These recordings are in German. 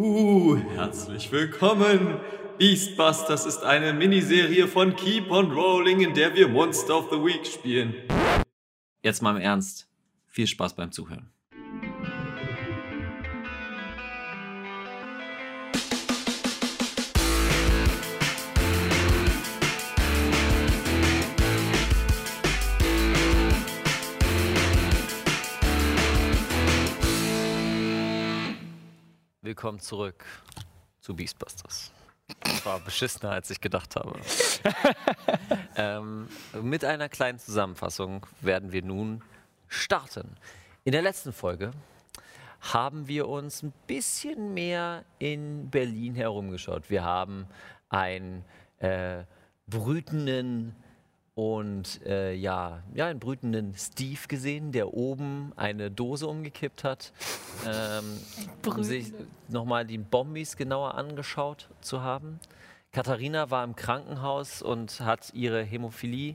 Herzlich willkommen! Beastbusters ist eine Miniserie von Keep on Rolling, in der wir Monster of the Week spielen. Jetzt mal im Ernst. Viel Spaß beim Zuhören. Willkommen zurück zu Beastbusters. Das war beschissener, als ich gedacht habe. Mit einer kleinen Zusammenfassung werden wir nun starten. In der letzten Folge haben wir uns ein bisschen mehr in Berlin herumgeschaut. Wir haben einen brütenden und einen brütenden Steve gesehen, der oben eine Dose umgekippt hat, um sich nochmal die Bombis genauer angeschaut zu haben. Katharina war im Krankenhaus und hat ihre Hämophilie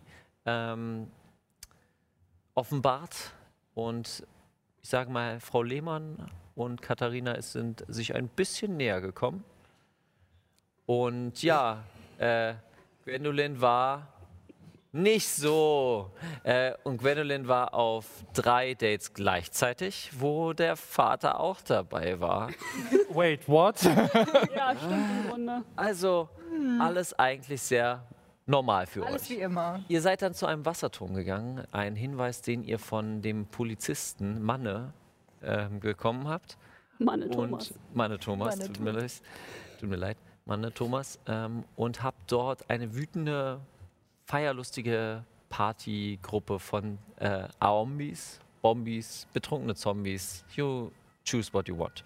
offenbart. Und ich sage mal, Frau Lehmann und Katharina sind sich ein bisschen näher gekommen. Und ja, Gwendolyn war nicht so. Und Gwendolyn war auf 3 Dates gleichzeitig, wo der Vater auch dabei war. Wait, what? Ja, stimmt im Grunde. Also alles eigentlich sehr normal für Alles euch. wie immer. Ihr seid dann zu einem Wasserturm gegangen. Ein Hinweis, den ihr von dem Polizisten Manne bekommen habt. Manne Thomas. Manne Thomas, Manne tut mir leid. Manne Thomas. Und habt dort eine wütende, feierlustige Partygruppe von Bombis, betrunkene Zombies. You choose what you want.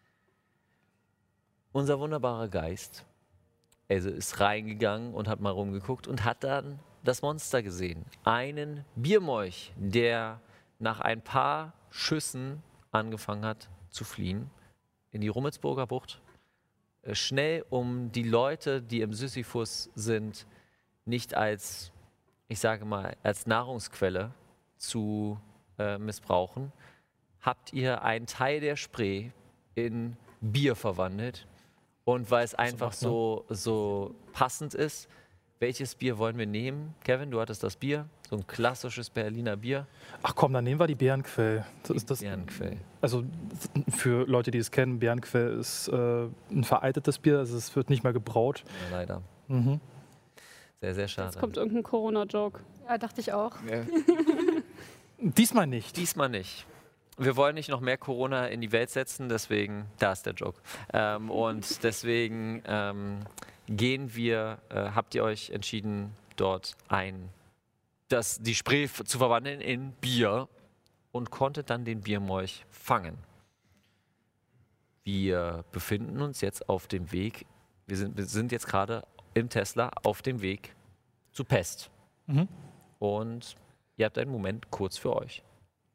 Unser wunderbarer Geist, also ist reingegangen und hat mal rumgeguckt und hat dann das Monster gesehen. Einen Biermolch, der nach ein paar Schüssen angefangen hat zu fliehen in die Rummelsburger Bucht. Schnell, um die Leute, die im Sisyphus sind, nicht als, ich sage mal, als Nahrungsquelle zu missbrauchen, habt ihr einen Teil der Spree in Bier verwandelt. Und weil es einfach so passend ist, welches Bier wollen wir nehmen? Kevin, du hattest das Bier, so ein klassisches Berliner Bier. Ach komm, dann nehmen wir die Bärenquell. Bärenquell. Also für Leute, die es kennen, Bärenquell ist ein veraltetes Bier, also es wird nicht mehr gebraut. Ja, leider. Mhm. Sehr, sehr schade. Jetzt kommt irgendein Corona-Joke. Ja, dachte ich auch. Diesmal nicht. Diesmal nicht. Wir wollen nicht noch mehr Corona in die Welt setzen, deswegen, da ist der Joke. Und deswegen habt ihr euch entschieden, dort die Spree zu verwandeln in Bier und konntet dann den Biermolch fangen. Wir befinden uns jetzt auf dem Weg, wir sind jetzt gerade im Tesla auf dem Weg zu Pest. Mhm. Und ihr habt einen Moment kurz für euch.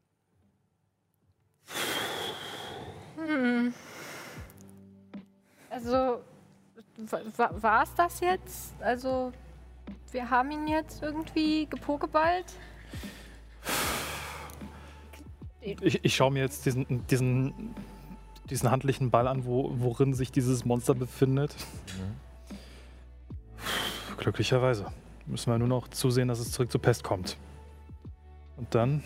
Also, war es das jetzt? Also, wir haben ihn jetzt irgendwie gepokeballt? Ich schaue mir jetzt diesen handlichen Ball an, worin sich dieses Monster befindet. Glücklicherweise müssen wir nur noch zusehen, dass es zurück zur Pest kommt. Und dann?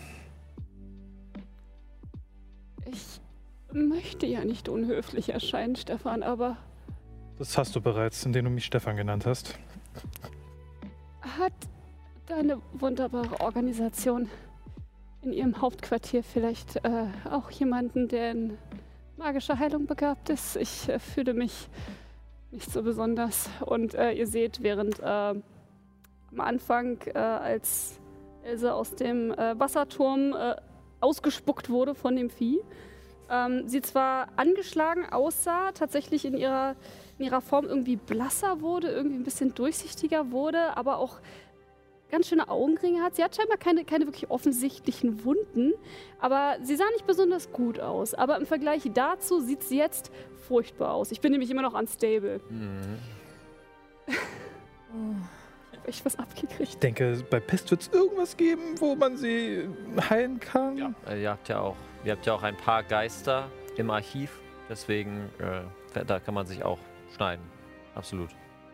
Ich möchte ja nicht unhöflich erscheinen, Stefan, aber Das hast du bereits, indem du mich Stefan genannt hast. hat deine wunderbare Organisation in ihrem Hauptquartier vielleicht auch jemanden, der in magischer Heilung begabt ist? Ich fühle mich nicht so besonders. Und ihr seht, während am Anfang, als Else aus dem Wasserturm ausgespuckt wurde von dem Vieh, sie zwar angeschlagen aussah, tatsächlich in ihrer Form irgendwie blasser wurde, irgendwie ein bisschen durchsichtiger wurde, aber auch ganz schöne Augenringe hat. Sie hat scheinbar keine wirklich offensichtlichen Wunden, aber sie sah nicht besonders gut aus. Aber im Vergleich dazu sieht sie jetzt furchtbar aus. Ich bin nämlich immer noch unstable. Ich habe echt was abgekriegt. Ich denke, bei Pest wird es irgendwas geben, wo man sie heilen kann. Ja. Ihr habt ja auch ein paar Geister im Archiv, deswegen Da kann man sich auch schneiden. Absolut.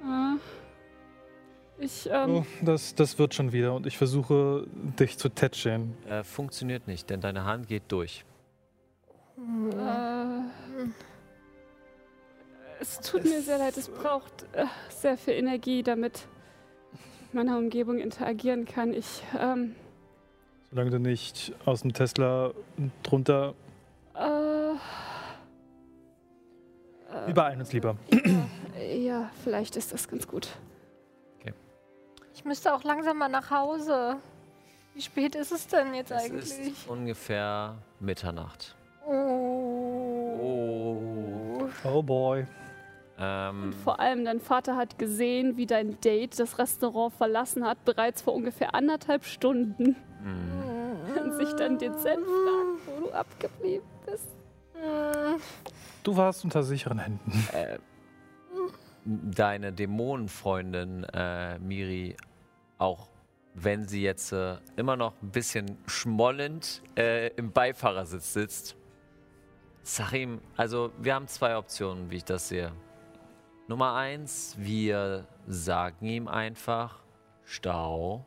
Oh, das wird schon wieder und ich versuche, dich zu tätscheln. Funktioniert nicht, denn deine Hand geht durch. Es tut mir sehr leid, es braucht sehr viel Energie, damit ich mit meiner Umgebung interagieren kann. Solange du nicht aus dem Tesla drunter... Wir beeilen uns lieber. Ja, vielleicht ist das ganz gut. Ich müsste auch langsam mal nach Hause. Wie spät ist es denn jetzt eigentlich? Es ist ungefähr Mitternacht. Oh boy. Und vor allem, dein Vater hat gesehen, wie dein Date das Restaurant verlassen hat, bereits vor ungefähr 1,5 Stunden. Und sich dann dezent fragt, wo du abgeblieben bist. Du warst unter sicheren Händen. Deine Dämonenfreundin Miri, auch wenn sie jetzt immer noch ein bisschen schmollend im Beifahrersitz sitzt, sag ihm, also wir haben 2 Optionen, wie ich das sehe. Nummer 1, wir sagen ihm einfach Stau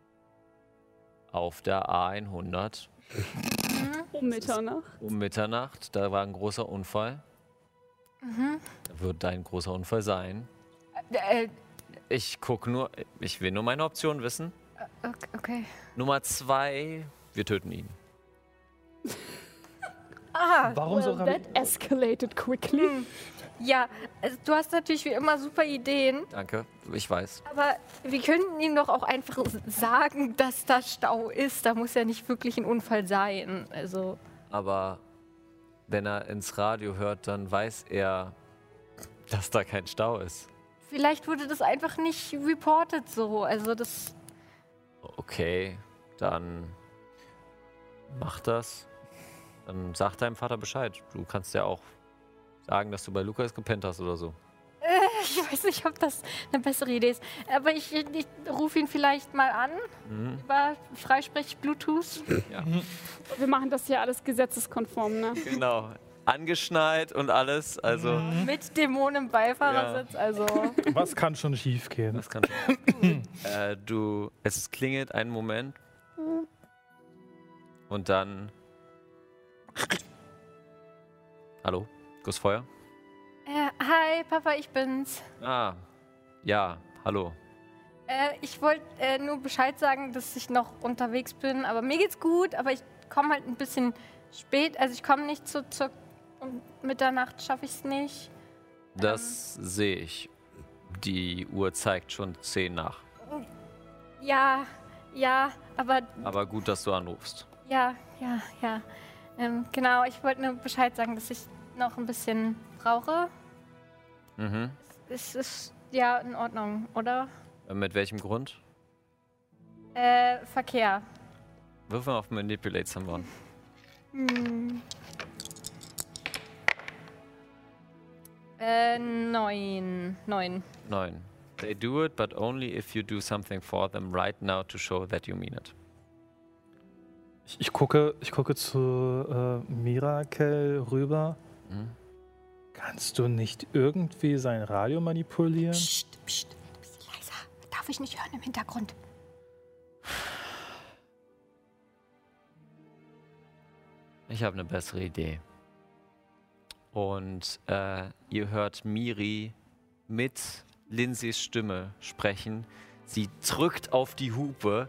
auf der A100. Um Mitternacht. Um Mitternacht, da war ein großer Unfall. Da wird ein großer Unfall sein. Ich will nur meine Option wissen. Okay. Nummer 2, wir töten ihn. Warum so That escalated quickly. Ja, also du hast natürlich wie immer super Ideen, Danke, ich weiß. aber wir könnten ihm doch auch einfach sagen, dass da Stau ist. Da muss ja nicht wirklich ein Unfall sein. Also. Aber wenn er ins Radio hört, dann weiß er, dass da kein Stau ist. Vielleicht wurde das einfach nicht reported so. Also das. Okay, dann mach das. Dann sag deinem Vater Bescheid. Du kannst ja auch sagen, dass du bei Lukas gepennt hast oder so. Ich weiß nicht, ob das eine bessere Idee ist. Aber ich rufe ihn vielleicht mal an. Über Freisprech-Bluetooth. Ja. Wir machen das hier alles gesetzeskonform, ne? Genau. Angeschnallt und alles. Also. Mit Dämonen im Beifahrersitz. Also. Was kann schon schief gehen? Das kann es klingelt einen Moment. Und dann. Hallo, Gussfeuer? Hi, Papa, ich bin's. Ah, ja, hallo. Ich wollte nur Bescheid sagen, dass ich noch unterwegs bin. Aber mir geht's gut, aber ich komme halt ein bisschen spät. Also ich komme nicht zur Mitternacht, schaffe ich es nicht. Das sehe ich. Die Uhr zeigt schon 10 nach. Ja, aber Aber gut, dass du anrufst. ja. Genau, ich wollte nur Bescheid sagen, dass ich noch ein bisschen brauche. Es ist ja in Ordnung, oder? Mit welchem Grund? Verkehr. Wirf mal auf Manipulate Someone. 9. 9. They do it, but only if you do something for them right now to show that you mean it. Ich gucke zu Mirakel rüber. Kannst du nicht irgendwie sein Radio manipulieren? Psst, ein bisschen leiser. Darf ich nicht hören im Hintergrund. Ich habe eine bessere Idee. Und ihr hört Miri mit Lindsays Stimme sprechen. Sie drückt auf die Hupe.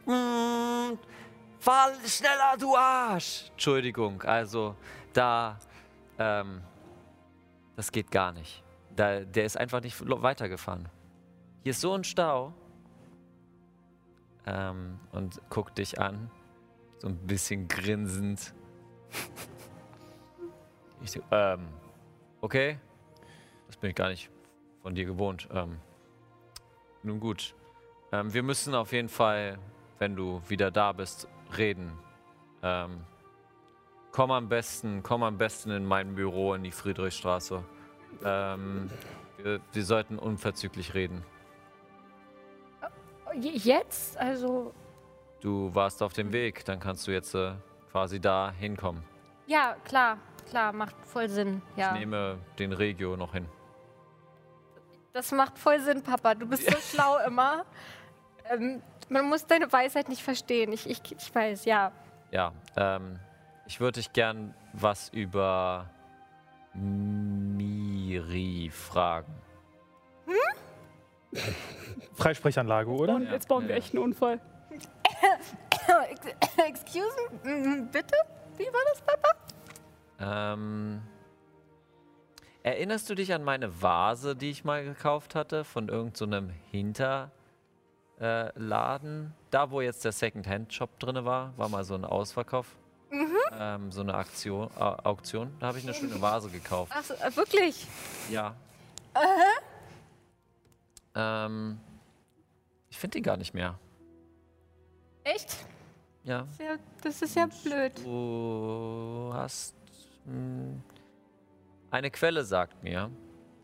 Fahr schneller, du Arsch! Entschuldigung, also das geht gar nicht. Der ist einfach nicht weitergefahren. Hier ist so ein Stau. Und guckt dich an, so ein bisschen grinsend. Ich so, okay, das bin ich gar nicht von dir gewohnt. Nun gut, wir müssen auf jeden Fall, wenn du wieder da bist, reden. Komm am besten in mein Büro in die Friedrichstraße. Wir sollten unverzüglich reden. Jetzt? Also. Du warst auf dem Weg, dann kannst du jetzt quasi da hinkommen. Ja, klar, macht voll Sinn. Ja. Ich nehme den Regio noch hin. Das macht voll Sinn, Papa. Du bist so schlau immer. Man muss deine Weisheit nicht verstehen. Ich weiß, ja. Ja, ich würde dich gern was über Miri fragen. Freisprechanlage, oder? Und jetzt bauen wir echt einen Unfall. Excuse me, bitte? Wie war das, Papa? Erinnerst du dich an meine Vase, die ich mal gekauft hatte, von irgend so einem Hinterladen? Da, wo jetzt der Second-Hand-Shop drin war mal so ein Ausverkauf. So eine Auktion. Da habe ich eine schöne Vase gekauft. Ach so, wirklich? Ja. Ich finde die gar nicht mehr. Echt? Ja. Das ist ja blöd. Du hast... eine Quelle sagt mir,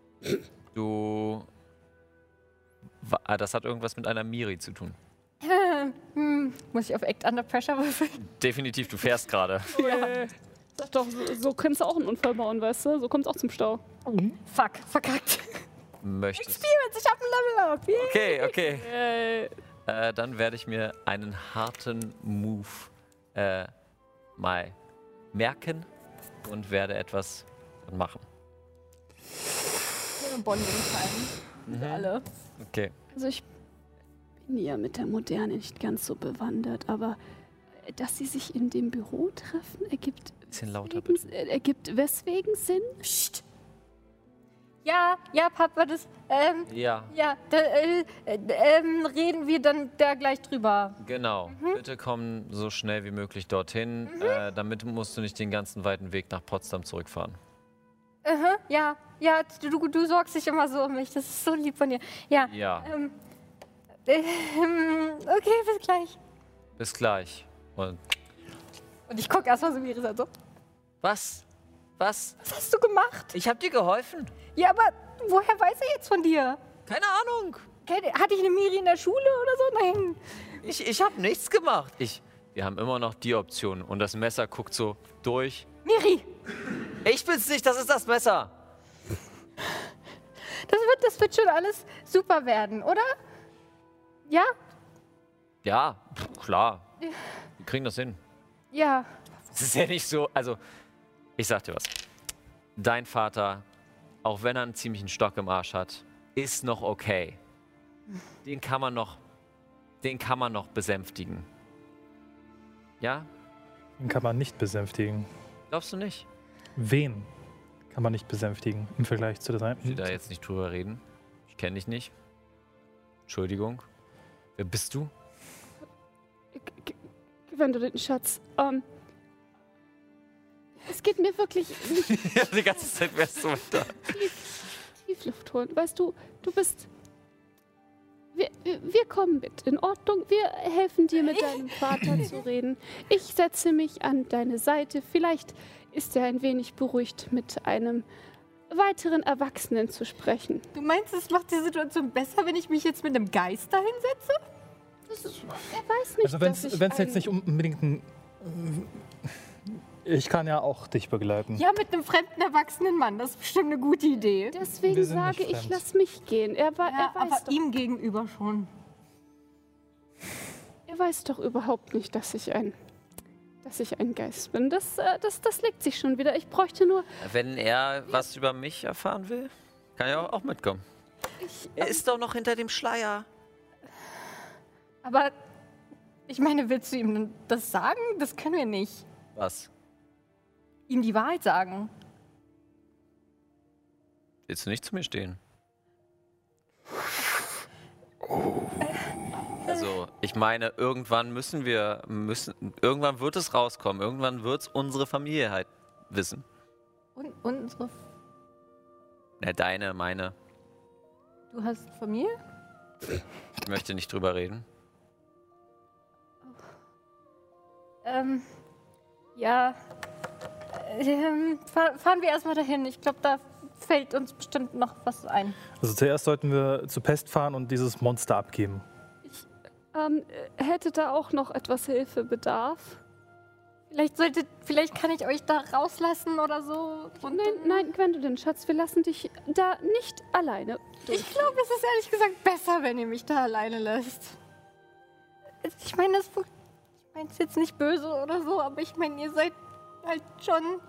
das hat irgendwas mit einer Miri zu tun. Muss ich auf Act Under Pressure würfeln? Definitiv, du fährst gerade. Sag doch, so könntest du auch einen Unfall bauen, weißt du? So kommt es auch zum Stau. Fuck, verkackt. Möchtest Experience, ich hab ein Level Up. Yay. Okay. Dann werde ich mir einen harten Move mal merken und werde etwas machen. Bonding-Time. Alle. Okay. Also ich bin ja mit der Moderne nicht ganz so bewandert, aber dass sie sich in dem Büro treffen, ergibt Bisschen lauter, bitte. Weswegen Sinn? Psst. Ja, Papa, das, Ja, da, reden wir dann da gleich drüber. genau. Bitte komm so schnell wie möglich dorthin. Damit musst du nicht den ganzen weiten Weg nach Potsdam zurückfahren. Ja, du sorgst dich immer so um mich, das ist so lieb von dir. Ja, Ja, okay, bis gleich. bis gleich. Und Und ich gucke erstmal so wie Risa so. was? Was? Was hast du gemacht? Ich hab dir geholfen. Ja, aber woher weiß er jetzt von dir? Keine Ahnung. Hatte ich eine Miri in der Schule oder so? Nein. Ich habe nichts gemacht. Wir haben immer noch die Option. Und das Messer guckt so durch. Miri, Ich bin's nicht, das ist das Messer. das wird schon alles super werden, oder? Ja? Ja, klar. Wir kriegen das hin. Ja. Es ist ja nicht so, also, ich sag dir was. Dein Vater, auch wenn er einen ziemlichen Stock im Arsch hat, ist noch okay. Den kann man noch besänftigen. Ja? Den kann man nicht besänftigen. Glaubst du nicht? Wen kann man nicht besänftigen im Vergleich zu der Ich will da jetzt nicht drüber reden. Ich kenne dich nicht. Entschuldigung. Wer bist du? Wenn du den Schatz, es geht mir wirklich nicht Ja, die ganze Zeit wärst du da. Tiefluft holen. Weißt du, du bist... Wir kommen mit, in Ordnung. Wir helfen dir, mit deinem Vater zu reden. Ich setze mich an deine Seite. Vielleicht ist er ein wenig beruhigt, mit einem weiteren Erwachsenen zu sprechen. Du meinst, es macht die Situation besser, wenn ich mich jetzt mit einem Geist dahin setze? Er weiß nicht, Also wenn es jetzt nicht unbedingt ein... Ich kann ja auch dich begleiten. Ja, mit einem fremden erwachsenen Mann. Das ist bestimmt eine gute Idee. Deswegen Wir sind sage nicht ich, fremd. lass mich gehen. Er Ja, weiß aber doch, ihm gegenüber schon. er weiß doch überhaupt nicht, dass ich ein Geist bin. Das legt sich schon wieder. Ich bräuchte nur... Wenn er was über mich erfahren will, kann er auch mitkommen. Er ist doch noch hinter dem Schleier. Aber ich meine, willst du ihm das sagen? Das können wir nicht. Was? Ihm die Wahrheit sagen. Willst du nicht zu mir stehen? Also, ich meine, irgendwann irgendwann wird es rauskommen. Irgendwann wird es unsere Familie halt wissen. Und unsere... Na, deine, meine. Du hast Familie? Ich möchte nicht drüber reden. Ja. Fahren wir erstmal dahin. Ich glaube, da fällt uns bestimmt noch was ein. Also zuerst sollten wir zu Pest fahren und dieses Monster abgeben. hätte da auch noch etwas Hilfebedarf? Vielleicht kann ich euch da rauslassen oder so. Und Nein, Gwendolyn, Schatz, wir lassen dich da nicht alleine durch. ich glaube, es ist ehrlich gesagt besser, wenn ihr mich da alleine lasst. Ich meine, ich meine es jetzt nicht böse oder so, aber ich meine, ihr seid halt schon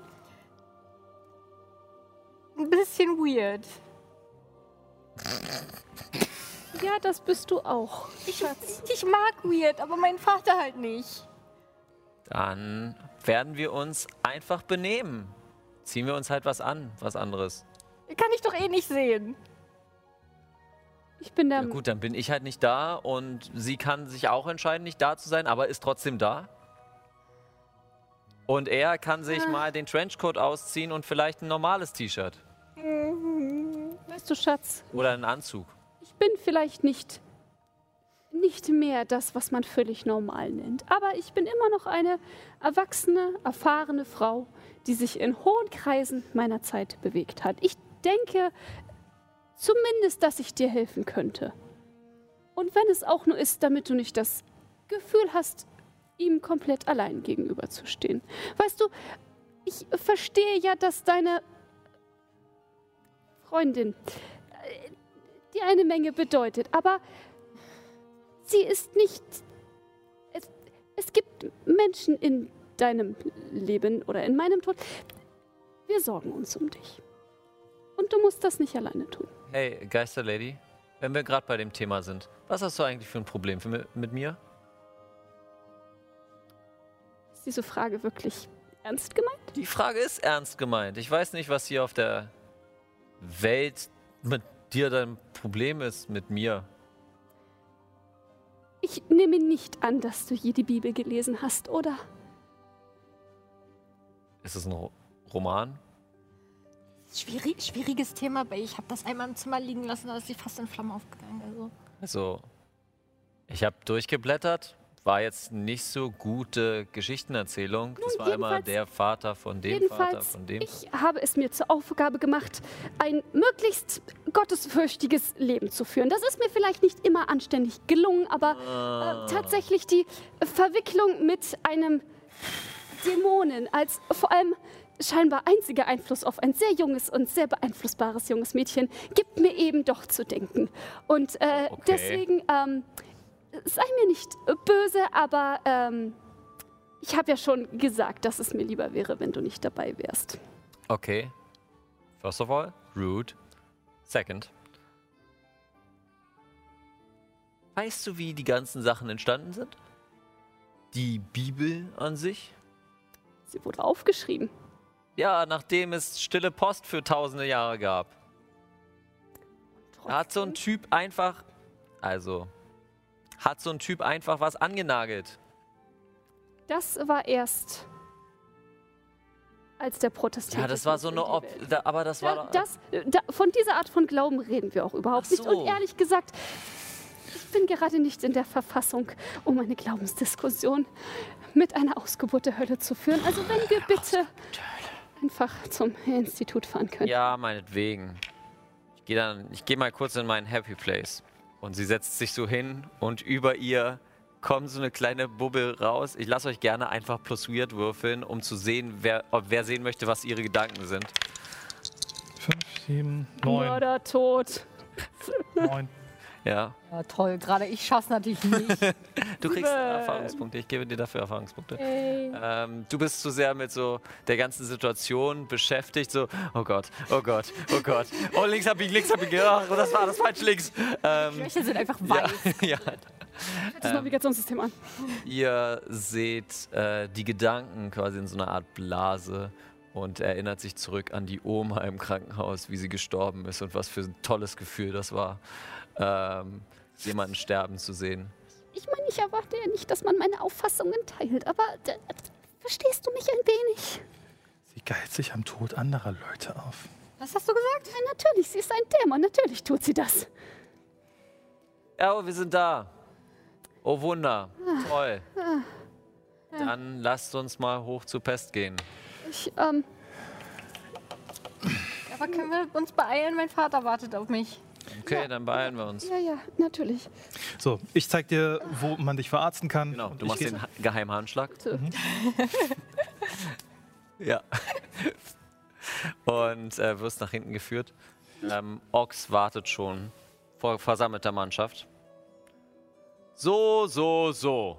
ein bisschen weird. Ja, das bist du auch, Schatz. Ich mag weird, aber mein Vater halt nicht. Dann werden wir uns einfach benehmen. Ziehen wir uns halt was an, was anderes. Kann ich doch eh nicht sehen. Ich bin der... Ja gut, dann bin ich halt nicht da und sie kann sich auch entscheiden, nicht da zu sein, aber ist trotzdem da. Und er kann sich mal den Trenchcoat ausziehen und vielleicht ein normales T-Shirt. Weißt du, Schatz, Oder einen Anzug. ich bin vielleicht nicht mehr das, was man völlig normal nennt. Aber ich bin immer noch eine erwachsene, erfahrene Frau, die sich in hohen Kreisen meiner Zeit bewegt hat. Ich denke zumindest, dass ich dir helfen könnte. Und wenn es auch nur ist, damit du nicht das Gefühl hast, ihm komplett allein gegenüberzustehen. Weißt du, ich verstehe ja, dass deine Freundin dir eine Menge bedeutet, aber sie ist nicht... Es gibt Menschen in deinem Leben oder in meinem Tod. Wir sorgen uns um dich. Und du musst das nicht alleine tun. Hey, Geisterlady, wenn wir gerade bei dem Thema sind, was hast du eigentlich für ein Problem mit mir? Ist diese Frage wirklich ernst gemeint? Die Frage ist ernst gemeint. Ich weiß nicht, was hier auf der Welt mit dir dein Problem ist, mit mir. Ich nehme nicht an, dass du je die Bibel gelesen hast, oder? Ist es ein Roman? Schwieriges Thema, weil ich habe das einmal im Zimmer liegen lassen, da ist sie fast in Flammen aufgegangen. Also, ich habe durchgeblättert, war jetzt nicht so gute Geschichtenerzählung. Das war immer der Vater von dem Vater von dem. Ich habe es mir zur Aufgabe gemacht, ein möglichst gottesfürchtiges Leben zu führen. Das ist mir vielleicht nicht immer anständig gelungen, aber tatsächlich die Verwicklung mit einem Dämonen als vor allem scheinbar einziger Einfluss auf ein sehr junges und sehr beeinflussbares junges Mädchen gibt mir eben doch zu denken. Und deswegen... sei mir nicht böse, aber ich habe ja schon gesagt, dass es mir lieber wäre, wenn du nicht dabei wärst. Okay. First of all, rude. Second. Weißt du, wie die ganzen Sachen entstanden sind? Die Bibel an sich? Sie wurde aufgeschrieben. Ja, nachdem es stille Post für tausende Jahre gab. Da hat so ein Typ einfach... Hat so ein Typ einfach was angenagelt. Das war erst, als der Protestantismus... Ja, das war so eine... aber das war... Von dieser Art von Glauben reden wir auch überhaupt nicht. Und ehrlich gesagt, ich bin gerade nicht in der Verfassung, um eine Glaubensdiskussion mit einer Ausgeburt der Hölle zu führen. Also wenn wir bitte einfach zum Institut fahren können. Ja, meinetwegen. Ich gehe mal kurz in meinen Happy Place. Und sie setzt sich so hin und über ihr kommt so eine kleine Bubble raus. Ich lasse euch gerne einfach plus weird würfeln, um zu sehen, wer sehen möchte, was ihre Gedanken sind. 5, 7, 9. Mörder tot. 9. Ja. Ja, toll. Gerade ich schaff's natürlich nicht. Du kriegst Erfahrungspunkte. Ich gebe dir dafür Erfahrungspunkte. Hey. Du bist zu sehr mit so der ganzen Situation beschäftigt. So, oh Gott, oh Gott, oh Gott. Oh, links abbiegen. Oh, das war das falsche links. Die Löcher sind einfach weiß. Ja. Das Navigationssystem an. Ihr seht die Gedanken quasi in so einer Art Blase und erinnert sich zurück an die Oma im Krankenhaus, wie sie gestorben ist und was für ein tolles Gefühl das war, jemanden sterben zu sehen. Ich meine, ich erwarte ja nicht, dass man meine Auffassungen teilt, aber verstehst du mich ein wenig? Sie geilt sich am Tod anderer Leute auf. Was hast du gesagt? Ja, natürlich, sie ist ein Dämon, natürlich tut sie das. Ja, wir sind da. Oh Wunder, toll. Dann lasst uns mal hoch zu Pest gehen. Aber können wir uns beeilen? Mein Vater wartet auf mich. Okay, dann beeilen wir uns. Ja, natürlich. So, ich zeig dir, wo man dich verarzten kann. Genau, Und du ich machst geh- den geheimen Handschlag. Ja. Und wirst nach hinten geführt. Ox wartet schon vor versammelter Mannschaft. So.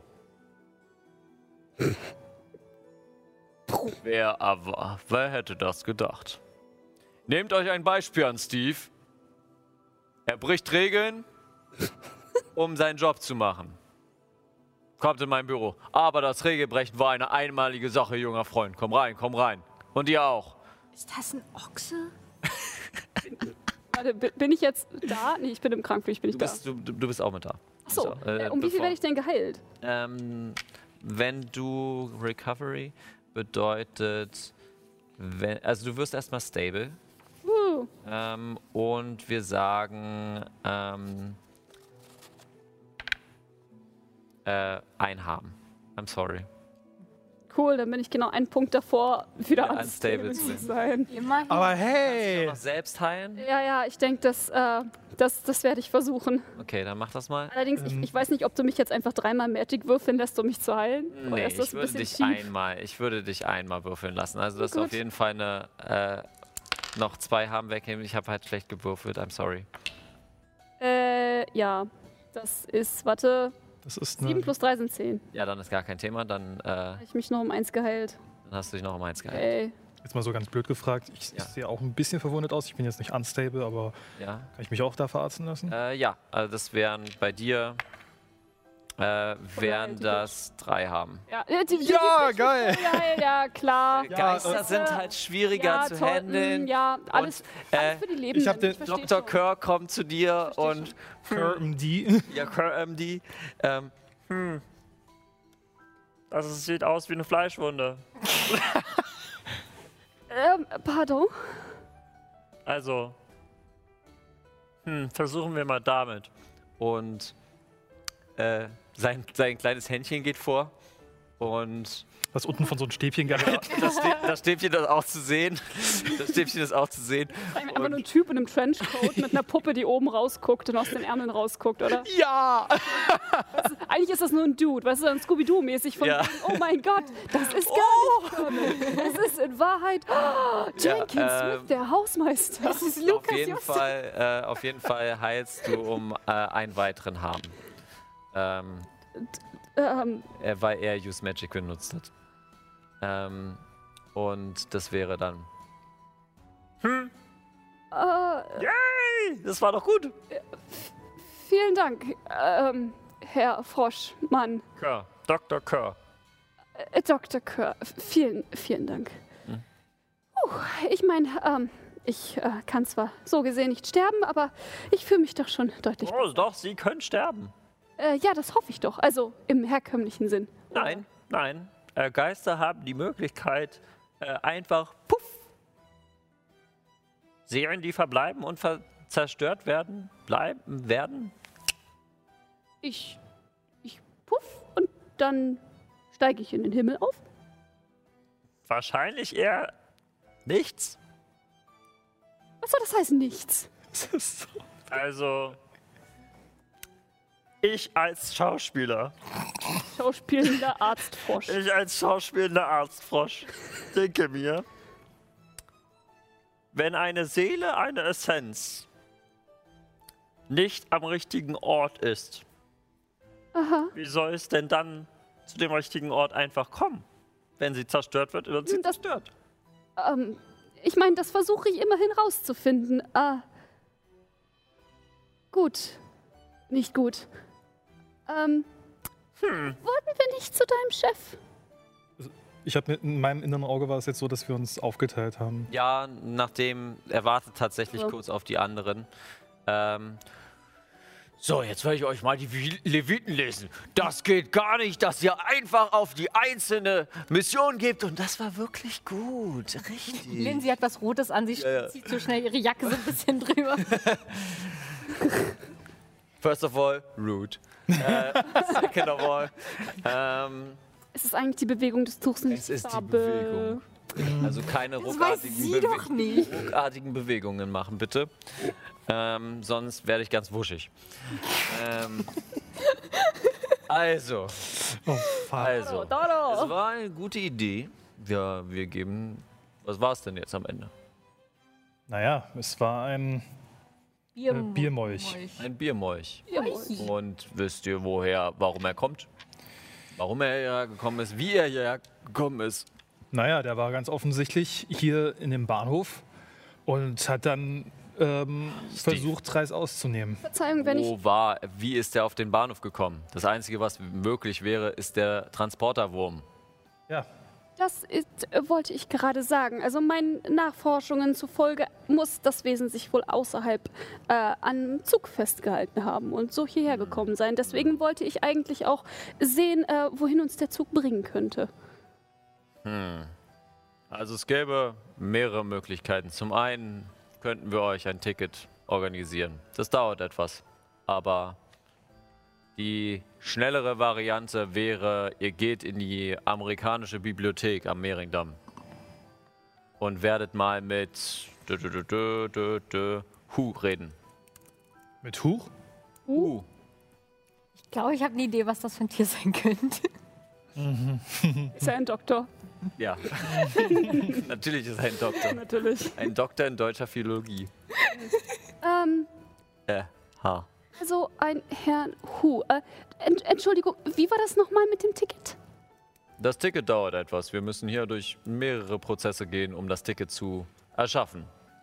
Wer hätte das gedacht? Nehmt euch ein Beispiel an Steve. Er bricht Regeln, um seinen Job zu machen. Kommt in mein Büro. Aber das Regelbrechen war eine einmalige Sache, junger Freund. Komm rein. Und ihr auch. Ist das ein Ochse? Warte, bin ich jetzt da? Nee, ich bin im Krankenpflege, ich bin nicht da. Du bist auch mit da. Achso, um wie viel werde ich denn geheilt? Wenn du Recovery bedeutet, also du wirst erstmal stable. Und wir sagen ein haben. I'm sorry. Cool, dann bin ich genau einen Punkt davor, wieder unstable zu sein. Immerhin. Aber Kannst du hey! noch selbst heilen? Ja, ich denke, das werde ich versuchen. Okay, dann mach das mal. Allerdings, ich weiß nicht, ob du mich jetzt einfach 3-mal Magic würfeln lässt, um mich zu heilen. Oder Nee, ist das ich ein würde bisschen dich tief? einmal würfeln lassen. Also das ist Gut. auf jeden Fall eine noch 2 haben wegnehmen. Ich habe halt schlecht gewürfelt, I'm sorry. Ja. Das ist, warte, Das ist 7 plus 3 sind 10. Ja, dann ist gar kein Thema. Dann Habe ich mich noch um 1 geheilt. hast du dich noch um 1 geheilt. Ey. Jetzt mal so ganz blöd gefragt. Ich sehe auch ein bisschen verwundet aus. Ich bin jetzt nicht unstable, aber Ja. kann ich mich auch da verarzten lassen? Ja, also das wären bei dir wären das 3 haben. Ja, Geil! Ja, klar. Geister sind halt schwieriger zu handeln. Ja, alles für die Lebenden. ich hab den versteh Dr. schon. Kerr kommt zu dir und KMD. ja, Kerr MD. Das sieht aus wie eine Fleischwunde. Pardon? Also, versuchen wir mal damit. Und sein kleines Händchen geht vor und Was unten von so einem Stäbchen gehalten. das Stäbchen ist auch zu sehen. Das Stäbchen ist auch zu sehen. Einfach nur ein Typ in einem Trenchcoat mit einer Puppe, die oben rausguckt und aus den Ärmeln rausguckt, oder? Ja! Eigentlich ist das nur ein Dude, weißt du, ein Scooby-Doo-mäßig von Ja. wegen, oh mein Gott, das ist gar nicht Kermit. Es ist in Wahrheit Jenkins Smith, der Hausmeister. Das ist Lukas Auf jeden Fall heilst du um einen weiteren Harm. Weil er Use Magic genutzt hat. Und das wäre dann. Yay! Das war doch gut. Vielen Dank, Herr Froschmann, Kerr. Dr. Kerr. Dr. Kerr. Vielen Dank. Ich meine, ich kann zwar so gesehen nicht sterben, aber ich fühle mich doch schon deutlich. Oh, doch, Sie können sterben. Ja, das hoffe ich doch. Also im herkömmlichen Sinn. Nein. Geister haben die Möglichkeit, einfach puff. Seelen, die verbleiben und zerstört werden, werden. Ich puff und dann steige ich in den Himmel auf. Wahrscheinlich eher nichts. Was soll das heißen? Nichts. Also, ich als Schauspieler, Schauspielender Arztfrosch. denke mir, wenn eine Seele, eine Essenz nicht am richtigen Ort ist, wie soll es denn dann zu dem richtigen Ort einfach kommen? Wenn sie zerstört wird, wird sie zerstört. Ich meine, das versuche ich immerhin rauszufinden. Gut. Nicht gut. Wollten wir nicht zu deinem Chef? Ich habe in meinem inneren Auge war es jetzt so, dass wir uns aufgeteilt haben. Ja, nachdem er wartet tatsächlich So. kurz auf die anderen. So, jetzt werde ich euch mal die Leviten lesen. Das geht gar nicht, dass ihr einfach auf die einzelne Mission gebt. Und das war wirklich gut. Richtig. Lindsay hat was Rotes an, sie zieht so schnell ihre Jacke so ein bisschen drüber. First of all, rude. Second of all, Es ist eigentlich die Bewegung des Tuchs nicht. es ist die Bewegung. Also keine Das weiß sie doch nicht. ruckartigen Bewegungen machen, bitte. Sonst werde ich ganz wuschig. Also, Oh, fuck. es war eine gute Idee, wir geben... Was war es denn jetzt am Ende? Naja, es war ein Biermolch. Ein Biermolch. Biermolch. Und wisst ihr, warum er kommt? Warum er hierher gekommen ist? Wie er hierher gekommen ist? Naja, der war ganz offensichtlich hier in dem Bahnhof und hat dann versucht, Reis auszunehmen. Verzeihung, wenn ich... Wie ist er auf den Bahnhof gekommen? Das Einzige, was möglich wäre, ist der Transporterwurm. Ja, Das wollte ich gerade sagen. Also meinen Nachforschungen zufolge muss das Wesen sich wohl außerhalb am Zug festgehalten haben und so hierher gekommen sein. Deswegen wollte ich eigentlich auch sehen, wohin uns der Zug bringen könnte. Also es gäbe mehrere Möglichkeiten. Zum einen könnten wir euch ein Ticket organisieren. Das dauert etwas, aber die schnellere Variante wäre, ihr geht in die amerikanische Bibliothek am Mehringdamm und werdet mal mit Hu reden. mit Huch? Ich glaube, ich habe eine Idee, was das für ein Tier sein könnte. Ist ja ein Doktor. Ja, natürlich ist er ein Doktor. Natürlich. Ein Doktor in deutscher Philologie. Also ein Herrn Hu. Entschuldigung, wie war das nochmal mit dem Ticket? Das Ticket dauert etwas. Wir müssen hier durch mehrere Prozesse gehen, um das Ticket zu erschaffen.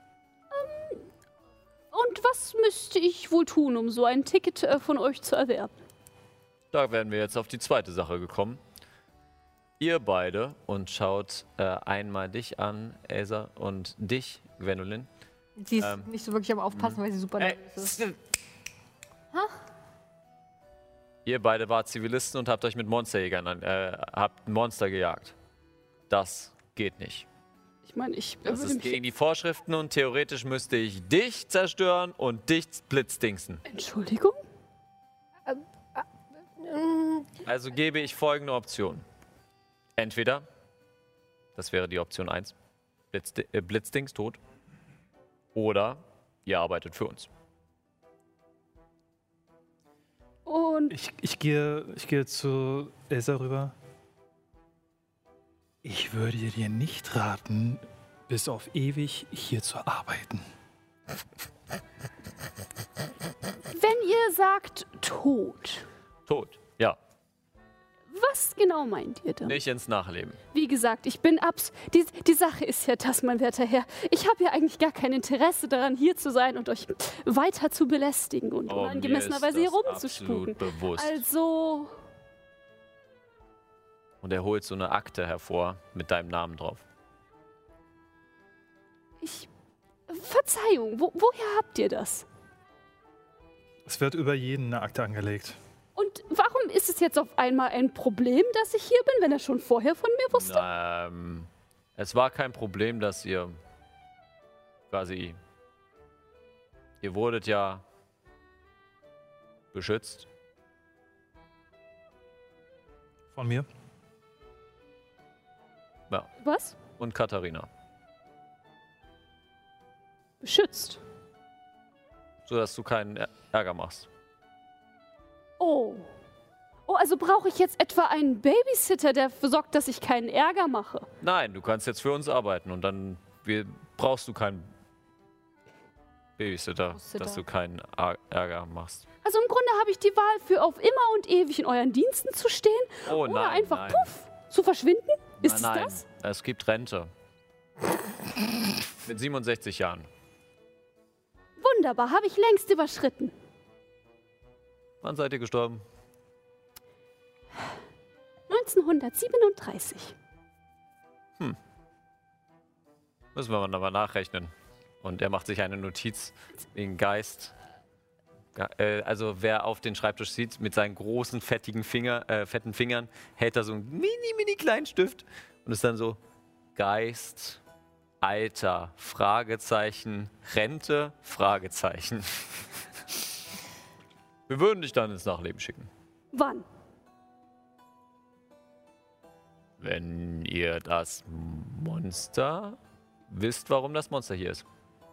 Und was müsste ich wohl tun, um so ein Ticket von euch zu erwerben? Da wären wir jetzt auf die zweite Sache gekommen. Ihr beide, und schaut einmal dich an, Acer, und dich, Gwendolyn. Sie ist nicht so wirklich am Aufpassen, weil sie super nervös ist. Ihr beide wart Zivilisten und habt euch mit Monsterjägern habt Monster gejagt. Das geht nicht. Ich meine, ich Das würde ist mich... gegen die Vorschriften und theoretisch müsste ich dich zerstören und dich blitzdingsen. Entschuldigung? Also gebe ich folgende Option. Entweder, das wäre die Option 1, Blitzdings tot, oder ihr arbeitet für uns. Und Ich gehe zu Elsa rüber. Ich würde dir nicht raten, bis auf ewig hier zu arbeiten. wenn ihr sagt tot, Tot, ja. was genau meint ihr dann? Nicht ins Nachleben. Wie gesagt, ich bin die Sache ist ja das, mein werter Herr. Ich habe ja eigentlich gar kein Interesse daran, hier zu sein und euch weiter zu belästigen und unangemessenerweise hier rumzuspuken. Absolut bewusst. Also, Und er holt so eine Akte hervor mit deinem Namen drauf. Verzeihung, woher habt ihr das? Es wird über jeden eine Akte angelegt. Und warum ist es jetzt auf einmal ein Problem, dass ich hier bin, wenn er schon vorher von mir wusste? Es war kein Problem, dass ihr wurdet ja beschützt. Von mir? Ja. Was? Und Katharina. Beschützt. Sodass du keinen Ärger machst. Oh. Oh, also brauche ich jetzt etwa einen Babysitter, der dafür sorgt, dass ich keinen Ärger mache? Nein, du kannst jetzt für uns arbeiten und dann brauchst du keinen Babysitter, dass du keinen Ärger machst. Also im Grunde habe ich die Wahl, für auf immer und ewig in euren Diensten zu stehen oder nein, einfach puff zu verschwinden? Ist nein, es das? Es gibt Rente. Mit 67 Jahren. Wunderbar, habe ich längst überschritten. Wann seid ihr gestorben? 1937. Müssen wir mal nachrechnen. Und er macht sich eine Notiz wegen Geist. Also wer auf den Schreibtisch sieht, mit seinen großen, fetten Fingern, hält er so einen mini kleinen Stift und ist dann so, Geist, Alter, Fragezeichen, Rente, Fragezeichen. Wir würden dich dann ins Nachleben schicken. Wann? Wenn ihr das Monster wisst, warum das Monster hier ist.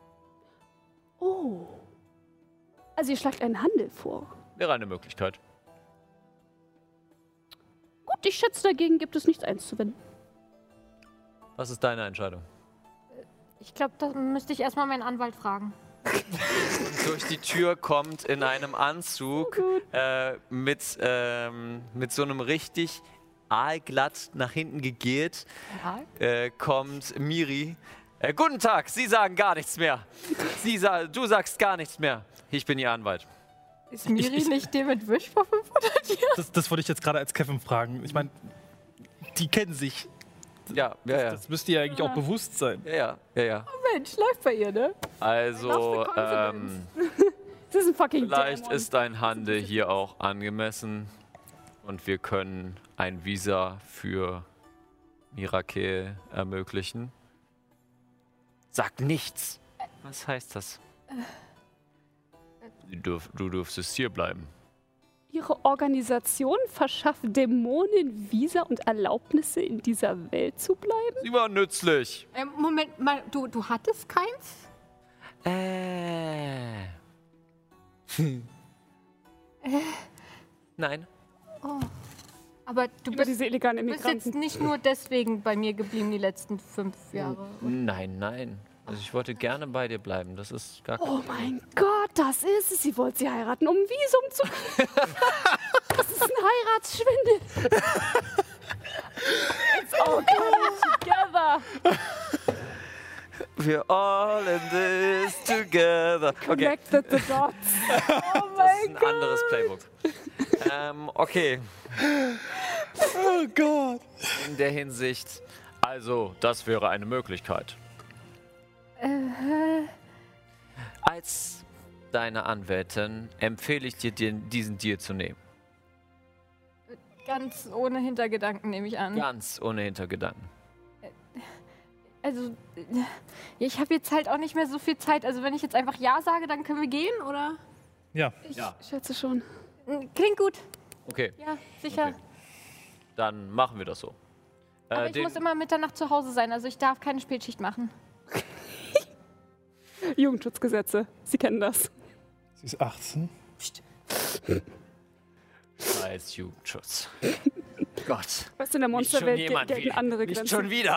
Oh. Also ihr schlagt einen Handel vor. Wäre eine Möglichkeit. Gut, ich schätze, dagegen gibt es nichts einzuwenden. Was ist deine Entscheidung? Ich glaube, da müsste ich erstmal meinen Anwalt fragen. Durch die Tür kommt in einem Anzug mit so einem richtig aalglatt nach hinten gegelt, kommt Miri. Guten Tag, Sie sagen gar nichts mehr. Du sagst gar nichts mehr. Ich bin Ihr Anwalt. Ist Miri nicht der mit Wish vor 500 Jahren? Das wollte ich jetzt gerade als Kevin fragen. Ich meine, die kennen sich. Ja. Das müsste ja eigentlich auch bewusst sein. Ja. Oh Mensch, läuft bei ihr, ne? Also, Das ist ein fucking vielleicht Dämon. ist dein Handel hier auch angemessen und wir können ein Visa für Mirakel ermöglichen. Sag nichts. Was heißt das? Du dürftest hier bleiben. Ihre Organisation verschafft Dämonen Visa und Erlaubnisse, in dieser Welt zu bleiben? Sie war nützlich. Moment mal, du hattest keins? Nein. Oh. Aber du Über diese illegalen bist jetzt Immigranten. nicht nur deswegen bei mir geblieben die letzten 5 Jahre. Nein. Also ich wollte gerne bei dir bleiben. Das ist gar kein Oh mein Gott, das ist es. Sie wollte sie heiraten, um ein Visum zu kriegen. Das ist ein Heiratsschwindel. It's all coming together. We're all in this together. Okay, Connected the dots. Oh das mein ist ein anderes Playbook. Okay. Oh Gott. In der Hinsicht, also, das wäre eine Möglichkeit. Als deine Anwältin empfehle ich dir, diesen Deal zu nehmen. Ganz ohne Hintergedanken, nehme ich an. Ganz ohne Hintergedanken. Also, ich habe jetzt halt auch nicht mehr so viel Zeit. Also, wenn ich jetzt einfach Ja sage, dann können wir gehen, oder? Ja. Ich schätze schon. Klingt gut. Okay, Ja, sicher. Okay. Dann machen wir das so. Aber ich muss immer Mitternacht zu Hause sein. Also, ich darf keine Spätschicht machen. Jugendschutzgesetze. Sie kennen das. Sie ist 18. Als Jugendschutz. Gott. Weißt du, in der Monsterwelt gelten andere Nicht Grenzen. schon wieder.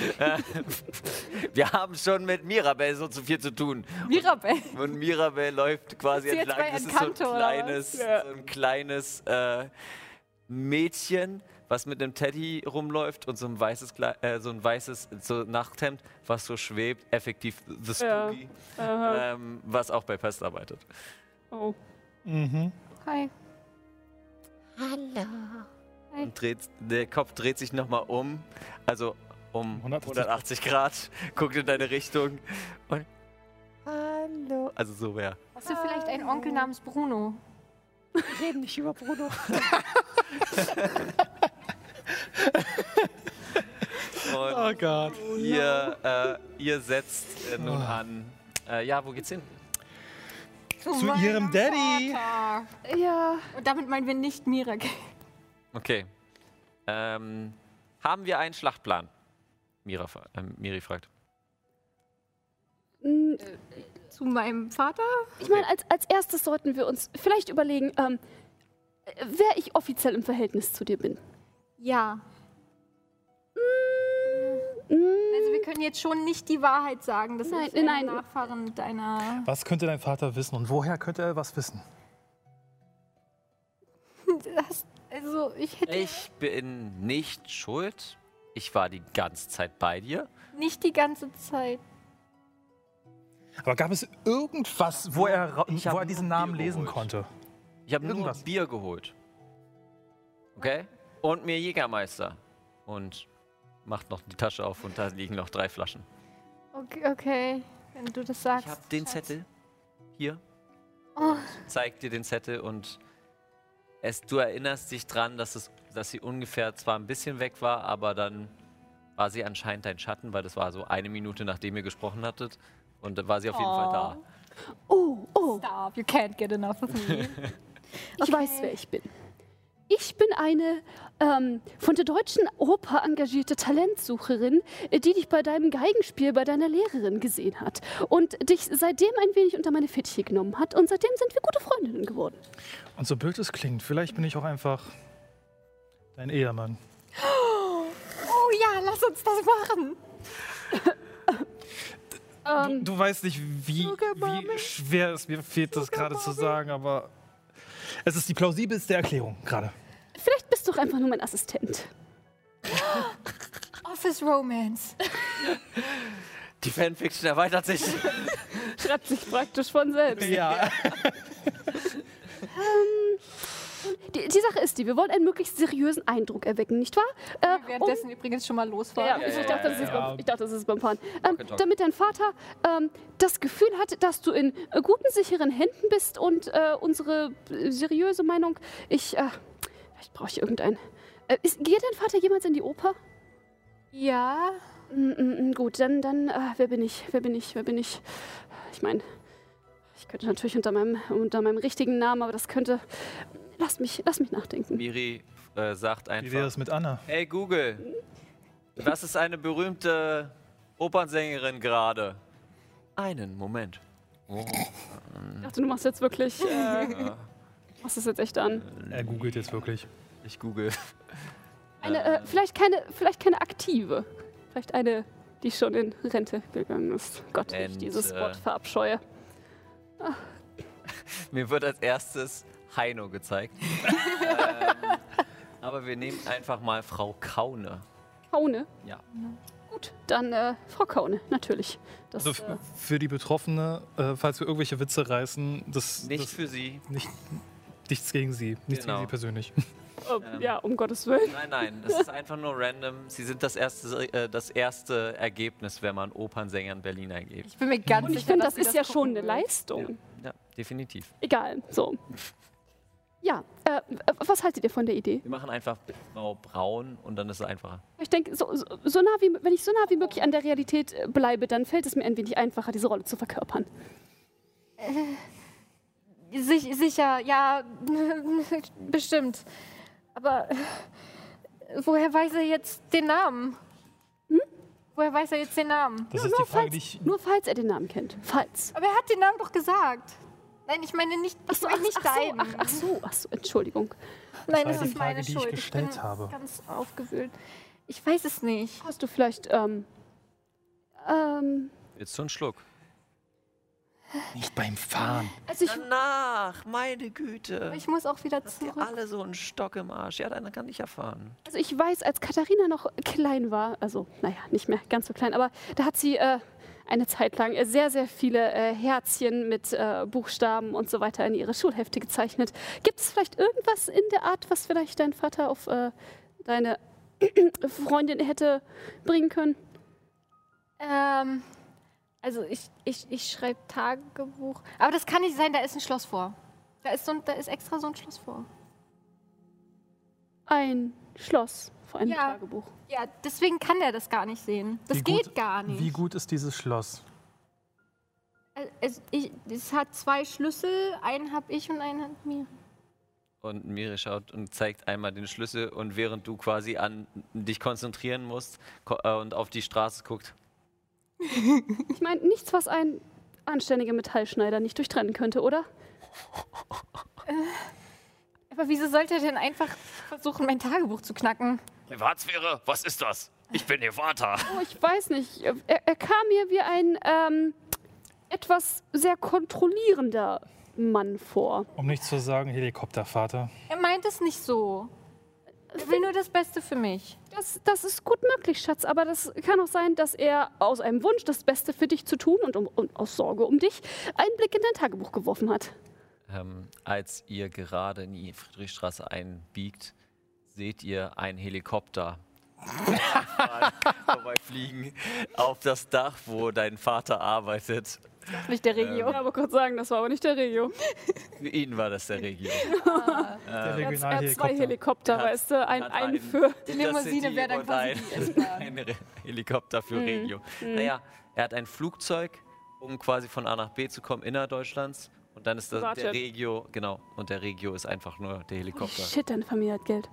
Wir haben schon mit Mirabelle so zu viel zu tun. Mirabelle. Und Mirabelle läuft quasi Ist sie jetzt entlang. bei Das ist Encanto, oder was? so ein kleines Mädchen, was mit einem Teddy rumläuft und so ein weißes so Nachthemd, was so schwebt, effektiv The Spooky, was auch bei Pest arbeitet. Oh. Mhm. Hi. Und der Kopf dreht sich nochmal um, also um 180 Grad, guckt in deine Richtung und hallo. Also so wäre. Hast du vielleicht einen Onkel namens Bruno? Wir reden nicht über Bruno. Oh Gott. Ihr setzt nun an. Ja, wo geht's hin? Zu ihrem Daddy. Vater. Ja. Und damit meinen wir nicht Mirakel. Okay. Haben wir einen Schlachtplan? Miri fragt. Zu meinem Vater? Ich meine, als erstes sollten wir uns vielleicht überlegen, wer ich offiziell im Verhältnis zu dir bin. Ja. Also wir können jetzt schon nicht die Wahrheit sagen. Das ist ein Nachfahren deiner... Was könnte dein Vater wissen und woher könnte er was wissen? Ich bin nicht schuld. Ich war die ganze Zeit bei dir. Nicht die ganze Zeit. Aber gab es irgendwas, wo er Ich hab diesen nur Namen Bier lesen geholt. konnte? Ich habe nur Irgendwas. Bier geholt. Okay? Und mir Jägermeister. Und macht noch die Tasche auf und da liegen noch 3 Flaschen. Okay, wenn du das sagst. Ich habe den Schatz. Zettel hier. Oh. Zeig dir den Zettel und du erinnerst dich dran, dass sie ungefähr zwar ein bisschen weg war, aber dann war sie anscheinend dein Schatten, weil das war so 1 Minute, nachdem ihr gesprochen hattet. Und da war sie auf jeden Fall da. Oh. Stop, you can't get enough of me. Ich weiß, wer ich bin. Ich bin eine von der Deutschen Oper engagierte Talentsucherin, die dich bei deinem Geigenspiel bei deiner Lehrerin gesehen hat und dich seitdem ein wenig unter meine Fittiche genommen hat. Und seitdem sind wir gute Freundinnen geworden. Und so blöd es klingt, vielleicht bin ich auch einfach dein Ehemann. Oh ja, lass uns das machen. Du weißt nicht, wie schwer es mir fehlt, das gerade zu sagen, aber es ist die plausibelste Erklärung gerade. Vielleicht bist du doch einfach nur mein Assistent. Office Romance. Die Fanfiction erweitert sich. Schreibt sich praktisch von selbst. Ja. Die Sache ist wir wollen einen möglichst seriösen Eindruck erwecken, nicht wahr? Währenddessen übrigens schon mal losfahren. Ja, ich dachte, das ist beim Fahren. Talk. Damit dein Vater das Gefühl hat, dass du in guten, sicheren Händen bist und unsere seriöse Meinung, vielleicht brauche ich irgendeinen. Geht dein Vater jemals in die Oper? Ja. Gut, dann wer bin ich? Ich meine, ich könnte natürlich unter meinem richtigen Namen, aber das könnte... Lass mich nachdenken. Miri sagt Wie wäre einfach, es mit Anna? hey Google, was ist eine berühmte Opernsängerin gerade? Einen Moment. Ich dachte, du machst jetzt wirklich... machst das jetzt echt an. Er googelt jetzt wirklich. Ich google. Vielleicht keine aktive. Vielleicht eine, die schon in Rente gegangen ist. Gott, wie ich dieses Wort verabscheue. Mir wird als erstes Heino gezeigt. Aber wir nehmen einfach mal Frau Kaune. Kaune? Ja. Gut, dann Frau Kaune, natürlich. Das, Also für die Betroffene, falls wir irgendwelche Witze reißen, Nicht für sie. Nichts gegen sie. Nichts Genau. gegen sie persönlich. ja, um Gottes Willen. Nein, das ist einfach nur random. Sie sind das erste Ergebnis, wenn man Opernsänger in Berlin eingibt. Ich bin mir ganz Und ich sicher, finde, dass das sie ist ja schon gucken eine will. Leistung. Ja, definitiv. Egal, so. Ja, was haltet ihr von der Idee? Wir machen einfach Frau Braun und dann ist es einfacher. Ich denke, wenn ich so nah wie möglich an der Realität bleibe, dann fällt es mir ein wenig einfacher, diese Rolle zu verkörpern. Sicher, ja, bestimmt. Aber woher weiß er jetzt den Namen? Woher weiß er jetzt den Namen? Das ist die Frage, die ich... Nur falls er den Namen kennt. Falls. Aber er hat den Namen doch gesagt. Nein, ich meine nicht, deinen. Ach so, Entschuldigung. Nein, war das die ist Frage, meine die ich Schuld. gestellt bin habe. Ganz aufgewühlt. Ich weiß es nicht. Hast du vielleicht, Jetzt so einen Schluck. Nicht beim Fahren. also Danach, meine Güte. Ich muss auch wieder Die zurück. alle so einen Stock im Arsch. Ja, dann kann ich erfahren. Also ich weiß, als Katharina noch klein war, also naja, nicht mehr ganz so klein, aber da hat sie eine Zeit lang sehr, sehr viele Herzchen mit Buchstaben und so weiter in ihre Schulhefte gezeichnet. Gibt es vielleicht irgendwas in der Art, was vielleicht dein Vater auf deine Freundin hätte bringen können? Also ich schreibe Tagebuch. Aber das kann nicht sein, da ist ein Schloss vor. Da ist extra so ein Schloss vor. Ein Schloss vor einem Ja. Tagebuch. Ja, deswegen kann er das gar nicht sehen. Das geht gar nicht. Wie gut ist dieses Schloss? Es hat 2 Schlüssel, einen habe ich und einen hat mir. Und Miri schaut und zeigt einmal den Schlüssel und während du quasi an dich konzentrieren musst und auf die Straße guckt. Ich meine, nichts, was ein anständiger Metallschneider nicht durchtrennen könnte, oder? Aber wieso sollte er denn einfach versuchen, mein Tagebuch zu knacken? Privatsphäre, was ist das? Ich bin Ihr Vater. Oh, ich weiß nicht. Er kam mir wie ein etwas sehr kontrollierender Mann vor. Um nicht zu sagen, Helikoptervater. Er meint es nicht so. Er will nur das Beste für mich. Das ist gut möglich, Schatz, aber das kann auch sein, dass er aus einem Wunsch, das Beste für dich zu tun und aus Sorge um dich, einen Blick in dein Tagebuch geworfen hat. Als ihr gerade in die Friedrichstraße einbiegt, seht ihr einen Helikopter vorbeifliegen auf das Dach, wo dein Vater arbeitet. Nicht der Regio. Ich aber kurz sagen, das war aber nicht der Regio. Für ihn war das der Regio. Der Er hat Regionalhelikopter. 2 Helikopter, Hat- weißt du, hat einen für... Die Limousine Intercity wäre dann und quasi die S-Bahn. ein Helikopter für Regio. Naja, er hat ein Flugzeug, um quasi von A nach B zu kommen innerdeutschlands. Und dann ist das der Privatjet. Regio, genau. Und der Regio ist einfach nur der Helikopter. Shit, deine Familie hat Geld.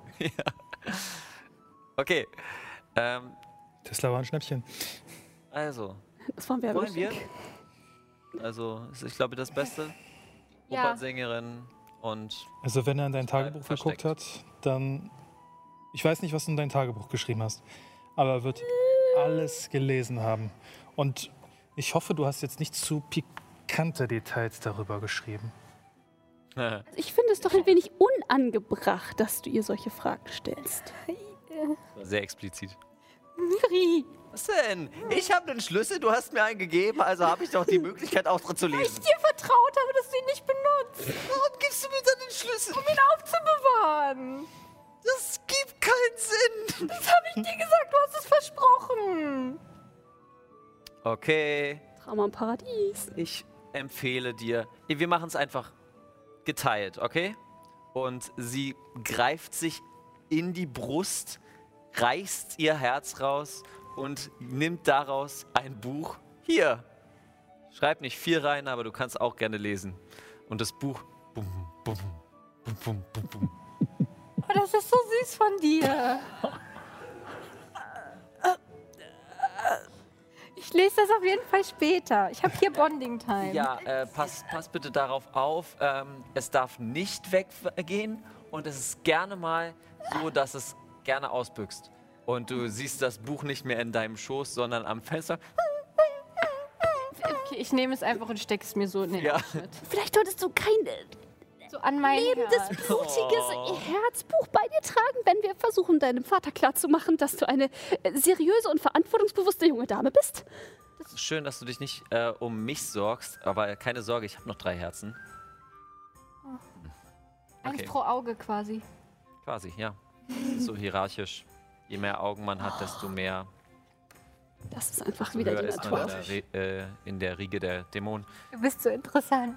Okay. Tesla war ein Schnäppchen. Also, Das waren wollen wir? Werbung. Also, ich glaube, das Beste. Ja. Opernsängerin und Also wenn er in dein Tagebuch versteckt. geguckt hat, dann... Ich weiß nicht, was du in dein Tagebuch geschrieben hast. Aber er wird alles gelesen haben. Und ich hoffe, du hast jetzt nicht zu pikante Details darüber geschrieben. Also ich finde es doch ein wenig unangebracht, dass du ihr solche Fragen stellst. Sehr explizit. Miri, Was denn? Ich habe den Schlüssel, du hast mir einen gegeben, also habe ich doch die Möglichkeit, auch drin zu weil ich lesen. dir vertraut habe, dass du ihn nicht benutzt, Warum gibst du mir dann den Schlüssel? um ihn aufzubewahren. Das gibt keinen Sinn. Das habe ich dir gesagt, du hast es versprochen. Okay, Trauma im Paradies. ich empfehle dir, wir machen es einfach geteilt, okay? Und sie greift sich in die Brust, reißt ihr Herz raus und nimmt daraus ein Buch. Hier, schreib nicht viel rein, aber du kannst auch gerne lesen. Und das Buch, bum, bum, bum, bum, bum, bum. Oh, das ist so süß von dir. Ich lese das auf jeden Fall später. Ich habe hier Bonding-Time. Ja, pass bitte darauf auf. Es darf nicht weggehen und es ist gerne mal so, dass es gerne ausbüchst. Und du siehst das Buch nicht mehr in deinem Schoß, sondern am Fenster. Okay, ich nehme es einfach und stecke es mir so in den Ja. Arsch mit. Vielleicht solltest du kein So an mein lebendes, Herz. blutiges Herzbuch bei dir tragen, wenn wir versuchen, deinem Vater klarzumachen, dass du eine seriöse und verantwortungsbewusste junge Dame bist. Schön, dass du dich nicht um mich sorgst, aber keine Sorge, ich habe noch 3 Herzen. Eins Okay. pro Auge quasi. Quasi, ja. So hierarchisch. Je mehr Augen man hat, desto mehr Das ist einfach desto wieder höher die ist man Natur. in der Riege der Dämonen. Du bist so interessant.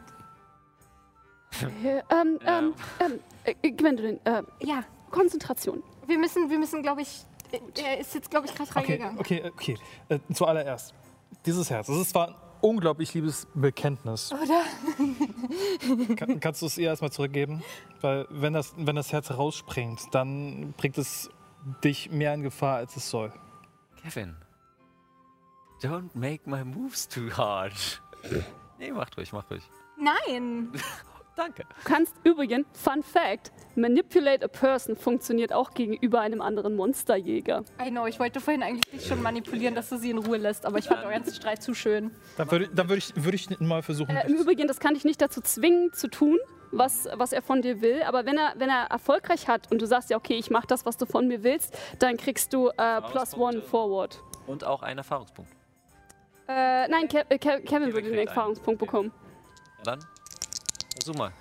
Gwendolyn, Ja, Konzentration. wir müssen, glaube ich, er ist jetzt, glaube ich, gerade reingegangen. Okay. Zuallererst, dieses Herz, das ist zwar ein unglaublich liebes Bekenntnis. Oder? Kannst du es ihr erstmal zurückgeben? Weil wenn das Herz rausspringt, dann bringt es dich mehr in Gefahr, als es soll. Kevin, don't make my moves too hard. Nee, mach ruhig. Nein. Danke. Du kannst übrigens, Fun Fact, Manipulate a Person funktioniert auch gegenüber einem anderen Monsterjäger. I know, ich wollte vorhin eigentlich dich schon manipulieren, dass du sie in Ruhe lässt, aber ich fand euren ganzen Streit zu schön. Dann würde ich mal versuchen. Im Übrigen, das kann dich nicht dazu zwingen, zu tun, was er von dir will. Aber wenn er erfolgreich hat und du sagst, ja, okay, ich mache das, was du von mir willst, dann kriegst du +1 Forward. Und auch einen Erfahrungspunkt. Nein, Kevin würde den kriegt Erfahrungspunkt einen. bekommen. Ja, dann versuch mal.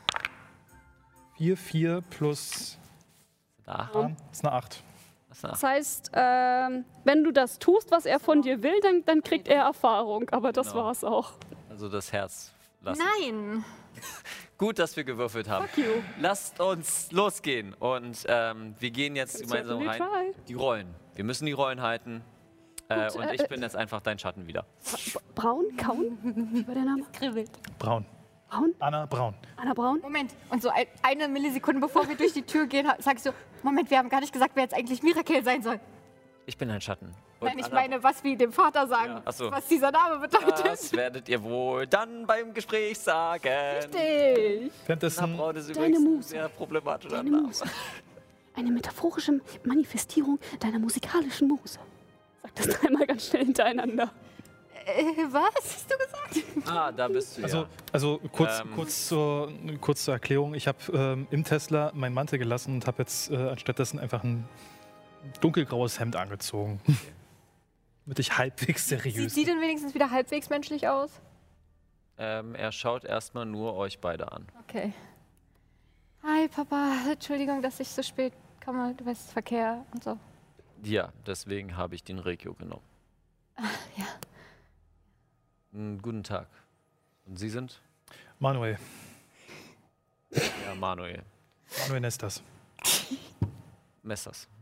4 plus Da. das ist eine 8. Das heißt, wenn du das tust, was er von dir will, dann kriegt er Erfahrung. Aber das Genau. war's auch. Also das Herz lassen. Nein. Gut, dass wir gewürfelt haben. Fuck you. Lasst uns losgehen. Und wir gehen jetzt gemeinsam certainly rein. try. Die Rollen. Wir müssen die Rollen halten. Und ich bin jetzt einfach dein Schatten wieder. Braun? Kaun? Wie war der Name? Kribbelt. Braun. Braun? Anna Braun. Anna Braun? Moment. Und so eine Millisekunde, bevor wir durch die Tür gehen, sagst du, Moment, wir haben gar nicht gesagt, wer jetzt eigentlich Mirakel sein soll. Ich bin dein Schatten. Und Nein, ich Anna- meine, was wir dem Vater sagen, Ja, ach so. was dieser Name bedeutet. Das werdet ihr wohl dann beim Gespräch sagen. Richtig. Anna Währenddessen Braun ist Deine übrigens ein Muse. sehr problematischer Deine Name. Muse. Eine metaphorische Manifestierung deiner musikalischen Muse. Sag das dreimal ganz schnell hintereinander. Was hast du gesagt? Ah, da bist du ja. Also kurz zur Erklärung. Ich habe im Tesla meinen Mantel gelassen und habe jetzt anstattdessen einfach ein dunkelgraues Hemd angezogen. Damit ich halbwegs Sieht seriös sie denn wenigstens wieder halbwegs menschlich aus? Er schaut erstmal nur euch beide an. Okay. Hi, Papa. Entschuldigung, dass ich so spät komme. Du weißt, Verkehr und so. Ja, deswegen habe ich den Regio genommen. Ja. Guten Tag. Und Sie sind? Manuel. Ja, Manuel. Manuel Nestas. Nestas.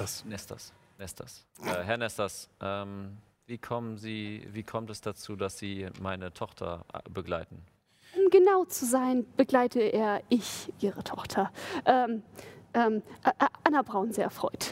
Herr Nestas, wie kommt es dazu, dass Sie meine Tochter begleiten? Um genau zu sein, begleite ich ihre Tochter. Anna Braun sehr erfreut.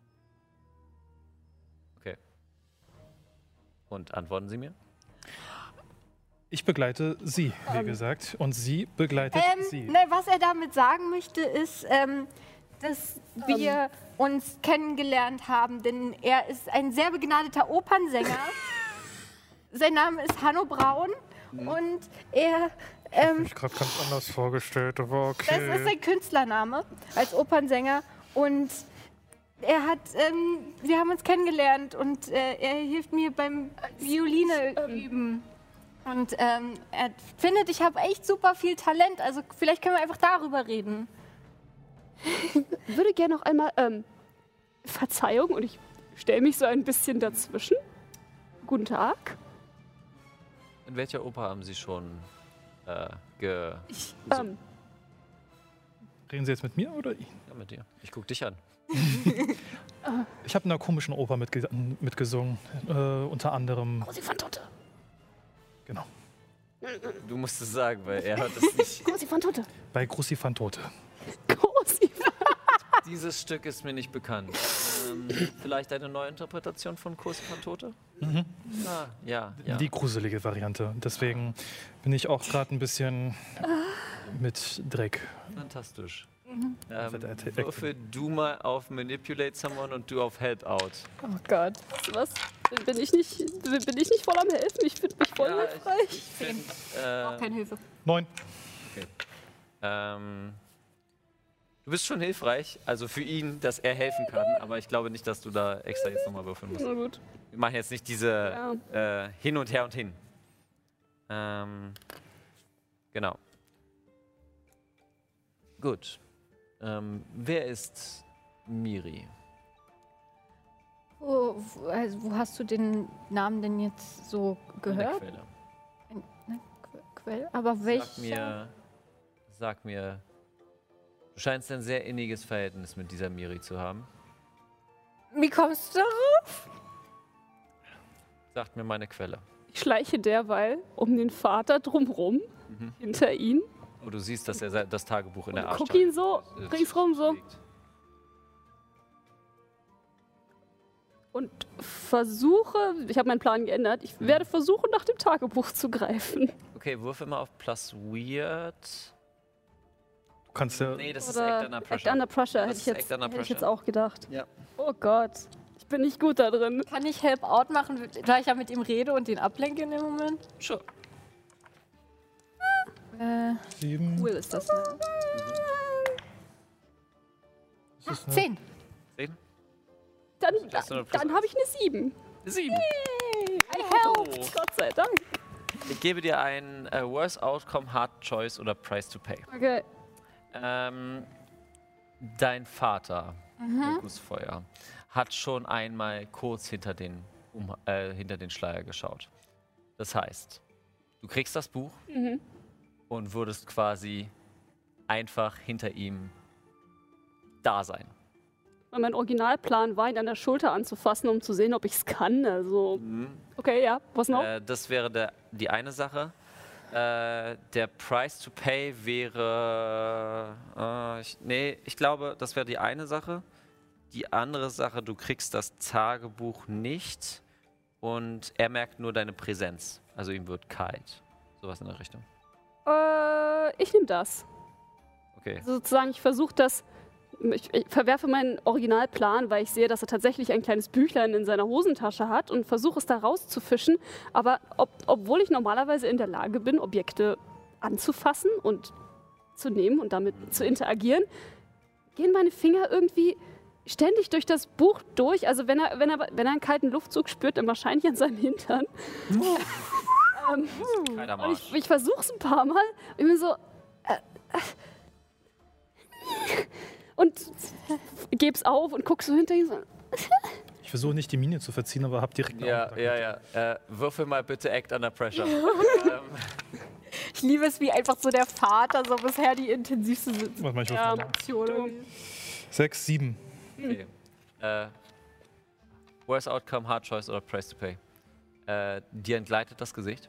Okay. Und antworten Sie mir? Ich begleite sie, wie gesagt, und sie begleitet sie. Ne, was er damit sagen möchte, ist, dass wir uns kennengelernt haben, denn er ist ein sehr begnadeter Opernsänger. Sein Name ist Hanno Braun und er... Ich habe mich gerade ganz anders vorgestellt, aber okay. Das ist sein Künstlername als Opernsänger und wir haben uns kennengelernt und er hilft mir beim Violine üben. Und er findet, ich habe echt super viel Talent, also vielleicht können wir einfach darüber reden. Ich würde gerne noch einmal, Verzeihung, und ich stelle mich so ein bisschen dazwischen. Guten Tag. In welcher Oper haben Sie schon Reden Sie jetzt mit mir oder ich? Ja, mit dir. Ich guck dich an. Ich habe in einer komischen Oper mitgesungen, unter anderem... Großi van Tote. Genau. Du musst es sagen, weil er hört es nicht. Großi van Tote. Bei Großi van Tote. Großi van Dieses Stück ist mir nicht bekannt. Vielleicht eine Neuinterpretation von Großi van Tote? Mhm. Ah, ja. Die gruselige Variante. Deswegen bin ich auch gerade ein bisschen mit Dreck. Fantastisch. Würfel Würfel du mal auf Manipulate Someone und du auf Help Out. Oh Gott. Was? Bin ich nicht voll am Helfen? Ich finde mich voll hilfreich. Ich find, Auch keine Hilfe. 9. Okay. Du bist schon hilfreich, also für ihn, dass er helfen kann, aber ich glaube nicht, dass du da extra jetzt nochmal würfeln musst. Na gut. Wir machen jetzt nicht diese Hin und Her und Hin. Genau. Gut. Wer ist Miri? Wo hast du den Namen denn jetzt so gehört? Quelle. Quelle? Aber welcher? Sag mir, du scheinst ein sehr inniges Verhältnis mit dieser Miri zu haben. Wie kommst du darauf? Sagt mir meine Quelle. Ich schleiche derweil um den Vater drumrum, hinter ihn. Oh, du siehst, dass er das Tagebuch in der Arschtasche Guck ihn so ringsrum so. liegt. Und versuche, ich habe meinen Plan geändert, ich werde versuchen, nach dem Tagebuch zu greifen. Okay, Würfel mal auf Plus Weird. Du kannst ja... Nee, das Oder ist Act Under Pressure. Act Under Pressure, Das hätte ist Act Under ich jetzt Pressure. auch gedacht. Ja. Oh Gott, ich bin nicht gut da drin. Kann ich Help Out machen, da ich ja mit ihm rede und den ablenke in dem Moment? Sure. 7. Will ist das, ne? Das ist eine 10. Dann Hast du eine Plus habe ich eine 7. 7. I helped, Gott sei Dank. Ich gebe dir ein Worst Outcome, Hard Choice oder Price to Pay. Okay. Dein Vater, Markus Feuer, hat schon einmal kurz hinter den Schleier geschaut. Das heißt, du kriegst das Buch und würdest quasi einfach hinter ihm da sein. Weil mein Originalplan war, ihn an der Schulter anzufassen, um zu sehen, ob ich es kann. Also, okay, ja. Was noch? Das wäre die eine Sache. Der Price to Pay wäre... ich glaube, das wäre die eine Sache. Die andere Sache, du kriegst das Tagebuch nicht und er merkt nur deine Präsenz. Also ihm wird kalt. Sowas in der Richtung. Ich nehme das. Okay. Also sozusagen, ich versuche das... Ich verwerfe meinen Originalplan, weil ich sehe, dass er tatsächlich ein kleines Büchlein in seiner Hosentasche hat und versuche es da rauszufischen. Aber obwohl ich normalerweise in der Lage bin, Objekte anzufassen und zu nehmen und damit zu interagieren, gehen meine Finger irgendwie ständig durch das Buch durch. Also wenn er einen kalten Luftzug spürt, dann wahrscheinlich an seinem Hintern. Und ich versuche es ein paar Mal. Ich bin so... und gebe es auf und guck so hinter ihm so. Ich versuche nicht die Miene zu verziehen, aber habe direkt eine Augenkontakt. Würfel mal bitte Act Under Pressure. Ich liebe es, wie einfach so der Vater so bisher die intensivste Warte mal, ich Ja. würfel. Situation. 6, 7. Okay. Worst Outcome, Hard Choice oder Price to Pay? Dir entgleitet das Gesicht.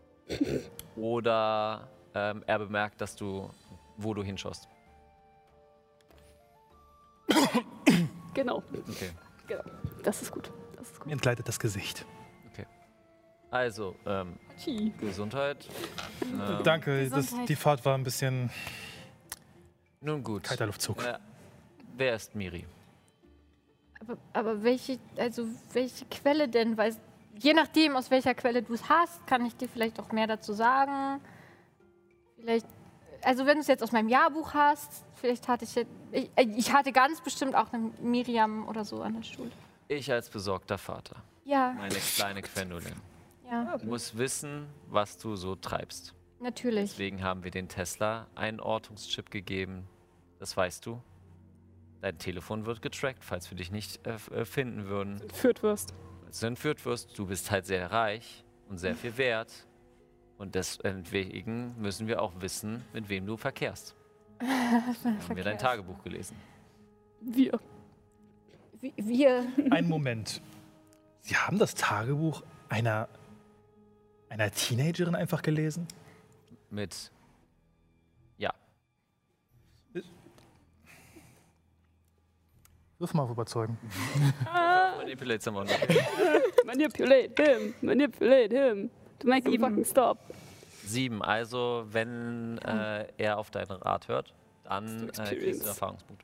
Oder er bemerkt, wo du hinschaust. Genau. Okay. Genau. Das ist gut. Das ist Mir gut. entgleitet das Gesicht. Also, Gesundheit. Danke, Gesundheit. die Fahrt war ein bisschen Nun gut. kalter Luftzug. wer ist Miri? Aber welche Quelle denn? Weil je nachdem, aus welcher Quelle du es hast, kann ich dir vielleicht auch mehr dazu sagen. Vielleicht, also wenn du es jetzt aus meinem Jahrbuch hast, vielleicht hatte ich hatte ganz bestimmt auch eine Miriam oder so an der Schule. Ich als besorgter Vater, Ja, meine kleine Gwendolyn, ja, muss wissen, was du so treibst. natürlich. Deswegen haben wir den Tesla einen Ortungschip gegeben. Das weißt du. Dein Telefon wird getrackt, falls wir dich nicht finden würden. Entführt wirst. Falls du entführt wirst, du bist halt sehr reich und sehr viel wert. Und deswegen müssen wir auch wissen, mit wem du verkehrst. Haben wir dein Tagebuch gelesen. Wir. Wir. Einen Moment. Sie haben das Tagebuch einer Teenagerin einfach gelesen? Mit. Ja. Wirf mal auf überzeugen. Manipulate someone. Manipulate him. To make him fucking stop. 7. Also, wenn er auf deinen Rat hört, dann kriegst du Erfahrungspunkte.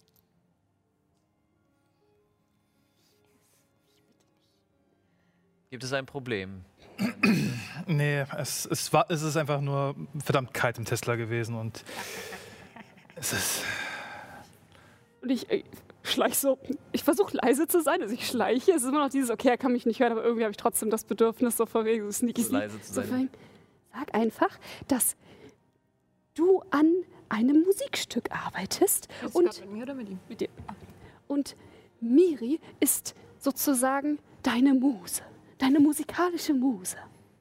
Gibt es ein Problem? Nee, es ist einfach nur verdammt kalt im Tesla gewesen und es ist... Und ich schleiche so. Ich versuche leise zu sein, also ich schleiche. Es ist immer noch dieses, okay, er kann mich nicht hören, aber irgendwie habe ich trotzdem das Bedürfnis, so von wegen so sneaky. So leise zu sein. Sag einfach, dass du an einem Musikstück arbeitest. Und Mit mir oder mit ihm? mit dir. Und Miri ist sozusagen deine Muse. Deine musikalische Muse.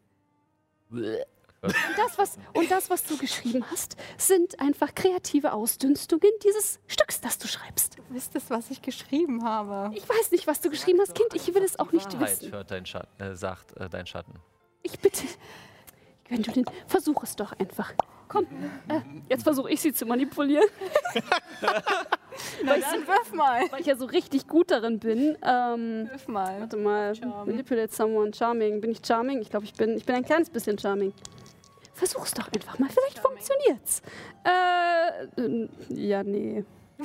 Und das, was du geschrieben hast, sind einfach kreative Ausdünstungen dieses Stücks, das du schreibst. Du wüsstest, was ich geschrieben habe. Ich weiß nicht, was du geschrieben hast, Kind. Ich will es auch nicht Wahrheit wissen. hört sagt dein Schatten. Ich bitte. Gwendolyn, versuch es doch einfach. Komm, jetzt versuche ich sie zu manipulieren. Na dann wirf mal. Weil ich ja so richtig gut darin bin. Wirf mal. Warte mal. Manipulate someone. Charming. Bin ich charming? Ich glaube, ich bin ein kleines bisschen charming. Versuch's doch einfach mal. Vielleicht funktioniert's. Ja, nee.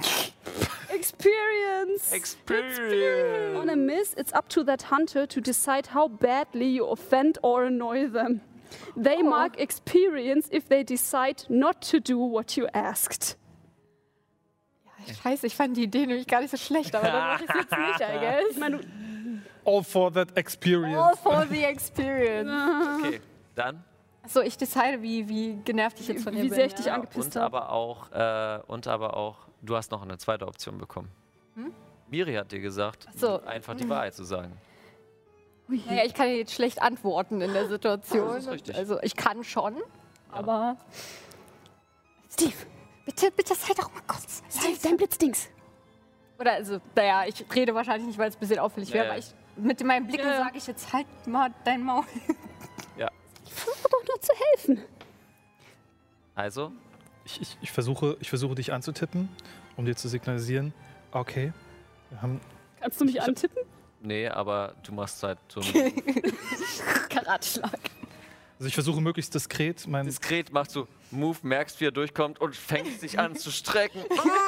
Experience. On a miss, it's up to that hunter to decide how badly you offend or annoy them. They mark experience if they decide not to do what you asked. Scheiße, ich fand die Idee nämlich gar nicht so schlecht, aber dann mache ich jetzt nicht, I guess. Ich meine, All for that experience. All for the experience. Okay, dann. Achso, ich decide, wie genervt ich jetzt von dir bin. wie sehr ich dich angepisst Und habe. aber auch, du hast noch eine zweite Option bekommen. Miri hat dir gesagt, so. einfach die Wahrheit zu sagen. Naja, ich kann jetzt schlecht antworten in der Situation. Das ist richtig. Also ich kann schon, aber... Steve, Bitte sei doch mal kurz. Steve, dein Blitzdings. Oder also, naja, ich rede wahrscheinlich nicht, weil es ein bisschen auffällig wäre, Ja, aber mit meinen Blicken sage ich jetzt, halt mal dein Maul. Ja. Ich versuche doch nur zu helfen. Also, Ich versuche dich anzutippen, um dir zu signalisieren, okay, wir haben... Kannst du mich antippen? nee, aber du machst halt so ein Karateschlag. Also ich versuche möglichst diskret diskret, machst du Move, merkst, wie er durchkommt und fängst sich an zu strecken.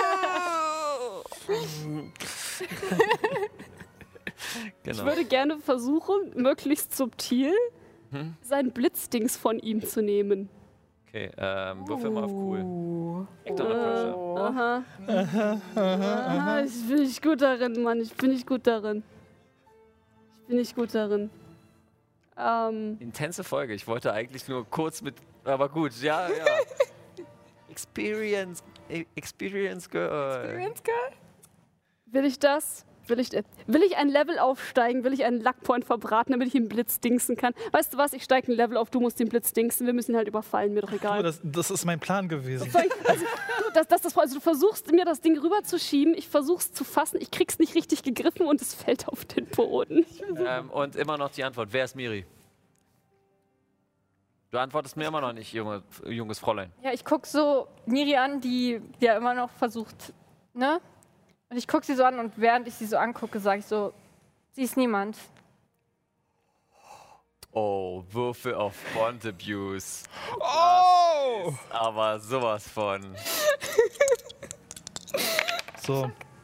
Ich Genau. würde gerne versuchen, möglichst subtil sein Blitzdings von ihm zu nehmen. Okay, würfel mal auf cool. Act under pressure. Aha, ich bin nicht gut darin, Mann. Ich bin nicht gut darin. Intense Folge. Ich wollte eigentlich nur kurz mit. Aber gut, ja. Experience Girl. Experience Girl? Will ich das? Will ich ein Level aufsteigen? Will ich einen Luckpoint verbraten, damit ich ihn blitzdingsen kann? Weißt du was? Ich steige ein Level auf, du musst den blitzdingsen. Wir müssen ihn halt überfallen, mir doch egal. Das ist mein Plan gewesen. Also du versuchst mir das Ding rüberzuschieben, ich versuch's zu fassen, ich krieg's nicht richtig gegriffen und es fällt auf den Boden. Und immer noch die Antwort. Wer ist Miri? Du antwortest mir immer noch nicht, junges Fräulein. Ja, ich gucke so Miri an, die ja immer noch versucht, ne? Und ich gucke sie so an und während ich sie so angucke, sage ich so, sie ist niemand. Oh, Würfel auf Bond Abuse. Oh! Aber sowas von. So,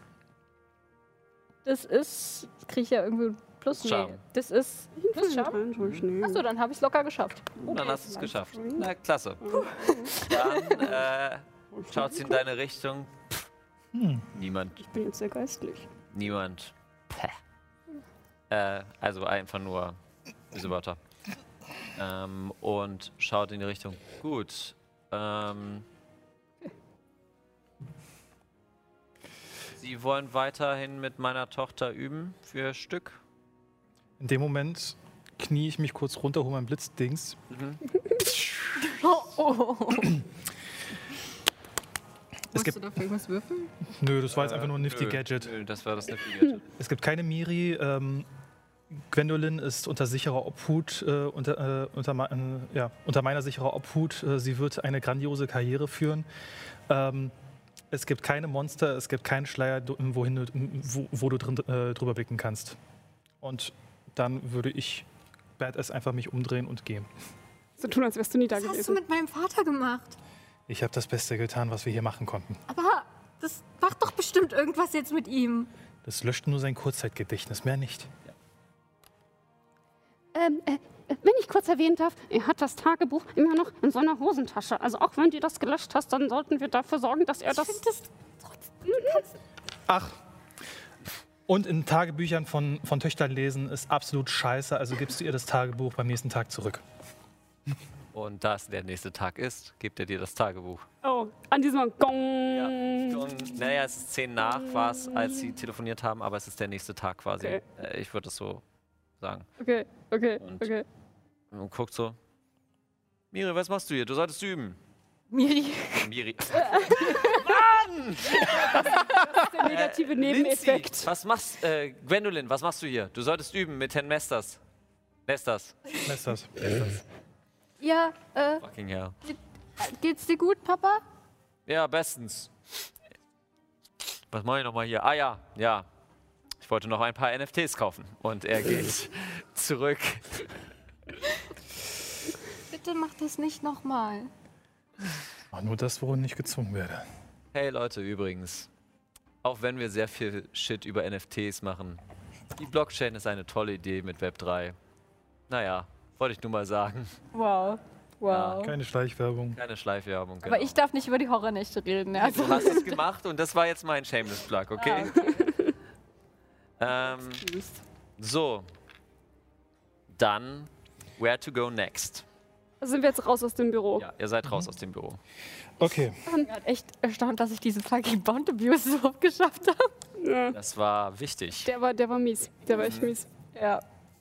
Das kriege ich ja irgendwie plus. Charme. Nee, das ist plus Charme. Achso, dann habe ich es locker geschafft. Und dann hast du es geschafft. Na, klasse. Dann schaut sie in deine Richtung. Niemand. Ich bin jetzt sehr geistlich. Niemand. Also einfach nur diese Wörter. Und schaut in die Richtung. Gut. Sie wollen weiterhin mit meiner Tochter üben für Stück? In dem Moment knie ich mich kurz runter, hole mein Blitzdings. Musst du dafür irgendwas würfeln? Nö, das war jetzt einfach nur ein Nifty Gadget. Nö, das war das Nifty Gadget. Es gibt keine Miri. Gwendolyn ist unter sicherer Obhut, unter meiner sicherer Obhut. Sie wird eine grandiose Karriere führen. Es gibt keine Monster, es gibt keinen Schleier, wo du drüber blicken kannst. Und dann würde ich Badass einfach mich umdrehen und gehen. So tun, als wärst du nie da Was gewesen. hast du mit meinem Vater gemacht? Ich habe das Beste getan, was wir hier machen konnten. Aber das macht doch bestimmt irgendwas jetzt mit ihm. Das löscht nur sein Kurzzeitgedächtnis, mehr nicht. Wenn ich kurz erwähnen darf, er hat das Tagebuch immer noch in seiner Hosentasche. Also auch wenn du das gelöscht hast, dann sollten wir dafür sorgen, dass er Ich das... finde das trotzdem... Ach, und in Tagebüchern von Töchtern lesen ist absolut scheiße, also gibst du ihr das Tagebuch beim nächsten Tag zurück. Und da es der nächste Tag ist, gibt er dir das Tagebuch. Oh, an diesem Gong. Und, naja, es ist 10 nach, war es, als sie telefoniert haben, aber es ist der nächste Tag quasi. Okay. Ich würde es so sagen. Okay. Und guckt so. Miri, was machst du hier? Du solltest üben. Miri. Miri. Der negative Nebeneffekt. Lindsay, was machst Gwendolyn, was machst du hier? Du solltest üben mit Herrn Mesters. Mesters. Ja, Fucking hell. geht's dir gut, Papa? Ja, bestens. Was mache ich nochmal hier? Ah ja. Ich wollte noch ein paar NFTs kaufen. Und er geht zurück. Bitte mach das nicht nochmal. Nur das, worin ich gezwungen werde. Hey Leute, übrigens. Auch wenn wir sehr viel Shit über NFTs machen, die Blockchain ist eine tolle Idee mit Web3. Naja, wollte ich nur mal sagen. Wow. Keine Schleichwerbung. Keine Schleifwerbung. Aber ich darf nicht über die Horrornächte reden. Also. Du hast es gemacht und das war jetzt mein Shameless Plug, okay? So. Dann, where to go next? Sind wir jetzt raus aus dem Büro? Ja, ihr seid raus aus dem Büro. Okay. Ich bin gerade echt erstaunt, dass ich diesen fucking Bound Abuse überhaupt geschafft habe. Ja. Das war wichtig. Der war mies. Der war echt mies. Ja.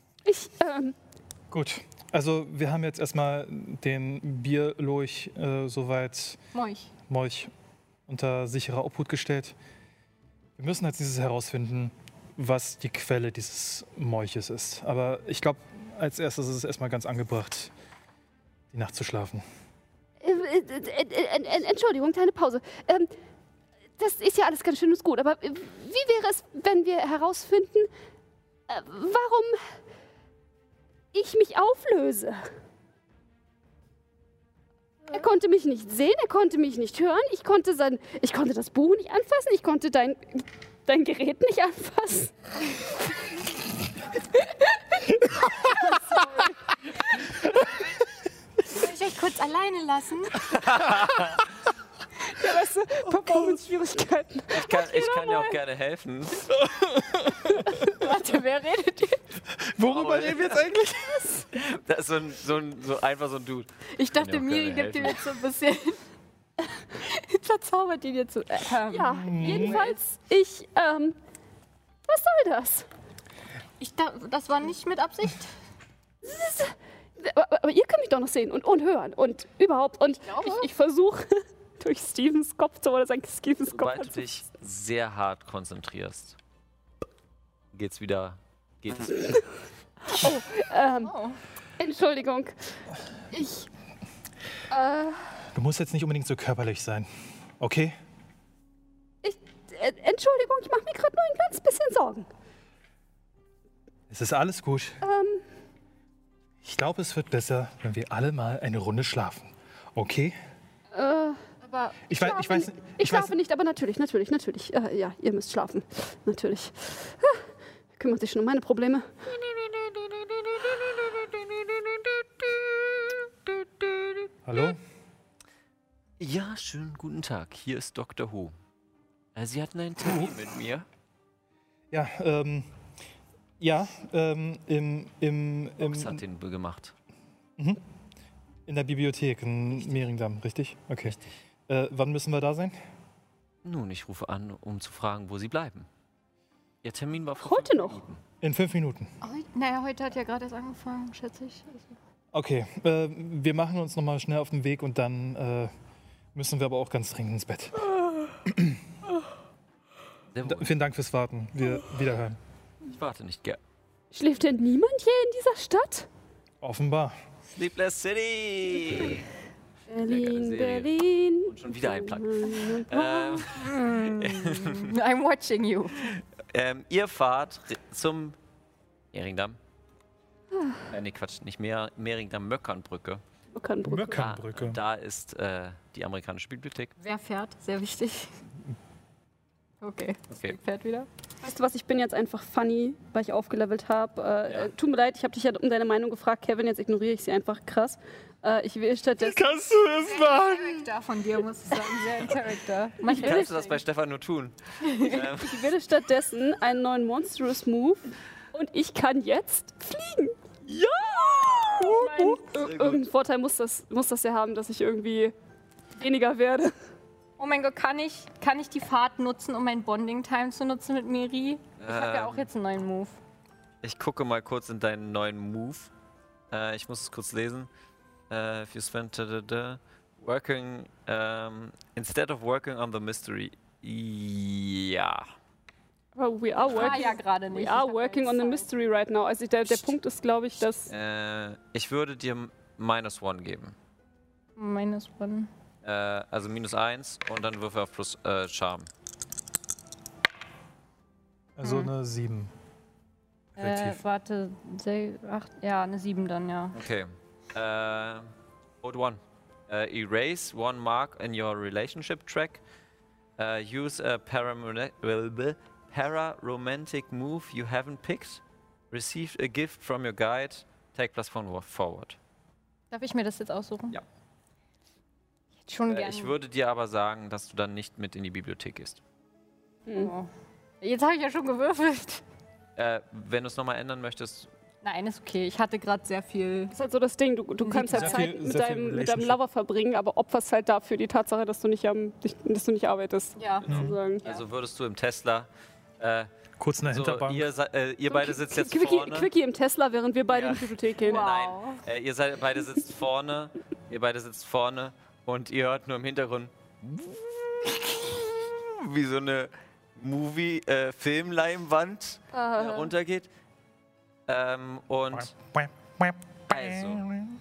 Gut. Also wir haben jetzt erstmal den Bierlurch soweit Molch unter sicherer Obhut gestellt. Wir müssen als nächstes herausfinden, was die Quelle dieses Molches ist. Aber ich glaube, als erstes ist es erstmal ganz angebracht, die Nacht zu schlafen. Entschuldigung, kleine Pause. Das ist ja alles ganz schön und gut, aber wie wäre es, wenn wir herausfinden, warum ich mich auflöse? Er konnte mich nicht sehen, er konnte mich nicht hören, ich konnte das Buch nicht anfassen, ich konnte dein Gerät nicht anfassen. Soll ich euch kurz alleine lassen? Ja, weißt du, Performance-Schwierigkeiten. Ich kann dir auch gerne helfen. Warte, wer redet jetzt? Worüber reden wir jetzt eigentlich? Das ist einfach so ein Dude. Ich dachte, Kann dir auch Miri gerne gibt ihm jetzt so ein bisschen... verzaubert ihn jetzt so. Ja, jedenfalls, was soll das? Das war nicht mit Absicht. Aber ihr könnt mich doch noch sehen und hören und überhaupt. Und ich versuche durch Stevens Kopf zu oder sein Stevens Kopf. Sobald du dich sehr hart konzentrierst, geht's wieder. Entschuldigung. Du musst jetzt nicht unbedingt so körperlich sein, okay? Entschuldigung, ich mache mir gerade nur ein ganz bisschen Sorgen. Es ist alles gut. Ich glaube, es wird besser, wenn wir alle mal eine Runde schlafen. Okay? Aber Aber Ich weiß ich schlafe nicht, aber natürlich. Ja, ihr müsst schlafen. Natürlich. Kümmert sich schon um meine Probleme. Hallo? Ja, schönen guten Tag. Hier ist Dr. Who. Sie hatten einen Termin mit mir. Ja, im Box hat den gemacht. in der Bibliothek in Mehringdamm, richtig? Okay. Wann müssen wir da sein? Nun, ich rufe an, um zu fragen, wo Sie bleiben. Ihr Termin war vor Heute 5 noch? Minuten. In 5 Minuten. Naja, heute hat ja gerade erst angefangen, schätze ich. Also. Okay, wir machen uns nochmal schnell auf den Weg und dann müssen wir aber auch ganz dringend ins Bett. Sehr wohl. Vielen Dank fürs Warten. Wir wiederhören. Ich warte nicht gern. Schläft denn niemand hier in dieser Stadt? Offenbar. Sleepless City! Berlin, Serie. Berlin. Und schon wieder ein Plug. I'm watching you. Ihr fahrt zum Mehringdamm. Nee, Quatsch, nicht Mehringdamm, Möckernbrücke. Möckernbrücke. Da ist die amerikanische Bibliothek. Wer fährt? Sehr wichtig. Okay. Fährt wieder. Weißt du was, ich bin jetzt einfach funny, weil ich aufgelevelt habe. Tut mir leid, ich habe dich ja um deine Meinung gefragt, Kevin, jetzt ignoriere ich sie einfach krass. Ich will stattdessen... Kannst du das machen? Charakter von dir, muss ich sagen. Sehr in Charakter. Wie kannst du das bei Stefan nur tun? Ich will stattdessen einen neuen Monstrous Move und ich kann jetzt fliegen. Ja! Ich mein, irgendeinen Vorteil muss das ja haben, dass ich irgendwie weniger werde. Oh mein Gott, kann ich die Fahrt nutzen, um mein Bonding-Time zu nutzen mit Miri? Ich habe ja auch jetzt einen neuen Move. Ich gucke mal kurz in deinen neuen Move. Ich muss es kurz lesen. If you spend working instead of working on the mystery. Ja. Aber we are working, ja gerade nicht. we are working on the mystery right now. Also der Punkt ist, glaube ich, dass... Ich würde dir -1 geben. -1. Also -1 und dann Würfe auf plus Charme. Also eine 7. Warte, 8, ja, eine 7 dann, ja. Okay. Code 1. Erase one mark in your relationship track. Use a para-romantic move you haven't picked. Received a gift from your guide. Take +1 forward. Darf ich mir das jetzt aussuchen? Ja. Ich hätte schon gerne. Ich würde dir aber sagen, dass du dann nicht mit in die Bibliothek gehst. Oh. Jetzt habe ich ja schon gewürfelt. Wenn du es nochmal ändern möchtest. Nein, ist okay. Ich hatte gerade sehr viel. Das ist halt so das Ding, du kannst halt Zeit mit deinem Lover verbringen, aber opferst halt dafür die Tatsache, dass du nicht arbeitest. Ja. Sozusagen. Also würdest du im Tesla. Kurz in der Hinterbank. Ihr beide sitzt jetzt Quickie, vorne. Quickie im Tesla, während wir beide in die Bibliothek gehen. Wow. Nein, beide sitzt vorne. Ihr beide sitzt vorne und ihr hört nur im Hintergrund wie so eine Filmleinwand runtergeht. Und also,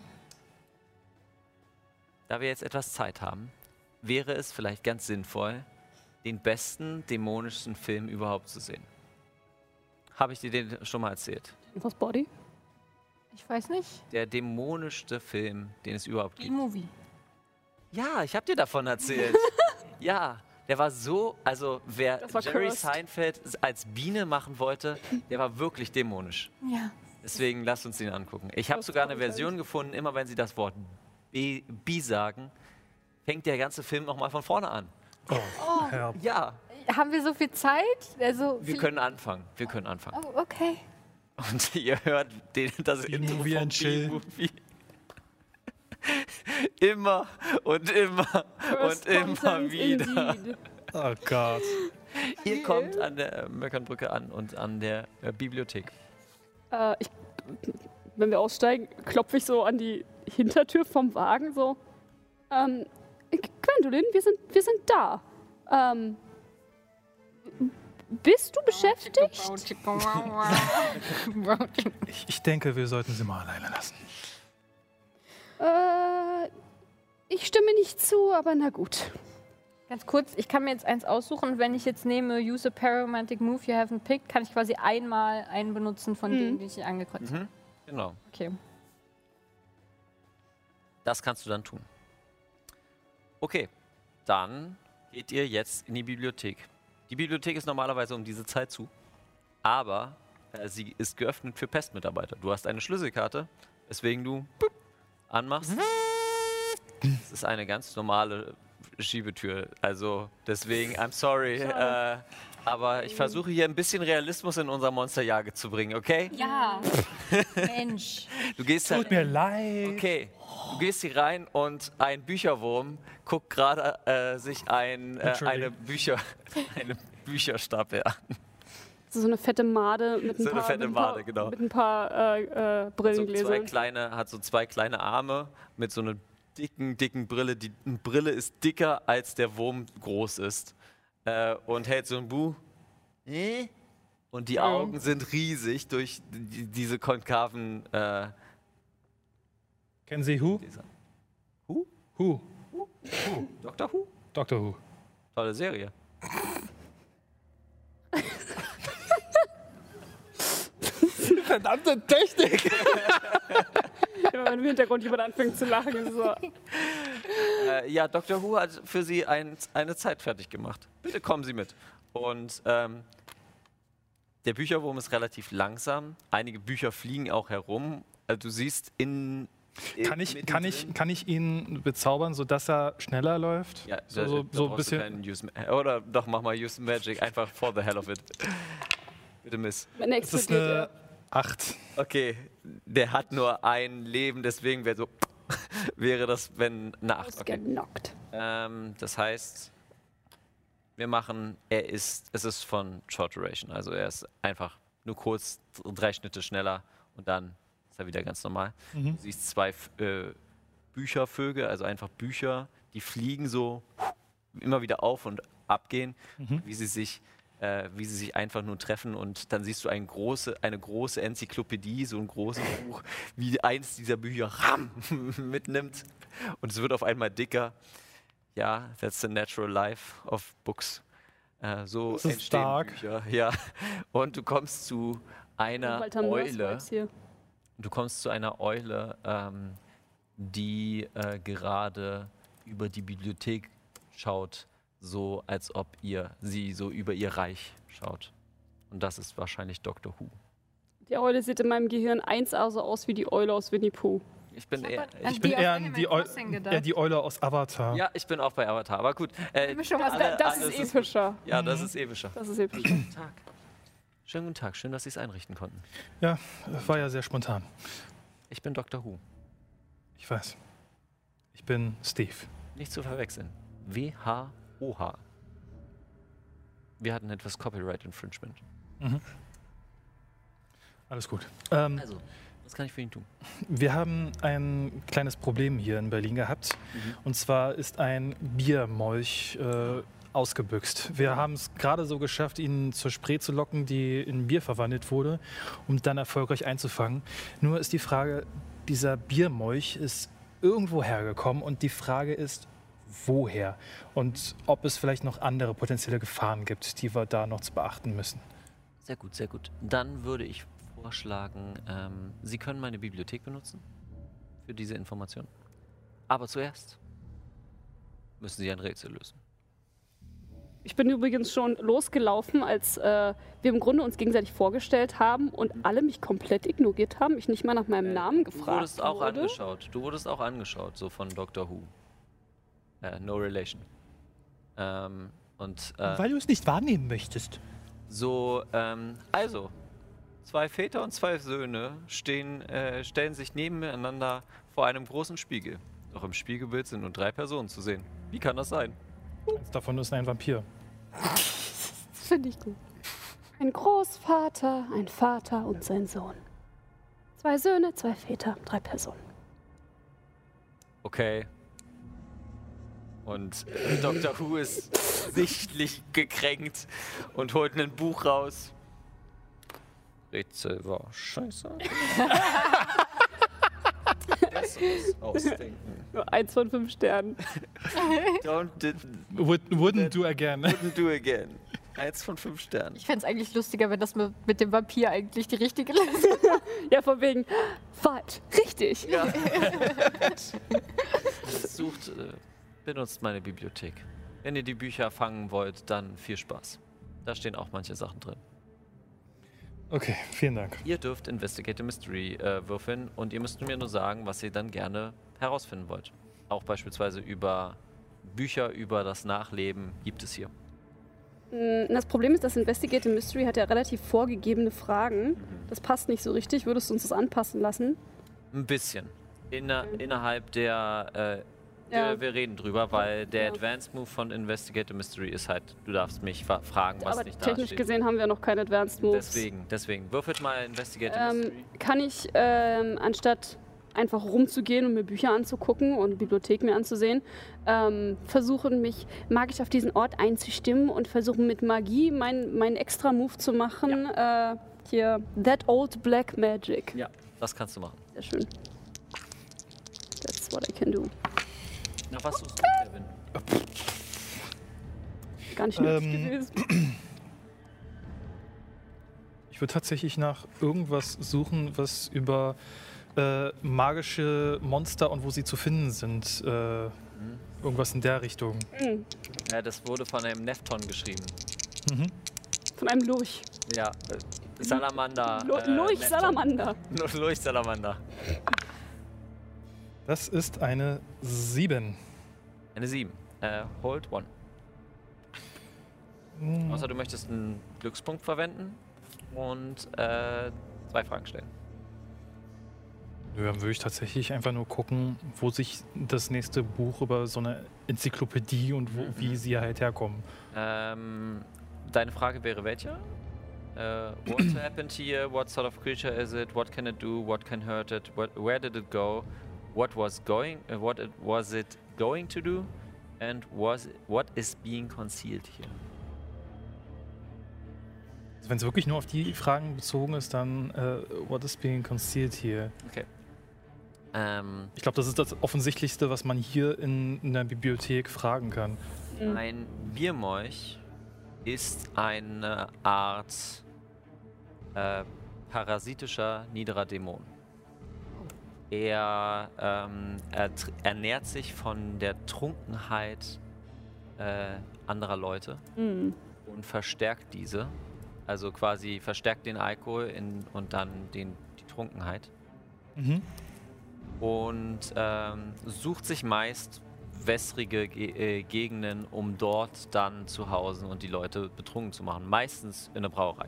da wir jetzt etwas Zeit haben, wäre es vielleicht ganz sinnvoll, den besten, dämonischsten Film überhaupt zu sehen. Habe ich dir den schon mal erzählt? Was Body? Ich weiß nicht. Der dämonischste Film, den es überhaupt gibt. E-Movie. Ja, ich habe dir davon erzählt. Ja, der war so, also wer Jerry cursed. Seinfeld als Biene machen wollte, der war wirklich dämonisch. Ja. Deswegen lasst uns den angucken. Ich habe sogar eine Version gefunden, immer wenn sie das Wort Bi sagen, fängt der ganze Film nochmal von vorne an. Ja. Ja, Haben wir so viel Zeit? Also wir können anfangen. Oh, okay. Und ihr hört das Intro Movie vom and chill. B-Movie. Immer und immer und immer wieder. Oh Gott. Ihr kommt an der Möckernbrücke an und an der Bibliothek. Wenn wir aussteigen, klopfe ich so an die Hintertür vom Wagen so. Gwendolyn, wir sind da. Bist du beschäftigt? Ich denke, wir sollten sie mal alleine lassen. Ich stimme nicht zu, aber na gut. Ganz kurz, ich kann mir jetzt eins aussuchen. Wenn ich jetzt nehme, use a pararomantic move you haven't picked, kann ich quasi einmal einen benutzen von denen, die ich angekreuzt habe. Genau. Okay. Das kannst du dann tun. Okay. Dann geht ihr jetzt in die Bibliothek. Die Bibliothek ist normalerweise um diese Zeit zu, aber sie ist geöffnet für Pestmitarbeiter. Du hast eine Schlüsselkarte, weswegen du anmachst. Das ist eine ganz normale Schiebetür, also deswegen, I'm sorry, aber ich versuche hier ein bisschen Realismus in unser Monsterjagd zu bringen, okay? Ja. Mensch. Du gehst Tut mir leid. Okay, du gehst hier rein und ein Bücherwurm guckt gerade sich eine Bücherstapel an. So eine fette Made mit ein paar, genau. Mit ein paar Brillengläsern. Hat so zwei kleine Arme mit so einer dicken Brille. Die Brille ist dicker, als der Wurm groß ist. Und hält so ein Buch. Und die Augen sind riesig durch diese konkaven... Kennen Sie Who? Who? Dr. Who? Dr. Who. Tolle Serie. Verdammte Technik! Ja, wenn im Hintergrund jemand anfängt zu lachen, ist so. Ja, Dr. Who hat für Sie eine Zeit fertig gemacht. Bitte kommen Sie mit. Und der Bücherwurm ist relativ langsam. Einige Bücher fliegen auch herum. Du siehst Kann ich ihn bezaubern, sodass er schneller läuft? Ja, so ein bisschen. Oder doch, mach mal Use Magic, einfach for the hell of it. Bitte Miss. Das ist eine 8. Okay, der hat nur ein Leben, deswegen wäre das, wenn eine 8. Okay. Ausgenockt. Das heißt, es ist von Short Duration, also er ist einfach nur kurz 3 Schnitte schneller und dann ist er wieder ganz normal. Du siehst 2 Büchervögel, also einfach Bücher, die fliegen so immer wieder auf und abgehen, wie sie sich einfach nur treffen, und dann siehst du eine große Enzyklopädie, so ein großes Buch, wie eins dieser Bücher mitnimmt, und es wird auf einmal dicker. Ja, that's the natural life of books. So das ist entstehen stark. Bücher. Ja. Und du kommst zu einer Eule. Du kommst zu einer Eule, die gerade über die Bibliothek schaut, so als ob sie so über ihr Reich schaut. Und das ist wahrscheinlich Dr. Who. Die Eule sieht in meinem Gehirn 1A so aus wie die Eule aus Winnie Pooh. Ich bin eher die Eule aus Avatar. Ja, ich bin auch bei Avatar, aber gut. Das ist epischer. Ja, das ist epischer. Das ist epischer. Guten Tag. Schönen guten Tag, schön, dass Sie es einrichten konnten. Ja, war ja sehr spontan. Ich bin Dr. Who. Ich weiß. Ich bin Steve. Nicht zu verwechseln. WHOH. Wir hatten etwas Copyright Infringement. Alles gut. Also, was kann ich für ihn tun? Wir haben ein kleines Problem hier in Berlin gehabt. Und zwar ist ein Biermolch ausgebüxt. Wir haben es gerade so geschafft, ihn zur Spree zu locken, die in Bier verwandelt wurde, um dann erfolgreich einzufangen. Nur ist die Frage, dieser Biermolch ist irgendwo hergekommen, und die Frage ist, woher? Und ob es vielleicht noch andere potenzielle Gefahren gibt, die wir da noch zu beachten müssen. Sehr gut, sehr gut. Dann würde ich vorschlagen, Sie können meine Bibliothek benutzen für diese Information. Aber zuerst müssen Sie ein Rätsel lösen. Ich bin übrigens schon losgelaufen, als wir im Grunde uns gegenseitig vorgestellt haben und alle mich komplett ignoriert haben. Ich nicht mal nach meinem Namen gefragt Du wurdest auch wurde. angeschaut. Du wurdest auch angeschaut, so von Dr. Who. No relation. Weil du es nicht wahrnehmen möchtest. So, also, 2 Väter und 2 Söhne stellen sich nebeneinander vor einem großen Spiegel. Doch im Spiegelbild sind nur 3 Personen zu sehen. Wie kann das sein? Eins davon ist ein Vampir. Das finde ich gut. Ein Großvater, ein Vater und sein Sohn. 2 Söhne, 2 Väter, 3 Personen. Okay. Und Dr. Who ist sichtlich gekränkt und holt ein Buch raus. Rätsel war scheiße. Besseres ausdenken. Nur 1 von 5 Sternen. Wouldn't do again. Wouldn't do again. 1 von 5 Sternen. Ich fände es eigentlich lustiger, wenn das mit dem Vampir eigentlich die richtige Lösung ist. Ja, von wegen, falsch, richtig. Ja. Es sucht benutzt meine Bibliothek. Wenn ihr die Bücher fangen wollt, dann viel Spaß. Da stehen auch manche Sachen drin. Okay, vielen Dank. Ihr dürft Investigate a Mystery würfeln und ihr müsst mir nur sagen, was ihr dann gerne herausfinden wollt. Auch beispielsweise über Bücher über das Nachleben gibt es hier. Das Problem ist, das Investigate a Mystery hat ja relativ vorgegebene Fragen. Das passt nicht so richtig. Würdest du uns das anpassen lassen? Ein bisschen. Innerhalb der... Ja. Wir reden drüber, weil der Advanced Move von Investigate a Mystery ist halt, du darfst mich fragen, was Aber nicht da steht. technisch gesehen haben wir noch keine Advanced Moves. Deswegen. Würfelt mal Investigate a Mystery. Kann ich, anstatt einfach rumzugehen und mir Bücher anzugucken und Bibliothek mir anzusehen, versuchen, mich magisch auf diesen Ort einzustimmen und versuchen mit Magie meinen extra Move zu machen. Hier, That Old Black Magic. Ja, das kannst du machen. Sehr schön. That's what I can do. Na, was suchst du, Kevin? Gar nicht nötig gewesen. Ich würde tatsächlich nach irgendwas suchen, was über magische Monster und wo sie zu finden sind. Irgendwas in der Richtung. Ja, das wurde von einem Nefton geschrieben. Von einem Lurch. Ja, Salamander. Lurch-Salamander. Lurch-Salamander. Das ist eine 7. Eine 7. Hold 1. Außer du möchtest einen Glückspunkt verwenden und 2 Fragen stellen. Ja, dann würde ich tatsächlich einfach nur gucken, wo sich das nächste Buch über so eine Enzyklopädie und wie sie halt herkommen. Deine Frage wäre welche? What happened here? What sort of creature is it? What can it do? What can hurt it? Where did it go? What was it going to do? And what is being concealed here? Also wenn es wirklich nur auf die Fragen bezogen ist, dann what is being concealed here? Okay. Ich glaube, das ist das Offensichtlichste, was man hier in der Bibliothek fragen kann. Ein Biermolch ist eine Art parasitischer niederer Dämon. Er ernährt sich von der Trunkenheit anderer Leute und verstärkt diese. Also quasi verstärkt den Alkohol und dann die Trunkenheit. Und sucht sich meist wässrige Gegenden, um dort dann zu hausen und die Leute betrunken zu machen. Meistens in der Brauerei.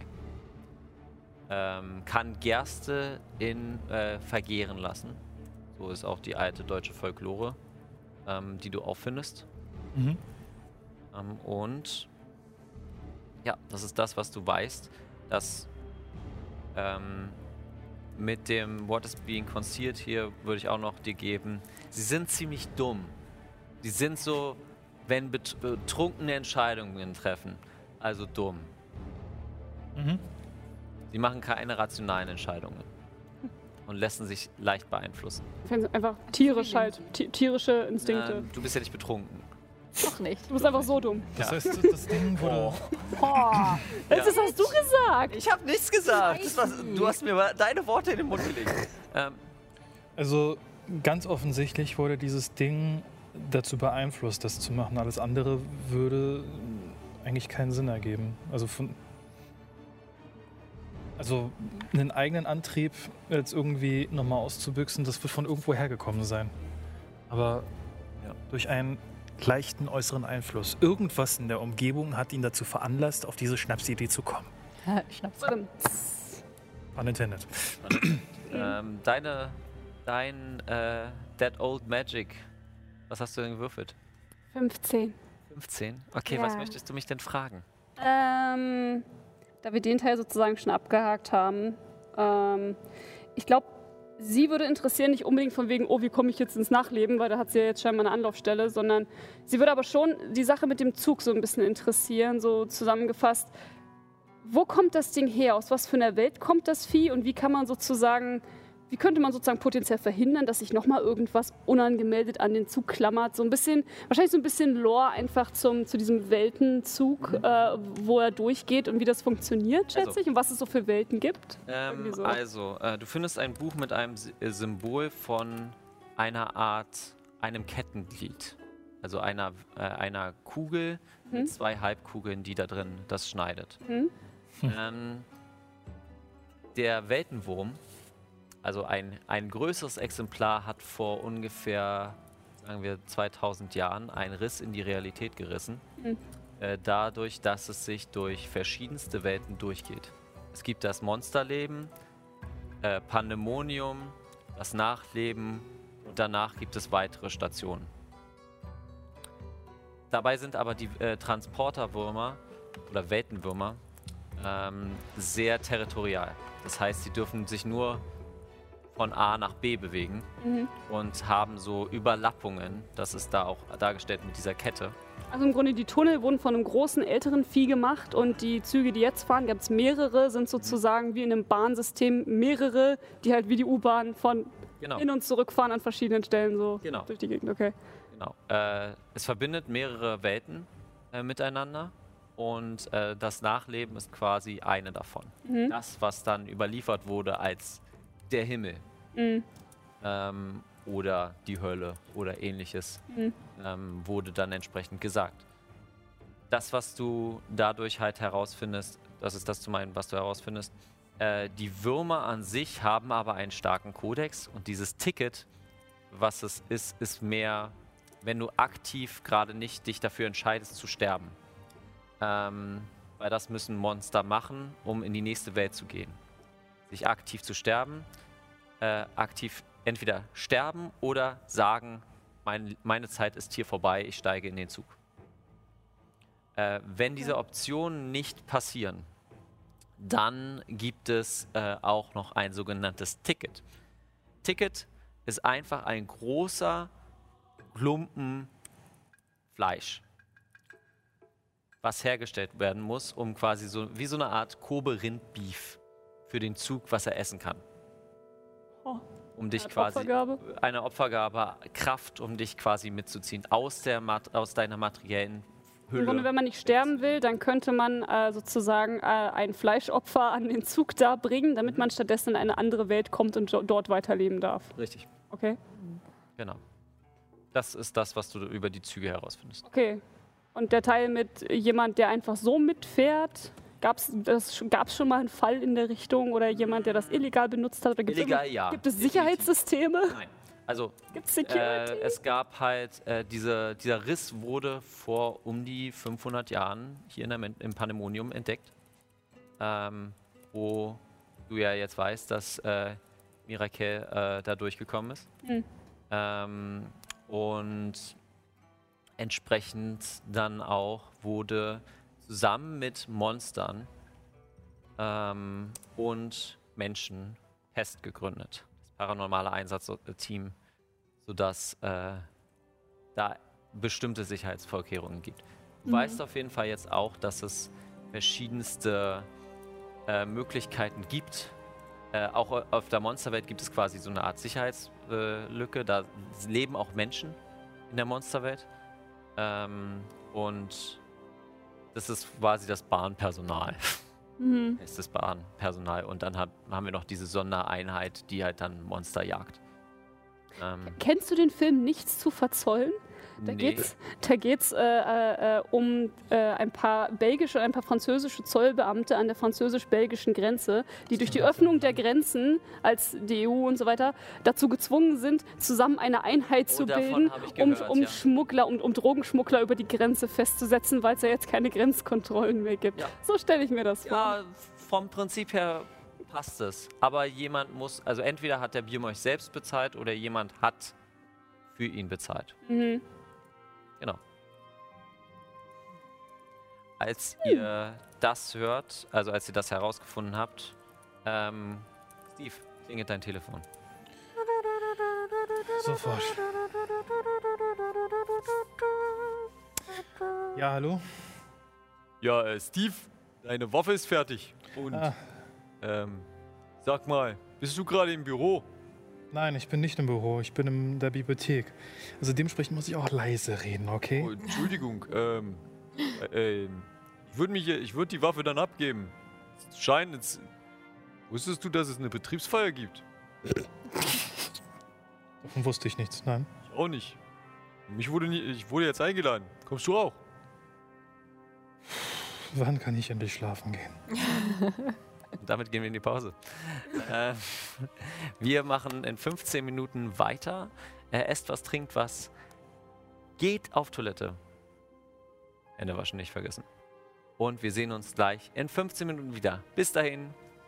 Kann Gerste vergehren lassen. So ist auch die alte deutsche Folklore, die du auffindest. Und ja, das ist das, was du weißt, dass mit dem What is being concealed hier würde ich auch noch dir geben. Sie sind ziemlich dumm. Die sind so, wenn betrunkene Entscheidungen treffen, also dumm. Sie machen keine rationalen Entscheidungen und lassen sich leicht beeinflussen. Einfach tierisch halt, tierische Instinkte. Du bist ja nicht betrunken. Noch nicht. Du bist einfach so dumm. Das heißt, das Ding wurde... Das hast du gesagt. Ich habe nichts gesagt. Du hast mir deine Worte in den Mund gelegt. Also ganz offensichtlich wurde dieses Ding dazu beeinflusst, das zu machen. Alles andere würde eigentlich keinen Sinn ergeben. Also einen eigenen Antrieb jetzt irgendwie nochmal auszubüchsen, das wird von irgendwo hergekommen sein. Aber durch einen leichten äußeren Einfluss. Irgendwas in der Umgebung hat ihn dazu veranlasst, auf diese Schnapsidee zu kommen. Schnaps. Unintended. Dein That Old Magic. Was hast du denn gewürfelt? 15. 15? Okay, Ja. was möchtest du mich denn fragen? Da wir den Teil sozusagen schon abgehakt haben, ich glaube, sie würde interessieren, nicht unbedingt von wegen, oh, wie komme ich jetzt ins Nachleben, weil da hat sie ja jetzt scheinbar eine Anlaufstelle, sondern sie würde aber schon die Sache mit dem Zug so ein bisschen interessieren, so zusammengefasst. Wo kommt das Ding her? Aus was für einer Welt kommt das Vieh? Und wie könnte man sozusagen potenziell verhindern, dass sich nochmal irgendwas unangemeldet an den Zug klammert? Wahrscheinlich so ein bisschen Lore einfach zu diesem Weltenzug, wo er durchgeht und wie das funktioniert, schätze ich, und was es so für Welten gibt. So. Du findest ein Buch mit einem Symbol von einem Kettenglied. also einer Kugel mit 2 Halbkugeln, die da drin das schneidet. Der Weltenwurm, also ein größeres Exemplar, hat vor ungefähr, sagen wir, 2000 Jahren einen Riss in die Realität gerissen. Dadurch, dass es sich durch verschiedenste Welten durchgeht. Es gibt das Monsterleben, Pandemonium, das Nachleben und danach gibt es weitere Stationen. Dabei sind aber die Transporterwürmer oder Weltenwürmer sehr territorial. Das heißt, sie dürfen sich nur von A nach B bewegen und haben so Überlappungen. Das ist da auch dargestellt mit dieser Kette. Also im Grunde die Tunnel wurden von einem großen älteren Vieh gemacht und die Züge, die jetzt fahren, gibt es mehrere, sind sozusagen wie in einem Bahnsystem mehrere, die halt wie die U-Bahn von hin und zurück fahren an verschiedenen Stellen so durch die Gegend. Okay. Genau. Es verbindet mehrere Welten miteinander und das Nachleben ist quasi eine davon. Das, was dann überliefert wurde als der Himmel oder die Hölle oder ähnliches, wurde dann entsprechend gesagt. Das, was du dadurch halt herausfindest, das ist das zu meinen, was du herausfindest, die Würmer an sich haben aber einen starken Kodex und dieses Ticket, was es ist mehr, wenn du aktiv gerade nicht dich dafür entscheidest zu sterben. Weil das müssen Monster machen, um in die nächste Welt zu gehen. Sich aktiv zu sterben, aktiv entweder sterben oder sagen, meine Zeit ist hier vorbei, ich steige in den Zug. Wenn diese Optionen nicht passieren, dann gibt es auch noch ein sogenanntes Ticket. Ticket ist einfach ein großer Klumpen Fleisch, was hergestellt werden muss, um quasi so wie so eine Art Kobe-Rind-Beef für den Zug, was er essen kann. Um dich quasi eine Opfergabe, Kraft, um dich quasi mitzuziehen aus deiner materiellen Hülle. Im Grunde, wenn man nicht sterben will, dann könnte man sozusagen ein Fleischopfer an den Zug da bringen, damit man stattdessen in eine andere Welt kommt und dort weiterleben darf. Richtig. Okay. Genau. Das ist das, was du über die Züge herausfindest. Okay. Und der Teil mit jemand, der einfach so mitfährt, gab es schon mal einen Fall in der Richtung oder jemand, der das illegal benutzt hat? Oder Illegal, ja. Gibt es Sicherheitssysteme? Nein. Also, gibt's Security? Es gab halt, dieser Riss wurde vor um die 500 Jahren hier im Pandemonium entdeckt, wo du ja jetzt weißt, dass Mirakel da durchgekommen ist. Und entsprechend dann auch wurde zusammen mit Monstern und Menschen Pest gegründet. Das paranormale Einsatzteam, sodass da bestimmte Sicherheitsvorkehrungen gibt. Du weißt auf jeden Fall jetzt auch, dass es verschiedenste Möglichkeiten gibt. Auch auf der Monsterwelt gibt es quasi so eine Art Sicherheitslücke. Da leben auch Menschen in der Monsterwelt. Und das ist quasi das Bahnpersonal. Ist das Bahnpersonal. Und dann haben wir noch diese Sondereinheit, die halt dann Monster jagt. Kennst du den Film Nichts zu verzollen? Da geht's um ein paar belgische und ein paar französische Zollbeamte an der französisch-belgischen Grenze, die durch die Öffnung der Grenzen als die EU und so weiter dazu gezwungen sind, zusammen eine Einheit zu bilden, um Schmuggler und um Drogenschmuggler über die Grenze festzusetzen, weil es ja jetzt keine Grenzkontrollen mehr gibt. Ja. So stelle ich mir das vor. Ja, vom Prinzip her passt es. Aber jemand muss, also entweder hat der Biermolch selbst bezahlt oder jemand hat für ihn bezahlt. Genau. Als ihr das hört, also als ihr das herausgefunden habt, Steve, klingelt dein Telefon. Sofort. Ja, hallo? Ja, Steve, deine Waffe ist fertig. Und, sag mal, bist du gerade im Büro? Nein, ich bin nicht im Büro, ich bin in der Bibliothek. Also dementsprechend muss ich auch leise reden, okay? Oh, Entschuldigung, ich würde die Waffe dann abgeben. Wusstest du, dass es eine Betriebsfeier gibt? Davon wusste ich nichts, nein. Ich auch nicht. Ich wurde jetzt eingeladen. Kommst du auch? Wann kann ich endlich schlafen gehen? Und damit gehen wir in die Pause. Wir machen in 15 Minuten weiter. Esst was, trinkt was. Geht auf Toilette. Hände waschen nicht vergessen. Und wir sehen uns gleich in 15 Minuten wieder. Bis dahin.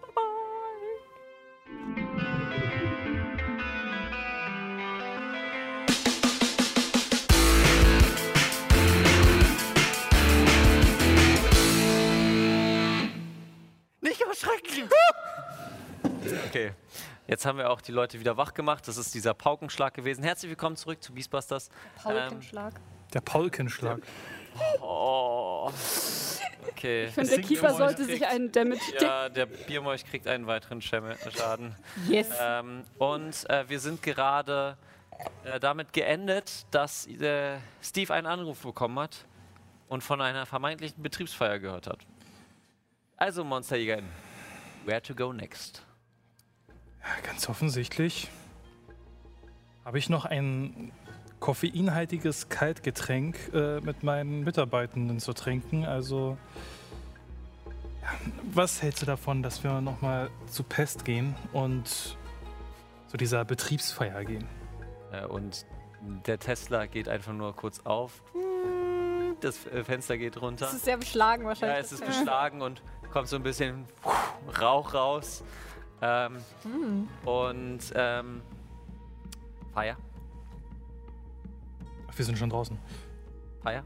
Nicht erschrecken! Okay, jetzt haben wir auch die Leute wieder wach gemacht. Das ist dieser Paukenschlag gewesen. Herzlich willkommen zurück zu Beastbusters. Paulkenschlag. Der Paulkenschlag. Oh. Okay. Ich finde, der Kiefer sollte sich einen Damage... Ja, der Biermolch kriegt einen weiteren Schaden. Yes. Und wir sind gerade damit geendet, dass Steve einen Anruf bekommen hat und von einer vermeintlichen Betriebsfeier gehört hat. Also, Monsterjägerin, where to go next? Ja, ganz offensichtlich habe ich noch ein koffeinhaltiges Kaltgetränk mit meinen Mitarbeitenden zu trinken. Also, ja, was hältst du davon, dass wir nochmal zu Pest gehen und zu dieser Betriebsfeier gehen? Und der Tesla geht einfach nur kurz auf. Das Fenster geht runter. Das ist sehr beschlagen wahrscheinlich. Ja, es ist beschlagen und kommt so ein bisschen Rauch raus. Und Feier. Ach, wir sind schon draußen. Feier?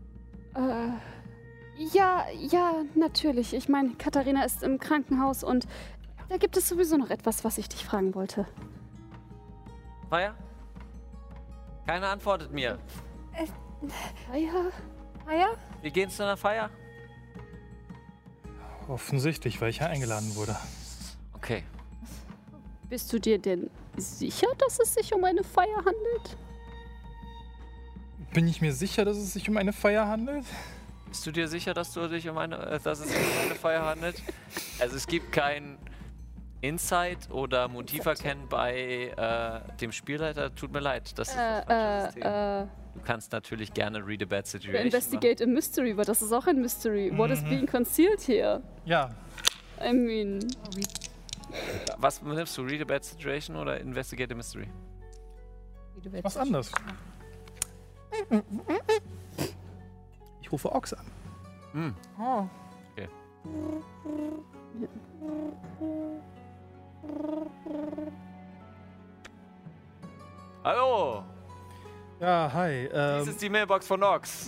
Ja, natürlich. Ich meine, Katharina ist im Krankenhaus und da gibt es sowieso noch etwas, was ich dich fragen wollte. Feier? Keiner antwortet mir. Feier? Feier? Wir gehen zu einer Feier? Offensichtlich, weil ich ja eingeladen wurde. Okay. Bist du dir denn sicher, dass es sich um eine Feier handelt? Bin ich mir sicher, dass es sich um eine Feier handelt? Bist du dir sicher, dass es sich um eine Feier handelt? Also es gibt kein Insight oder Motiv erkennen bei dem Spielleiter. Tut mir leid, das ist das falsche System. Du kannst natürlich gerne read a bad situation. Investigate a mystery, aber das ist auch ein Mystery. What is being concealed here? Ja. I mean... Was nimmst du? Read a bad situation oder investigate a mystery? Was anderes. Ich rufe Ox an. Oh. Okay. Hallo! Ja, hi. Dies ist die Mailbox von Ox.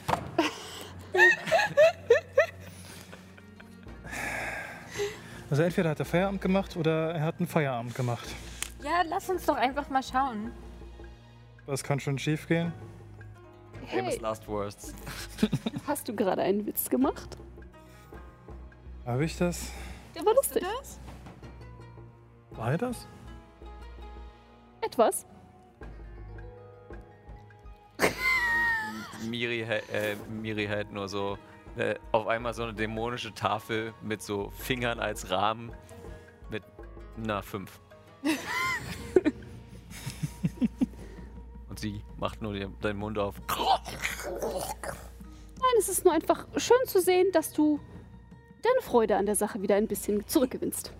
Also entweder hat er Feierabend gemacht oder er hat einen Feierabend gemacht. Ja, lass uns doch einfach mal schauen. Was kann schon schief gehen? Famous Hey, last words. hast du gerade einen Witz gemacht? Habe ich das? Der war lustig. War er das? Etwas. Miri hält nur so auf einmal so eine dämonische Tafel mit so Fingern als Rahmen mit einer 5. Und sie macht nur den Mund auf. Nein, es ist nur einfach schön zu sehen, dass du deine Freude an der Sache wieder ein bisschen zurückgewinnst.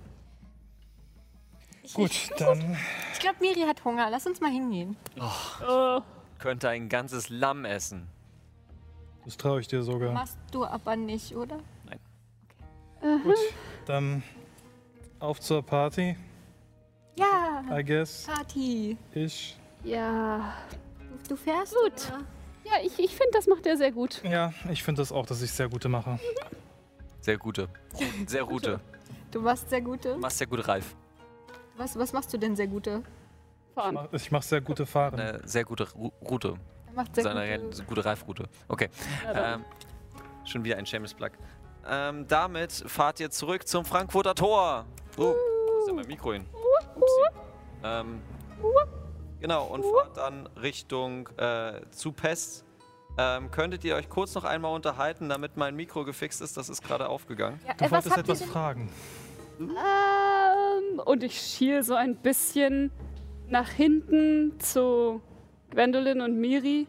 Gut, dann... Ich glaube, Miri hat Hunger. Lass uns mal hingehen. Könnte ein ganzes Lamm essen. Das traue ich dir sogar. Machst du aber nicht, oder? Gut, dann auf zur Party, Ja, I guess. Party. Ja. Du fährst? Gut. Oder? Ja, ich finde, das macht er sehr gut. Ja, ich finde das auch, dass ich sehr gute mache. Sehr gute. Sehr gute. Du machst sehr gute. Du machst sehr gut, Ralf. Was machst du denn sehr gute? Fahren. Ich mache sehr gute Fahren. Eine sehr gute Route. Er macht sehr Seine gute. gute Reifroute. Okay. Ja, dann. Schon wieder ein Shameless-Plug. Damit fahrt ihr zurück zum Frankfurter Tor. Oh, wo ist denn mein Mikro hin? Upsi. Genau, und fahrt dann Richtung zu Pest. Könntet ihr euch kurz noch einmal unterhalten, damit mein Mikro gefixt ist? Das ist gerade aufgegangen. Ja, Du was wolltest habt ihr etwas denn? fragen. Und ich schiel so ein bisschen nach hinten zu Gwendolyn und Miri.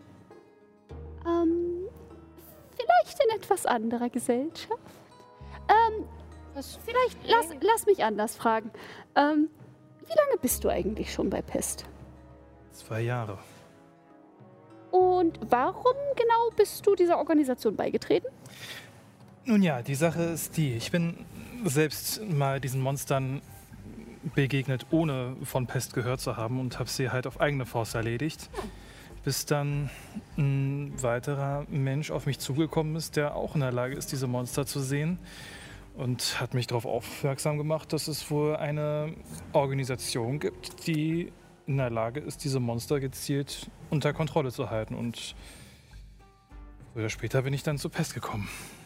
Vielleicht in etwas anderer Gesellschaft. Vielleicht lass mich anders fragen. Wie lange bist du eigentlich schon bei Pest? 2 Jahre. Und warum genau bist du dieser Organisation beigetreten? Nun ja, die Sache ist die, ich bin selbst mal diesen Monstern begegnet, ohne von Pest gehört zu haben und habe sie halt auf eigene Faust erledigt. Bis dann ein weiterer Mensch auf mich zugekommen ist, der auch in der Lage ist, diese Monster zu sehen. Und hat mich darauf aufmerksam gemacht, dass es wohl eine Organisation gibt, die in der Lage ist, diese Monster gezielt unter Kontrolle zu halten. Und früher oder später bin ich dann zu Pest gekommen.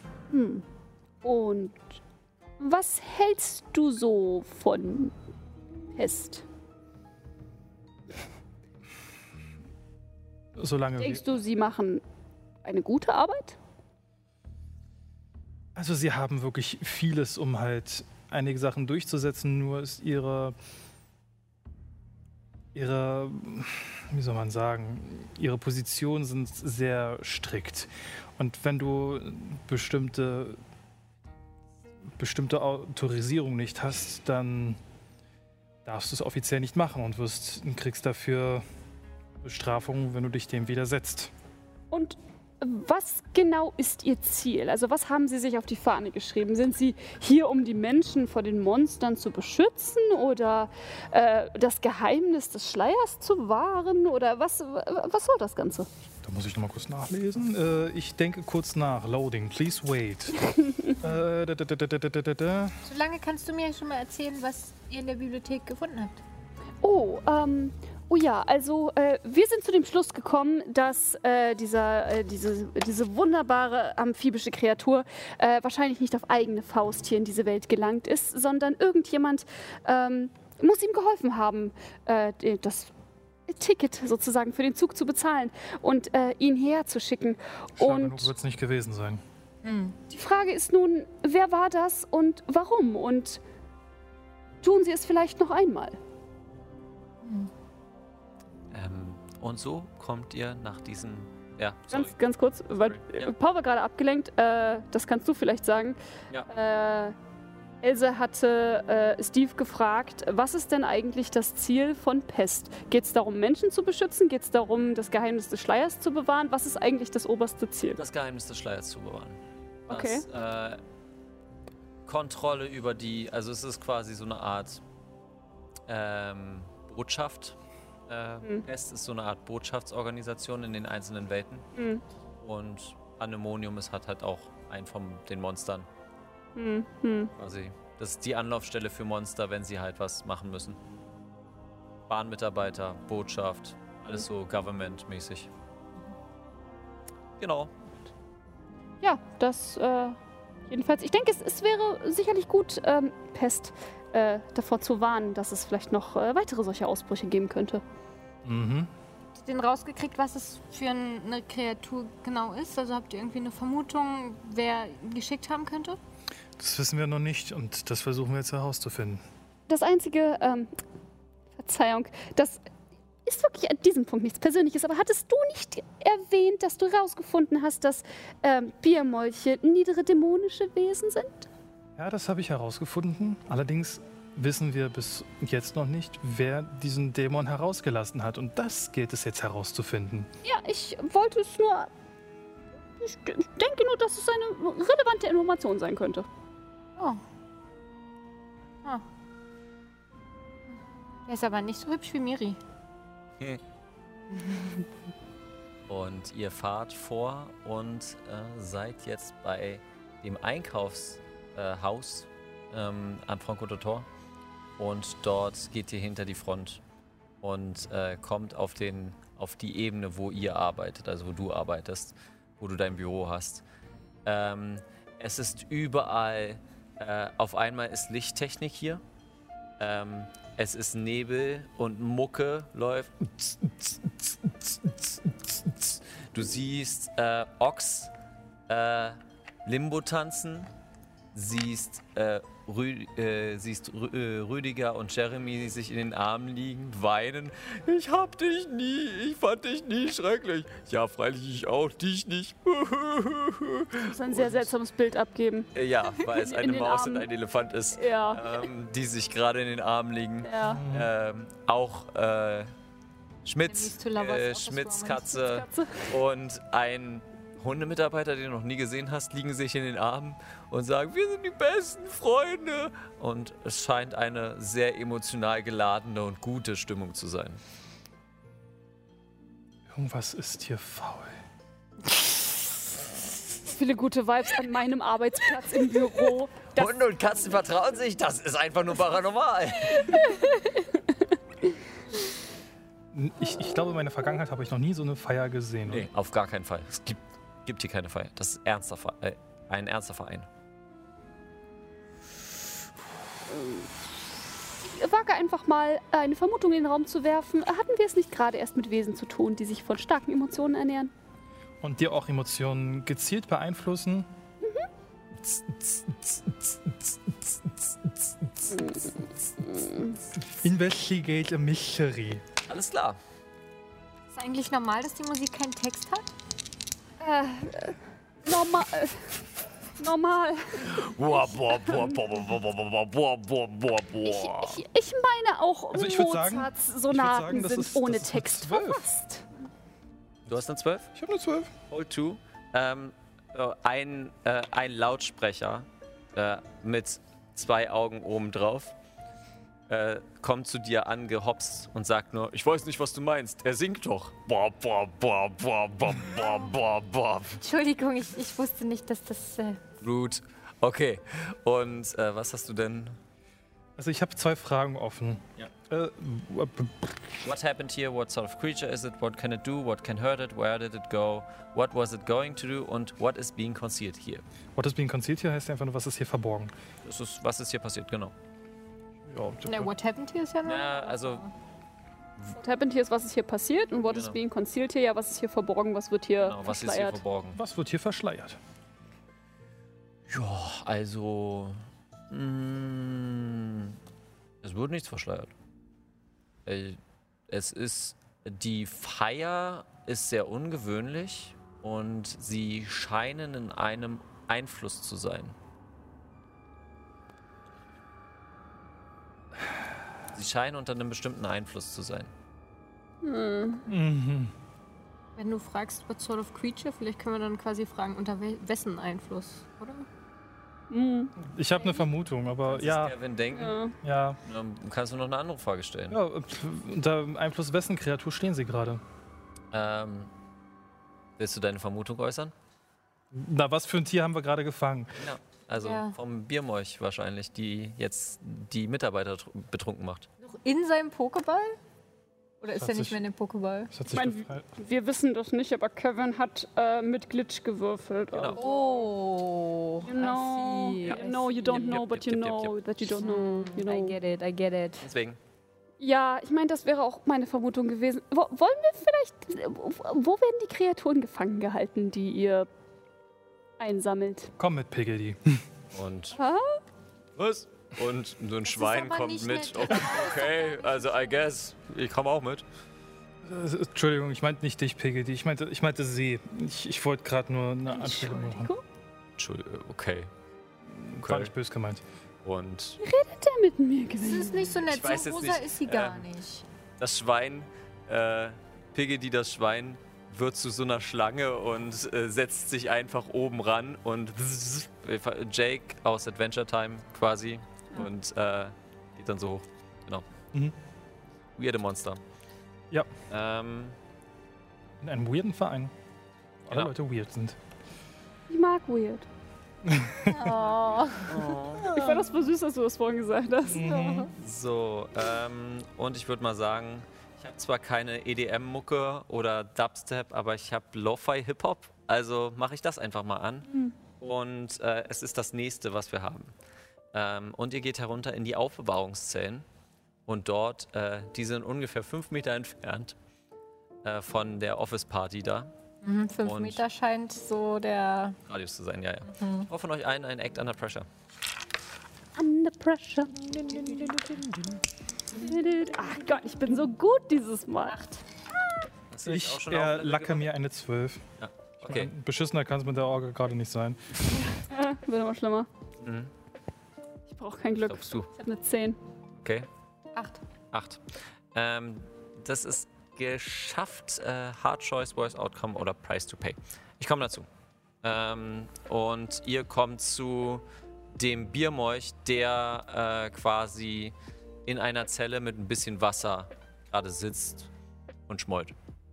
Und was hältst du so von Pest? Denkst du, sie machen eine gute Arbeit? Also sie haben wirklich vieles, um halt einige Sachen durchzusetzen, nur ist ihre, wie soll man sagen, ihre Positionen sind sehr strikt. Und wenn du bestimmte Autorisierung nicht hast, dann darfst du es offiziell nicht machen und kriegst dafür Bestrafung, wenn du dich dem widersetzt. Und was genau ist Ihr Ziel? Also was haben Sie sich auf die Fahne geschrieben? Sind Sie hier, um die Menschen vor den Monstern zu beschützen oder das Geheimnis des Schleiers zu wahren? Oder was soll das Ganze? Da muss ich noch mal kurz nachlesen. Ich denke kurz nach. Loading, please wait. Solange kannst du mir schon mal erzählen, was ihr in der Bibliothek gefunden habt. Oh ja, also wir sind zu dem Schluss gekommen, dass diese wunderbare amphibische Kreatur wahrscheinlich nicht auf eigene Faust hier in diese Welt gelangt ist, sondern irgendjemand muss ihm geholfen haben, das Ticket sozusagen für den Zug zu bezahlen und ihn herzuschicken. Schade genug wird es nicht gewesen sein. Die Frage ist nun, wer war das und warum? Und tun Sie es vielleicht noch einmal? Und so kommt ihr nach diesen... Ja, ganz kurz, weil Paul war gerade abgelenkt. Das kannst du vielleicht sagen. Ja. Else hatte Steve gefragt, was ist denn eigentlich das Ziel von Pest? Geht es darum, Menschen zu beschützen? Geht es darum, das Geheimnis des Schleiers zu bewahren? Was ist eigentlich das oberste Ziel? Das Geheimnis des Schleiers zu bewahren. Okay. Kontrolle über die... Also es ist quasi so eine Art Botschaft. Pest ist so eine Art Botschaftsorganisation in den einzelnen Welten. Und Anemonium hat halt auch einen von den Monstern. Quasi. Das ist die Anlaufstelle für Monster, wenn sie halt was machen müssen. Bahnmitarbeiter, Botschaft, alles so Government-mäßig. Genau. Ja, das jedenfalls. Ich denke, es wäre sicherlich gut, Pest davor zu warnen, dass es vielleicht noch weitere solche Ausbrüche geben könnte. Habt ihr denn rausgekriegt, was es für eine Kreatur genau ist? Also habt ihr irgendwie eine Vermutung, wer ihn geschickt haben könnte? Das wissen wir noch nicht und das versuchen wir jetzt herauszufinden. Das einzige, Verzeihung, das ist wirklich an diesem Punkt nichts Persönliches, aber hattest du nicht erwähnt, dass du herausgefunden hast, dass Biermolche niedere dämonische Wesen sind? Ja, das habe ich herausgefunden. Allerdings wissen wir bis jetzt noch nicht, wer diesen Dämon herausgelassen hat. Und das gilt es jetzt herauszufinden. Ja, ich wollte es nur... Ich denke nur, dass es eine relevante Information sein könnte. Oh. Der ist aber nicht so hübsch wie Miri. Und ihr fahrt vor und seid jetzt bei dem Einkaufshaus am Frankfurter Tor. Und dort geht ihr hinter die Front und kommt auf die Ebene, wo ihr arbeitet, also wo du arbeitest, wo du dein Büro hast. Es ist überall, auf einmal ist Lichttechnik hier. Es ist Nebel und Mucke läuft. Du siehst Ochs Limbo tanzen. siehst Rüdiger und Jeremy sich in den Armen liegen, weinen. Ich hab dich nie, ich fand dich nie schrecklich. Ja, freilich ich auch, dich nicht. Das ist ein sehr seltsames Bild abgeben. Ja, weil es eine den Maus Armen. und ein Elefant ist, Ja. die sich gerade in den Armen liegen. Ja. Auch Enemies to lovers, Schmidts Office Katze und ein Hundemitarbeiter, den du noch nie gesehen hast, liegen sich in den Armen und sagen, wir sind die besten Freunde. Und es scheint eine sehr emotional geladene und gute Stimmung zu sein. Irgendwas ist hier faul. Viele gute Vibes an meinem Arbeitsplatz im Büro. Das Hunde und Katzen vertrauen sich, das ist einfach nur paranormal. Ich glaube, in meiner Vergangenheit habe ich noch nie so eine Feier gesehen. Nee, auf gar keinen Fall. Es gibt hier keine Feier. Das ist ein ernster Verein. wage einfach mal eine Vermutung in den Raum zu werfen. Hatten wir es nicht gerade erst mit Wesen zu tun, die sich von starken Emotionen ernähren? Und dir auch Emotionen gezielt beeinflussen? Investigate a mystery. Alles klar. Ist eigentlich normal, dass die Musik keinen Text hat? Normal. Ich meine auch, Also ich würd sagen, Mozarts Sonaten das sind ist ohne eine Text 12. verfasst. Du hast eine 12? Ich habe eine 12. Hold 2. Ein Lautsprecher mit 2 Augen oben drauf kommt zu dir angehopst und sagt nur, ich weiß nicht, was du meinst. Er singt doch. Entschuldigung, ich wusste nicht, dass das... Gut. Okay. Und was hast du denn? Also ich habe 2 Fragen offen. Ja. What What happened here? What sort of creature is it? What can it do? What can hurt it? Where did it go? What was it going to do? Und what is being concealed here? is being concealed hier heißt einfach nur, was ist hier verborgen. Das ist, was ist hier passiert? Genau. Ja, Na, what happened here ist ja noch... Ja, also What happened hier ist, was ist hier passiert und what is Genau. being concealed hier, ja, was ist hier verborgen, was wird hier genau, was ist hier verschleiert. verborgen? was wird hier verschleiert? Ja, also es wird nichts verschleiert. Es ist, die Feier ist sehr ungewöhnlich und sie scheinen in einem Einfluss zu sein. Sie scheinen unter einem bestimmten Einfluss zu sein. Mhm. Wenn du fragst, what sort of creature, vielleicht können wir dann quasi fragen, unter wessen Einfluss, oder? Ich habe eine Vermutung, aber Kannst ja, es Gavin denken? Ja. Dann kannst du noch eine andere Frage stellen. ja, unter Einfluss wessen Kreatur stehen sie gerade? Willst du deine Vermutung äußern? Na, was für ein Tier haben wir gerade gefangen? Ja. Also Ja. vom Biermolch wahrscheinlich, die jetzt die Mitarbeiter betrunken macht. Noch in seinem Pokéball? Oder ist hat er nicht sich- mehr in dem Pokéball? Das hat Ich sich meine, gefallen. wir wissen das nicht, aber Kevin hat mit Glitch gewürfelt. Genau. Also, Oh, you know, I see, you I know, you see. don't Yep, know, yep, but yep, you yep, yep, know that you don't know, you know. I get it. Deswegen. Ja, ich meine, das wäre auch meine Vermutung gewesen. Wollen wir vielleicht, wo werden die Kreaturen gefangen gehalten, die ihr einsammelt? Komm mit, Piggy. Und. Ha? Was? Und so ein Schwein aber kommt nicht mit. nett. Okay, also I guess. Ich komme auch mit. Entschuldigung, ich meinte nicht dich, Piggy. Ich meinte sie. Ich wollte gerade nur eine Anspielung machen. Entschuldigung? Entschuldigung, okay. War nicht böse gemeint. Und Der mit mir Das gewesen. ist nicht so nett, Ich weiß so jetzt rosa nicht, ist sie gar nicht. das Schwein, Piggy, das Schwein, wird zu so einer Schlange und setzt sich einfach oben ran und Jake aus Adventure Time quasi und geht dann so hoch. Genau. Mhm. Weirde Monster. Ja. In einem weirden Verein. Wo alle Genau. Leute weird sind. Ich mag weird. Oh. Ich fand das voll süß, dass du das vorhin gesagt hast. So, und ich würde mal sagen, ich habe zwar keine EDM-Mucke oder Dubstep, aber ich habe Lo-Fi-Hip-Hop, also mache ich das einfach mal an. Und es ist das nächste, was wir haben. Und ihr geht herunter in die Aufbewahrungszellen und dort, die sind ungefähr 5 Meter entfernt von der Office-Party da. 5 Und- Meter scheint so der... Radius zu sein, ja. Ich brauche von euch einen Act Under Pressure. Under pressure. Ach Gott, ich bin so gut dieses Mal. Hast du dich auch Ich schon auf Level lacke gebracht? mir eine 12. Ja. Ich Okay. mein, beschissener kann es mit der Orgel gerade nicht sein. Wird immer schlimmer. Mhm. Ich brauche kein Glück. Glaubst du? Ich habe eine 10. Okay. 8. 8. Das ist geschafft. Hard Choice, Voice Outcome oder Price to Pay. Ich komme dazu. Und ihr kommt zu dem Biermolch, der quasi in einer Zelle mit ein bisschen Wasser gerade sitzt und schmollt.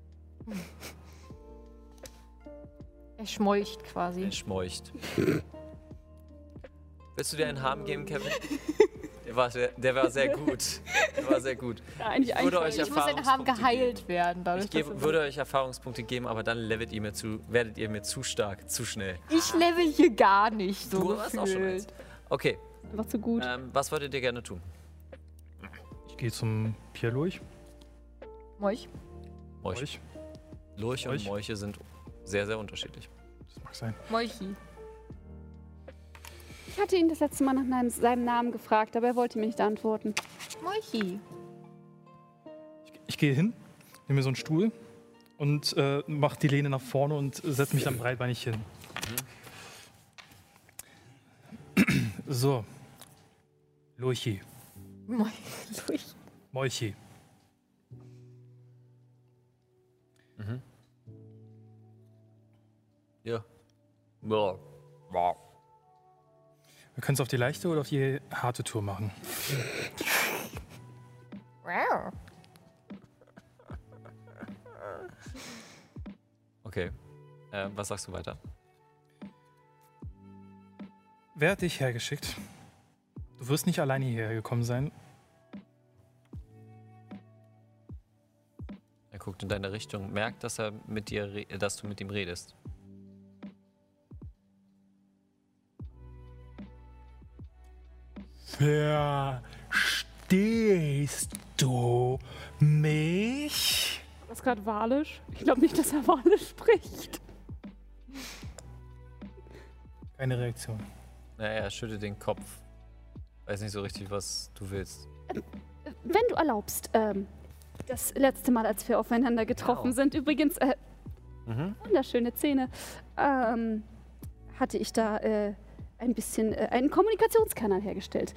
Er schmolcht quasi. Er schmolcht. Willst du dir einen Harm geben, Kevin? Der war sehr gut. Der war sehr gut. Ja, eigentlich würde euch Ich muss in Harm geheilt werden. Dadurch, Ich würde euch Erfahrungspunkte geben, aber dann werdet ihr mir zu stark, zu schnell. Ich level hier gar nicht so Du hast auch schon eins. gefühlt. Okay, Einfach zu gut. was würdet ihr gerne tun? Ich gehe zum Pierlurch. Molch. Molch. Lurche und Molche sind sehr, sehr unterschiedlich. Das mag sein. Molchi. Ich hatte ihn das letzte Mal nach seinem Namen gefragt, aber er wollte mir nicht antworten. Molchi. Ich gehe hin, nehme mir so einen Stuhl und mache die Lehne nach vorne und setze mich dann breitbeinig hin. So. Lurchi. Molchi. Molchi. Ja. Wir können es auf die leichte oder auf die harte Tour machen. Okay. Was sagst du weiter? Wer hat dich hergeschickt? Du wirst nicht alleine hierher gekommen sein. Er guckt in deine Richtung, merkt, dass du mit ihm redest. Verstehst du mich? Das ist gerade Walisch. Ich glaube nicht, dass er Walisch spricht. Keine Reaktion. Naja, er schüttelt den Kopf. Weiß nicht so richtig, was du willst. Wenn du erlaubst, das letzte Mal, als wir aufeinander getroffen sind, übrigens, wunderschöne Zähne, hatte ich da ein bisschen einen Kommunikationskanal hergestellt.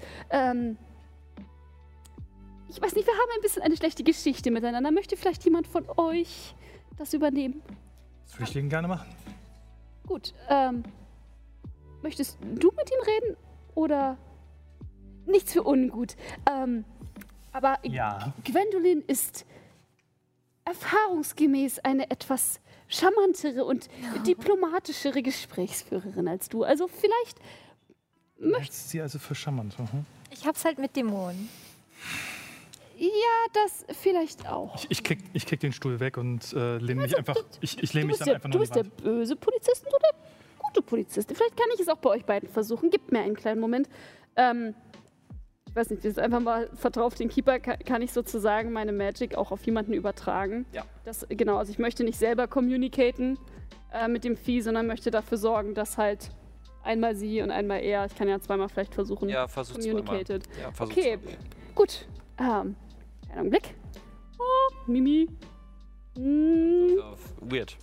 Ich weiß nicht, wir haben ein bisschen eine schlechte Geschichte miteinander. Möchte vielleicht jemand von euch das übernehmen? Das würde ich lieben gerne machen. Gut, möchtest du mit ihm reden oder nichts für ungut? Aber Ja. Gwendolyn ist erfahrungsgemäß eine etwas charmantere und diplomatischere Gesprächsführerin als du. Also vielleicht Möchtest sie also für charmant? Ich hab's halt mit Dämonen. ja, das vielleicht auch. Ich krieg den Stuhl weg und lehne mich einfach. Ich lehne mich dann einfach Du nur an bist die der Wand. böse Polizist oder der gute Polizist? Vielleicht kann ich es auch bei euch beiden versuchen. Gib mir einen kleinen Moment. Ich weiß nicht, das ist einfach mal vertraut auf den Keeper, kann ich sozusagen meine Magic auch auf jemanden übertragen. Ja. Genau, also ich möchte nicht selber communicaten mit dem Vieh, sondern möchte dafür sorgen, dass halt einmal sie und einmal er, ich kann ja zweimal vielleicht versuchen, Ja, versuch zweimal. communicated. Ja, versuch Okay, zweimal. gut. Einen Augenblick. Oh, Mimi. Weird.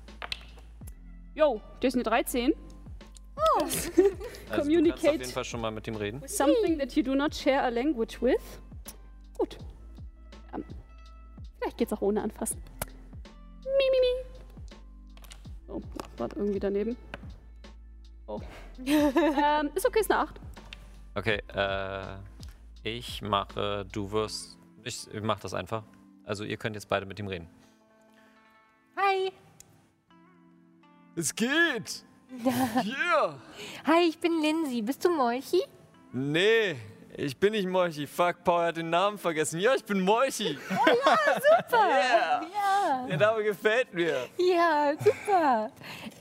Yo, das ist eine 13. Also du kannst auf Communicate. jeden Fall schon mal mit ihm reden. Something that you do not share a language with. Gut. Vielleicht geht's auch ohne anfassen. Mimimi. Oh, war irgendwie daneben. Oh. Ist okay, ist eine 8. Okay, ich mach das einfach. Also ihr könnt jetzt beide mit ihm reden. Hi. Es geht! Yeah! Hi, ich bin Lindsay. Bist du Molchi? Nee, ich bin nicht Molchi. Fuck, Paul hat den Namen vergessen. Ja, ich bin Molchi. Super. Yeah. Ja. Der Name gefällt mir. Ja, super.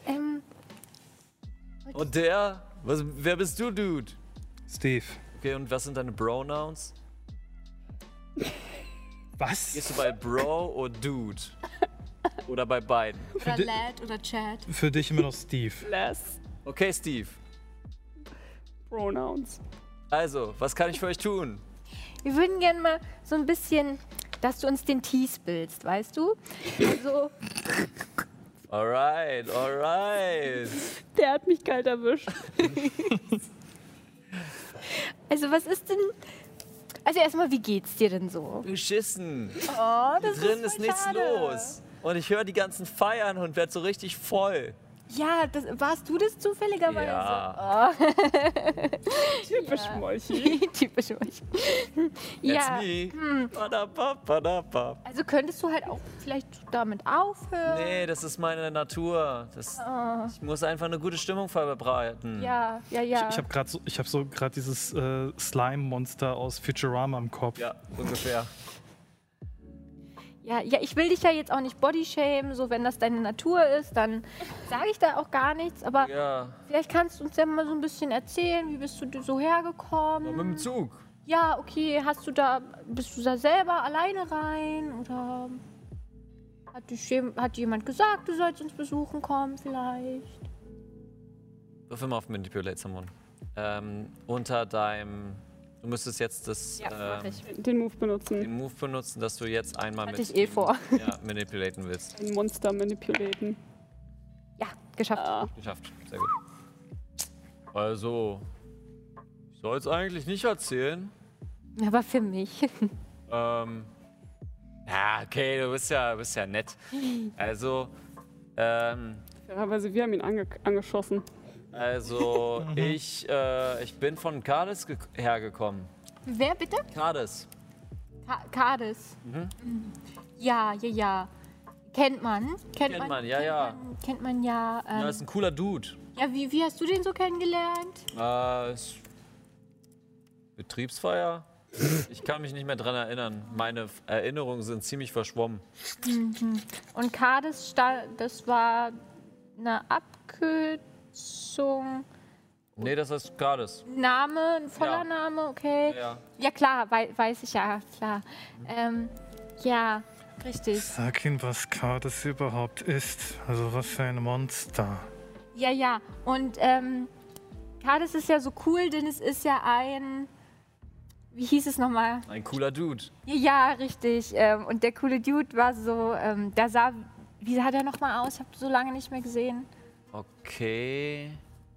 Und der? Wer bist du, Dude? Steve. Okay, und was sind deine Pronouns? Was? Gehst du bei Bro oder Dude? Oder bei beiden? Oder Lad oder Chad. Für dich immer noch Steve. Less Okay, Steve. Pronouns. Also, was kann ich für euch tun? Wir würden gerne mal so ein bisschen, dass du uns den Tee spillst, weißt du? Also, Alright. Der hat mich kalt erwischt. also was ist denn... Also erstmal, wie geht's dir denn so? Beschissen. Oh, das Drin ist ist nichts schade. los. Und ich höre die ganzen Feiern und werde so richtig voll. Ja, warst du das zufälligerweise? Ja. Oh. Typisch Molchi. Typisch Molchi. Ja, That's me. Badabab. also könntest du halt auch vielleicht damit aufhören? Nee, das ist meine Natur. Ich muss einfach eine gute Stimmung verbreiten. Ja. Ich habe so gerade dieses Slime-Monster aus Futurama im Kopf. Ja, ungefähr. Ja, ich will dich ja jetzt auch nicht bodyshamen, so wenn das deine Natur ist, dann sage ich da auch gar nichts, aber Ja, vielleicht kannst du uns ja mal so ein bisschen erzählen, wie bist du so hergekommen? mit dem Zug. Ja, okay, bist du da selber alleine rein oder hat jemand gesagt, du sollst uns besuchen kommen vielleicht? Wirf immer auf Manipulate Someone. Unter deinem... Du müsstest jetzt mach ich. Den Move benutzen. den Move benutzen, dass du jetzt einmal Hatte mit ich eh vor. Ja, manipulaten willst. Ein Monster manipulaten. Ja, geschafft. Ah, Geschafft. Sehr gut. Also, ich soll es eigentlich nicht erzählen. Aber für mich. Ja, okay, du bist ja nett. Also, fairerweise, wir haben ihn angeschossen. ich bin von Cadiz hergekommen. Wer bitte? Cadiz. Cadiz. Ja. Kennt man. Kennt man, ja. Kennt man ja. Ja, ist ein cooler Dude. Ja, wie hast du den so kennengelernt? Ist Betriebsfeier? Ich kann mich nicht mehr dran erinnern. Meine Erinnerungen sind ziemlich verschwommen. Und Cadiz, das war eine Abkürzung. Nee, das ist Cadiz. Name, ein voller Ja. Name, okay. Ja. Ja, klar, weiß ich ja, klar. Ja, richtig. Sag ihm, was Cadiz überhaupt ist. Also was für ein Monster. Ja. Und Cadiz ist ja so cool, denn es ist ja ein. Wie hieß es nochmal? Ein cooler Dude. Ja, richtig. Und der coole Dude war so, der sah. Wie sah der nochmal aus? Ich habe so lange nicht mehr gesehen. Okay.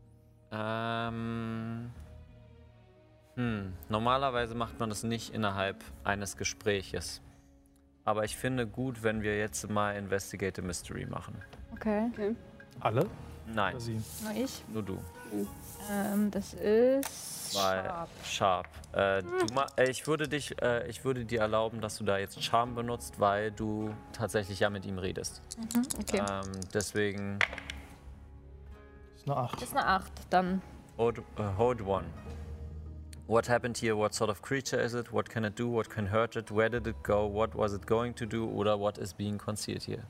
Normalerweise macht man das nicht innerhalb eines Gespräches. Aber ich finde gut, wenn wir jetzt mal Investigate a Mystery machen. Okay, Alle? Nein, Oder sie? nur ich. nur du. Das ist. Weil Sharp. Ich würde dir erlauben, dass du da jetzt Charm benutzt, weil du tatsächlich ja mit ihm redest. Okay. Deswegen Das ist eine 8. Das ist eine 8 dann. hold one. What happened here? What sort of creature is it? What can it do? What can hurt it? Where did it go? What was it going to do? Oder what is being concealed here?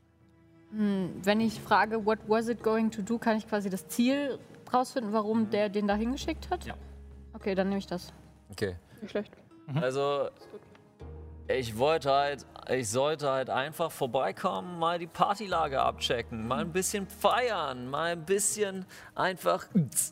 Wenn ich frage, what was it going to do, kann ich quasi das Ziel rausfinden, warum der den da hingeschickt hat? Ja. Okay, dann nehme ich das. Okay. Nicht schlecht. Also, ich sollte halt einfach vorbeikommen, mal die Partylage abchecken, mal ein bisschen feiern, mal ein bisschen einfach.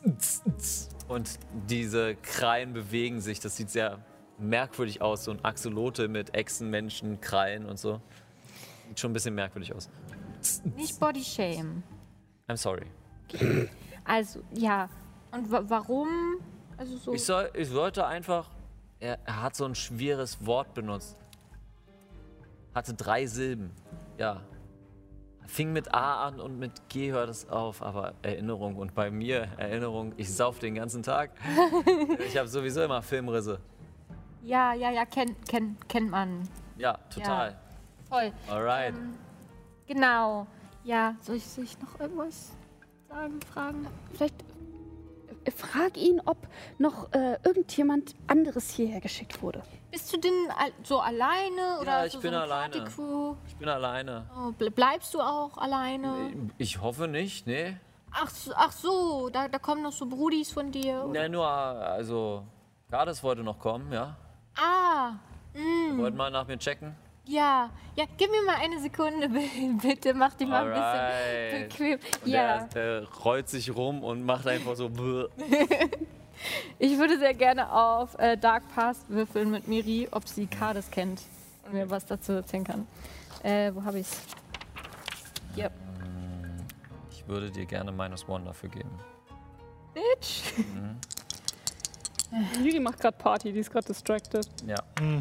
Und diese Krallen bewegen sich, das sieht sehr merkwürdig aus, so ein Axolotl mit Echsenmenschen, Krallen und so. Sieht schon ein bisschen merkwürdig aus. Nicht Body Shame. I'm sorry. Also, ja. Und warum? Also so. Ich sollte einfach. Er hat so ein schweres Wort benutzt. Hatte 3 Silben. Ja. Fing mit A an und mit G hört es auf, aber Erinnerung. Und bei mir, Erinnerung, ich sauf den ganzen Tag. Ich habe sowieso immer Filmrisse. Ja, kennt man. Ja, total. Voll. Alright. Genau. Ja, soll ich noch irgendwas sagen, fragen? Vielleicht frag ihn, ob noch irgendjemand anderes hierher geschickt wurde. Bist du denn so alleine? Oder ich so bin eine alleine. Partycrew? Ich bin alleine. Oh, bleibst du auch alleine? Ich hoffe nicht, nee. Ach so, da kommen noch so Brudis von dir. Nee, nur, also, Gades wollte noch kommen, ja. Ah, Wollten mal nach mir checken. Ja, gib mir mal eine Sekunde, bitte. Mach die mal ein bisschen bequem. Ja. Der rollt sich rum und macht einfach so. Ich würde sehr gerne auf Dark Past würfeln mit Miri, ob sie Kades kennt und mir was dazu erzählen kann. Wo habe ich's? Yep. Ich würde dir gerne -1 dafür geben. Bitch. Miri macht gerade Party, die ist gerade distracted. Ja.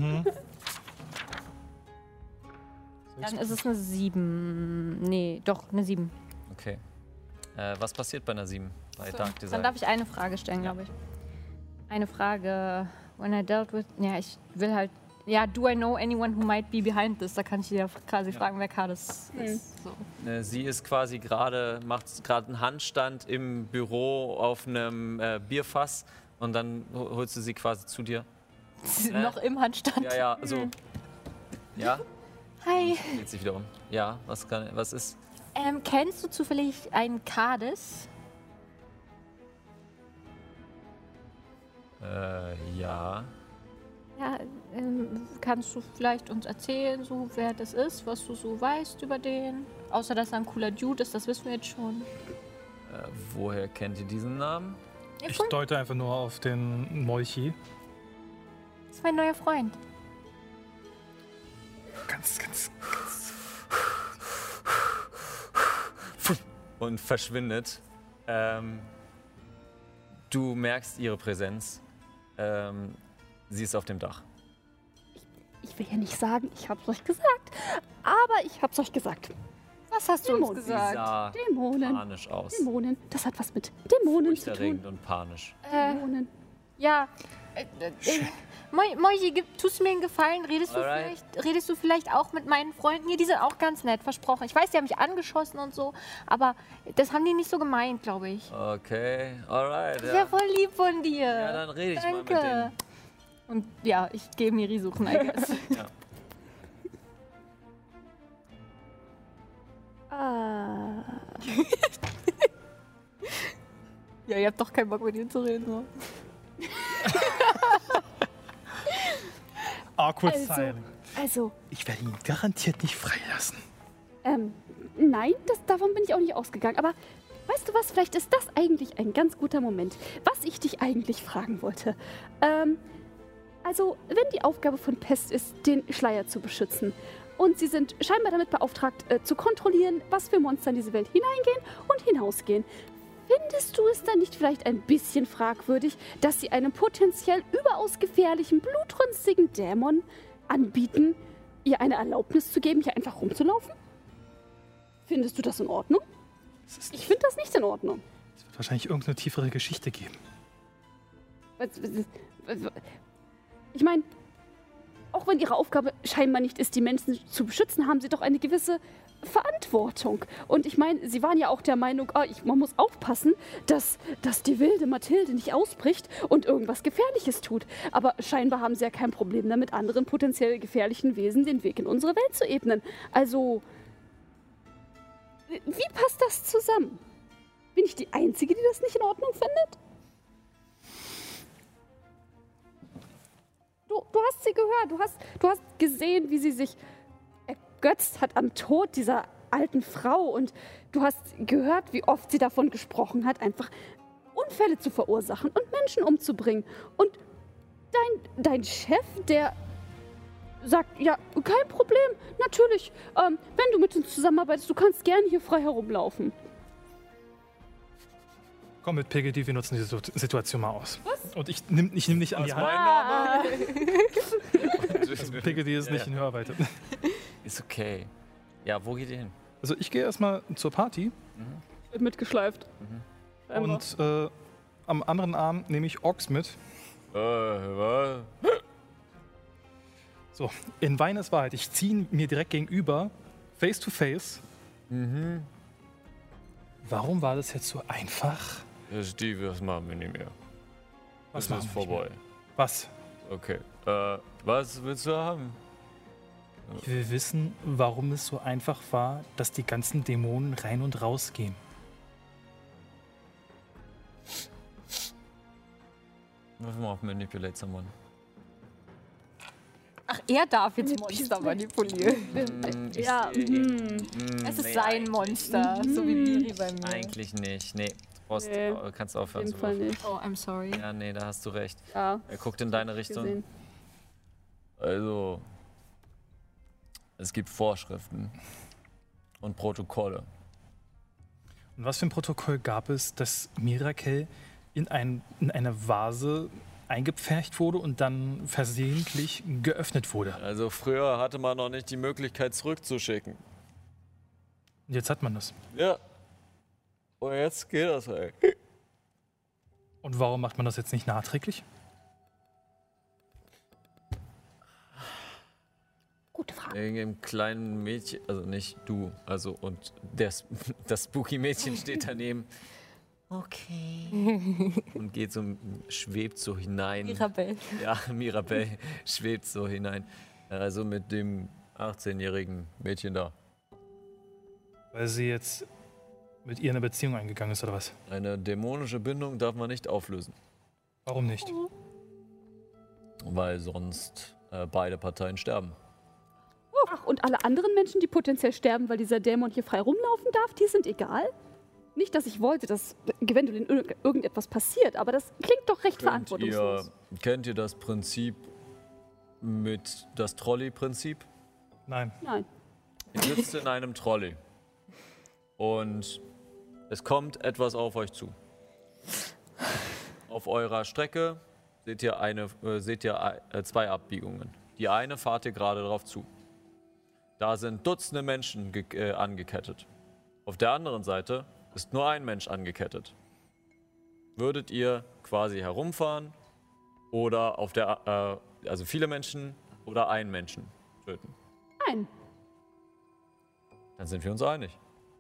Dann ist es eine 7. Nee, doch, eine 7. Okay. Was passiert bei einer 7? Bei Dark Desire? Dann darf ich eine Frage stellen, glaube ich. Eine Frage. When I dealt with... Ja, ich will halt... Ja, do I know anyone who might be behind this? Da kann ich dir quasi fragen, wer Kades ist. So. Sie ist quasi macht gerade einen Handstand im Büro auf einem Bierfass und dann holst du sie quasi zu dir. Sie sind noch im Handstand. Ja, so. Ja? Hi. Dreht sich wieder um. Ja, was ist? Kennst du zufällig einen Kades? Ja. Ja, kannst du vielleicht uns erzählen, so wer das ist, was du so weißt über den? Außer, dass er ein cooler Dude ist, das wissen wir jetzt schon. Woher kennt ihr diesen Namen? Ich deute einfach nur auf den Molchi. Das ist mein neuer Freund. Ganz. Und verschwindet. Du merkst ihre Präsenz. Sie ist auf dem Dach. Ich will ja nicht sagen, ich hab's euch gesagt, aber ich hab's euch gesagt. Was hast du uns Dämonen. Sie sah gesagt? Dämonen. panisch aus. Dämonen. Das hat was mit Dämonen zu tun. Furchterregend und panisch. Dämonen. Ja. Moji, tust du mir einen Gefallen? Alright. Redest du vielleicht auch mit meinen Freunden hier? Die sind auch ganz nett, versprochen. Ich weiß, die haben mich angeschossen und so, aber das haben die nicht so gemeint, glaube ich. Okay, alright. Das wäre voll lieb von dir. Ja, dann rede ich Danke. mal mit denen. Und ja, ich gehe Miri suchen, I guess. Ja. Ja, ihr habt doch keinen Bock mit ihm zu reden, so. Awkward silence. Also, Ich werde ihn garantiert nicht freilassen. nein, davon bin ich auch nicht ausgegangen. Aber weißt du was, vielleicht ist das eigentlich ein ganz guter Moment, was ich dich eigentlich fragen wollte. Also, wenn die Aufgabe von Pest ist, den Schleier zu beschützen, und sie sind scheinbar damit beauftragt, zu kontrollieren, was für Monster in diese Welt hineingehen und hinausgehen, findest du es dann nicht vielleicht ein bisschen fragwürdig, dass sie einem potenziell überaus gefährlichen, blutrünstigen Dämon anbieten, ihr eine Erlaubnis zu geben, hier einfach rumzulaufen? Findest du das in Ordnung? Ich finde das nicht in Ordnung. Es wird wahrscheinlich irgendeine tiefere Geschichte geben. Ich meine, auch wenn ihre Aufgabe scheinbar nicht ist, die Menschen zu beschützen, haben sie doch eine gewisse Verantwortung. Und ich meine, sie waren ja auch der Meinung, man muss aufpassen, dass die wilde Mathilde nicht ausbricht und irgendwas Gefährliches tut. Aber scheinbar haben sie ja kein Problem damit, anderen potenziell gefährlichen Wesen den Weg in unsere Welt zu ebnen. Also, wie passt das zusammen? Bin ich die Einzige, die das nicht in Ordnung findet? Du hast sie gehört, du hast gesehen, wie sie sich ergötzt hat am Tod dieser alten Frau und du hast gehört, wie oft sie davon gesprochen hat, einfach Unfälle zu verursachen und Menschen umzubringen. Und dein Chef, der sagt, ja, kein Problem, natürlich, wenn du mit uns zusammenarbeitest, du kannst gerne hier frei herumlaufen. Komm mit, Piggy, wir nutzen diese Situation mal aus. Was? Und ich nehm dich an die Hand. Also Piggy ist nicht in Hörweite. Ist okay. Ja, wo geht ihr hin? Also ich gehe erstmal zur Party. Wird mitgeschleift. Und am anderen Arm nehme ich Orks mit. Was? So, in Wein ist Wahrheit. Ich ziehe ihn mir direkt gegenüber, face to face. Warum war das jetzt so einfach? Steve, das machen wir nicht mehr. Was Das machen ist wir nicht vorbei. mehr? Was? Okay. Was willst du haben? Ich will wissen, warum es so einfach war, dass die ganzen Dämonen rein und raus gehen. Wirf mal auf Manipulate Someone. Ach, er darf jetzt Monster manipulieren. Ja, Es ist sein Monster, so wie Miri bei mir. Eigentlich nicht. Nee. Prost, kannst auf aufhören jeden zu Fall würfeln. nicht. Oh, I'm sorry. Ja, nee, da hast du recht. Ja, Er guckt in deine Richtung. gesehen. Also, es gibt Vorschriften und Protokolle. Und was für ein Protokoll gab es, dass Mirakel in eine Vase eingepfercht wurde und dann versehentlich geöffnet wurde? Also früher hatte man noch nicht die Möglichkeit zurückzuschicken. Und jetzt hat man das. Ja. Und jetzt geht das, ey. Und warum macht man das jetzt nicht nachträglich? Gute Frage. Wegen dem kleinen Mädchen, also nicht du, also und das Spooky-Mädchen steht daneben. Okay. Und geht so, schwebt so hinein. Mirabelle. Ja, Mirabelle schwebt so hinein. Also mit dem 18-jährigen Mädchen da. Weil sie jetzt mit ihr eine Beziehung eingegangen ist, oder was? Eine dämonische Bindung darf man nicht auflösen. Warum nicht? Weil sonst beide Parteien sterben. Ach, und alle anderen Menschen, die potenziell sterben, weil dieser Dämon hier frei rumlaufen darf, die sind egal? Nicht, dass ich wollte, dass Gwendolyn irgendetwas passiert, aber das klingt doch recht verantwortungslos. Kennt ihr das Prinzip mit das Trolley-Prinzip? Nein. Nein. Ihr sitzt in einem Trolley und es kommt etwas auf euch zu. Auf eurer Strecke seht ihr zwei Abbiegungen. Die eine fahrt ihr gerade drauf zu. Da sind Dutzende Menschen angekettet. Auf der anderen Seite ist nur ein Mensch angekettet. Würdet ihr quasi herumfahren oder also viele Menschen oder einen Menschen töten? Nein. Dann sind wir uns einig.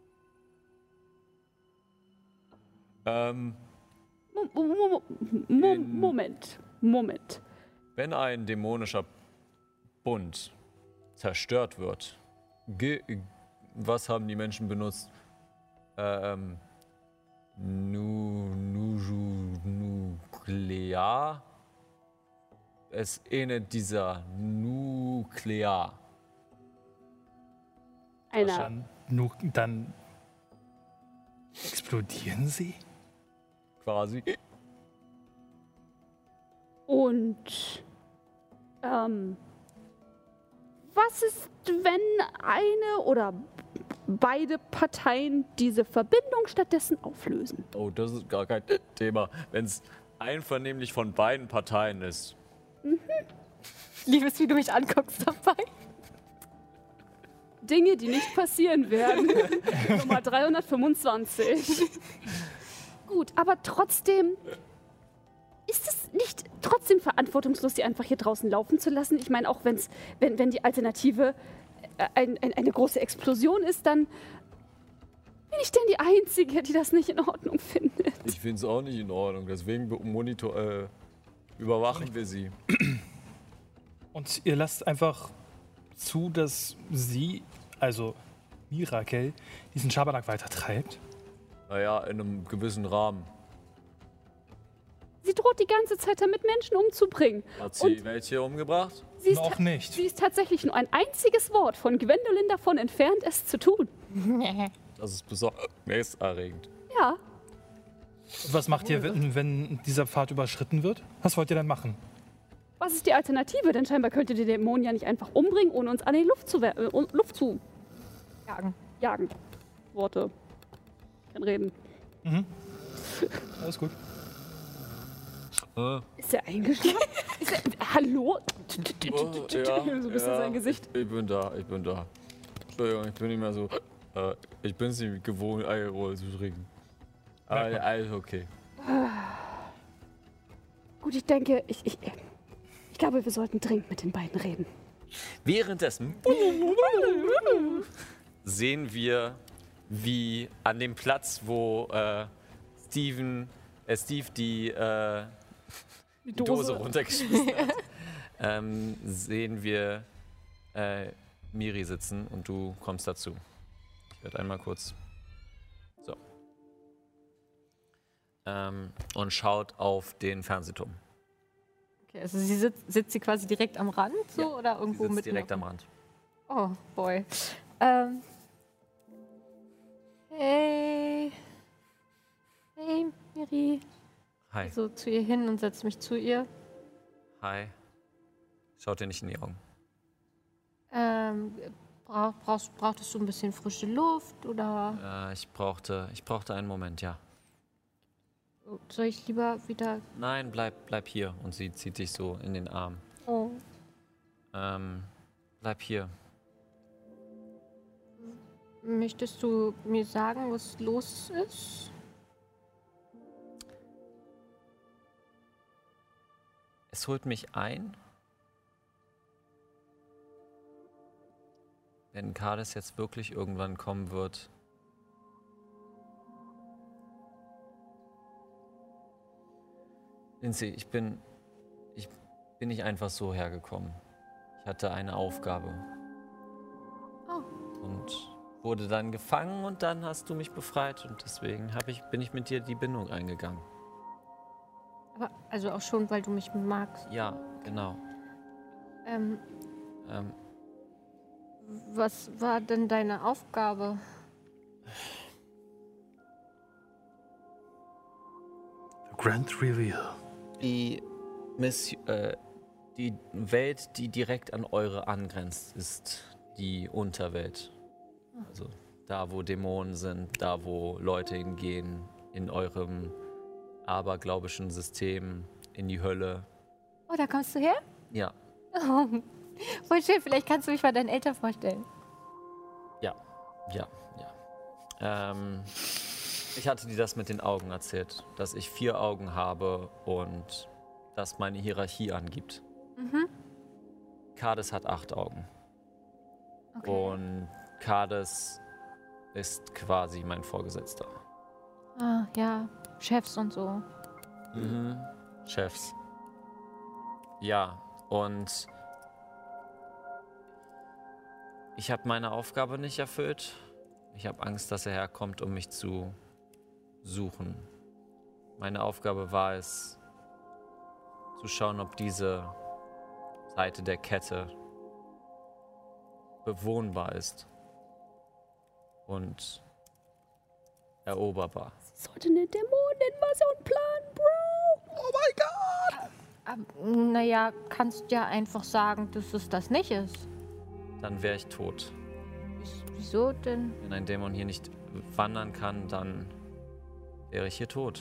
Moment. Wenn ein dämonischer Bund zerstört wird, was haben die Menschen benutzt? Nuklear. Es ähnelt dieser Nuklear. Dann explodieren sie? Quasi. Und was ist, wenn eine oder beide Parteien diese Verbindung stattdessen auflösen? Oh, das ist gar kein Thema. Wenn es einvernehmlich von beiden Parteien ist. Liebe es, wie du mich anguckst dabei. Dinge, die nicht passieren werden. Nummer 325. Gut, aber trotzdem, ist es nicht trotzdem verantwortungslos, die einfach hier draußen laufen zu lassen? Ich meine, auch wenn die Alternative eine große Explosion ist, dann bin ich denn die Einzige, die das nicht in Ordnung findet. Ich finde es auch nicht in Ordnung, deswegen überwachen wir sie. Und ihr lasst einfach zu, dass sie, also Mirakel, diesen Schabernack weitertreibt? Naja, in einem gewissen Rahmen. Sie droht die ganze Zeit damit, Menschen umzubringen. Hat sie welche umgebracht? Noch nicht. Sie ist tatsächlich nur ein einziges Wort von Gwendolyn davon entfernt, es zu tun. Das ist besorgniserregend. Ja. Und was macht ihr, wenn dieser Pfad überschritten wird? Was wollt ihr dann machen? Was ist die Alternative? Denn scheinbar könnte der Dämon ja nicht einfach umbringen, ohne uns an die Luft zu jagen. Worte. Ich kann reden. Alles gut. Ist er eingeschlafen? Hallo? Ja, So ein bisschen sein Gesicht. Ich bin da. Entschuldigung, ich bin nicht mehr so. Ich bin es nicht gewohnt, Alkohol zu trinken. Aber alles okay. Gut, ich denke, ich glaube, wir sollten dringend mit den beiden reden. Währenddessen sehen wir, wie an dem Platz, wo Steve die Dose runtergeschmissen hat, sehen wir Miri sitzen und du kommst dazu. Ich werde einmal kurz. So. Und schaut auf den Fernsehturm. Okay, also sitzt sie quasi direkt am Rand so Ja, oder irgendwo Sie sitzt mitten direkt am Rand. Oh, boy. Hey. Hey, Miri. Hi. So zu ihr hin und setze mich zu ihr. Hi. Schaut dir nicht in die Augen. Brauchtest du ein bisschen frische Luft oder Ich brauchte einen Moment, ja. soll ich lieber wieder... Nein, bleib hier. Und sie zieht dich so in den Arm. Oh. Bleib hier. Möchtest du mir sagen, was los ist? Es holt mich ein, wenn Kades jetzt wirklich irgendwann kommen wird. Lindsay, ich bin nicht einfach so hergekommen. Ich hatte eine Aufgabe. Oh. Und wurde dann gefangen und dann hast du mich befreit und deswegen bin ich mit dir die Bindung eingegangen. Aber also auch schon, weil du mich magst. Ja, genau. Was war denn deine Aufgabe? The Grand Reveal. Die Welt, die direkt an eure angrenzt, ist die Unterwelt. Also da, wo Dämonen sind, da, wo Leute hingehen, in eurem aberglaubischen System, in die Hölle. Oh, da kommst du her? Ja, Oh, voll schön. Vielleicht kannst du mich mal deinen Eltern vorstellen. ja. Ich hatte dir das mit den Augen erzählt, dass ich 4 Augen habe und das meine Hierarchie angibt. Kades hat 8 Augen. Okay. Und Kades ist quasi mein Vorgesetzter. Ah, ja, Chefs und so. Chefs. Ja, und ich habe meine Aufgabe nicht erfüllt. Ich habe Angst, dass er herkommt, um mich zu suchen. Meine Aufgabe war es, zu schauen, ob diese Seite der Kette bewohnbar ist und eroberbar. Sollte eine Dämoneninvasion planen, Bro. Oh mein Gott. Naja, kannst ja einfach sagen, dass es das nicht ist. Dann wäre ich tot. Wieso denn? Wenn ein Dämon hier nicht wandern kann, dann wäre ich hier tot.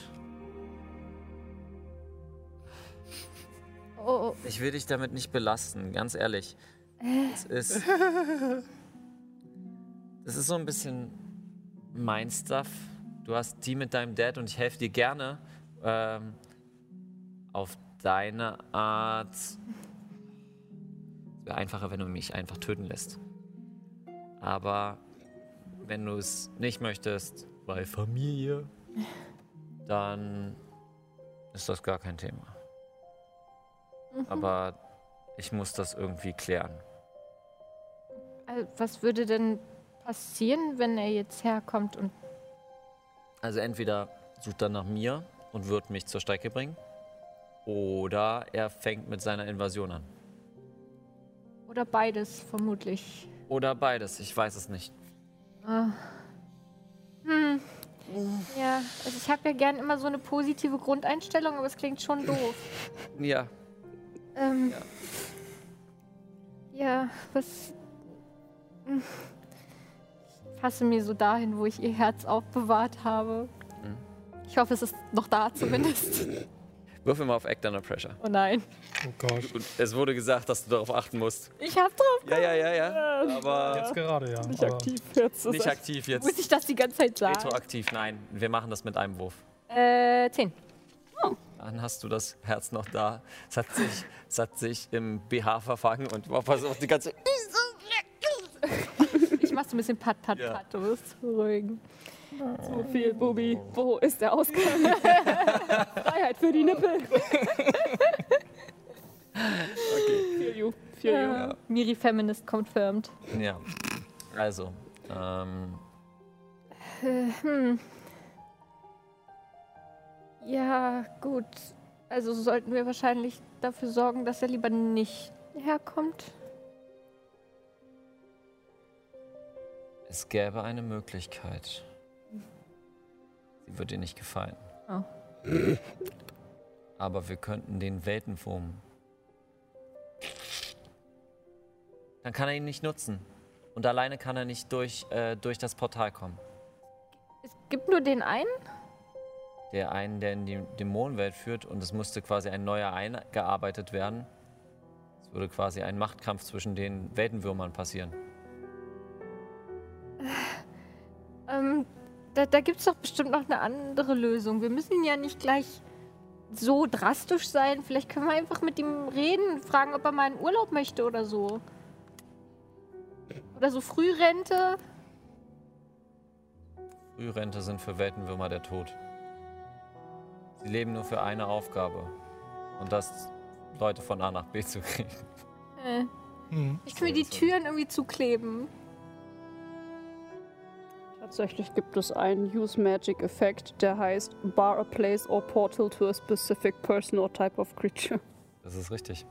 Oh, Ich will dich damit nicht belasten, ganz ehrlich. Es ist so ein bisschen mein Stuff. Du hast die mit deinem Dad und ich helfe dir gerne. Auf deine Art. Es wäre einfacher, wenn du mich einfach töten lässt. Aber wenn du es nicht möchtest, bei Familie, dann ist das gar kein Thema. Aber ich muss das irgendwie klären. was würde denn passieren, wenn er jetzt herkommt und... Also entweder sucht er nach mir und wird mich zur Strecke bringen, oder er fängt mit seiner Invasion an. Oder beides, vermutlich. Oder beides, ich weiß es nicht. Ja, also ich habe ja gern immer so eine positive Grundeinstellung, aber es klingt schon doof. Ja, Ja, was... Ich fasse mir so dahin, wo ich ihr Herz aufbewahrt habe. Ich hoffe, es ist noch da zumindest. würfel mal auf Act Under Pressure. Oh nein. Oh Gott. Und es wurde gesagt, dass du darauf achten musst. Ich hab drauf. Ja. Aber Jetzt gerade, ja. Nicht aber aktiv jetzt. nicht aktiv jetzt. Muss ich das die ganze Zeit sagen? Retroaktiv, nein. Wir machen das mit einem Wurf. 10. Dann hast du das Herz noch da. Es hat sich im BH verfangen und war versucht, die ganze... Ich mach so ein bisschen Pat, Ja. du wirst beruhigen. So viel, Bubi. Wo ist der Ausgang? Freiheit für die Nippel. Feel you. Ja. Miri Feminist confirmed. Ja, also, Ja, gut. Also sollten wir wahrscheinlich dafür sorgen, dass er lieber nicht herkommt. Es gäbe eine Möglichkeit. Sie wird dir nicht gefallen. Oh. Aber wir könnten den Weltenwurm. Dann kann er ihn nicht nutzen. Und alleine kann er nicht durch das Portal kommen. Es gibt nur den einen? Der einen, der in die Dämonenwelt führt. Und es musste quasi ein neuer eingearbeitet werden. Es würde quasi ein Machtkampf zwischen den Weltenwürmern passieren. Da gibt es doch bestimmt noch eine andere Lösung. Wir müssen ja nicht gleich so drastisch sein. Vielleicht können wir einfach mit ihm reden, fragen, ob er mal einen Urlaub möchte oder so. Oder so Frührente. Frührente sind für Weltenwürmer der Tod. Sie leben nur für eine Aufgabe. Und das, Leute von A nach B zu kriegen. Ich kann mir die Türen irgendwie zukleben. Tatsächlich gibt es einen Use-Magic-Effekt, der heißt Bar a place or portal to a specific person or type of creature. Das ist richtig.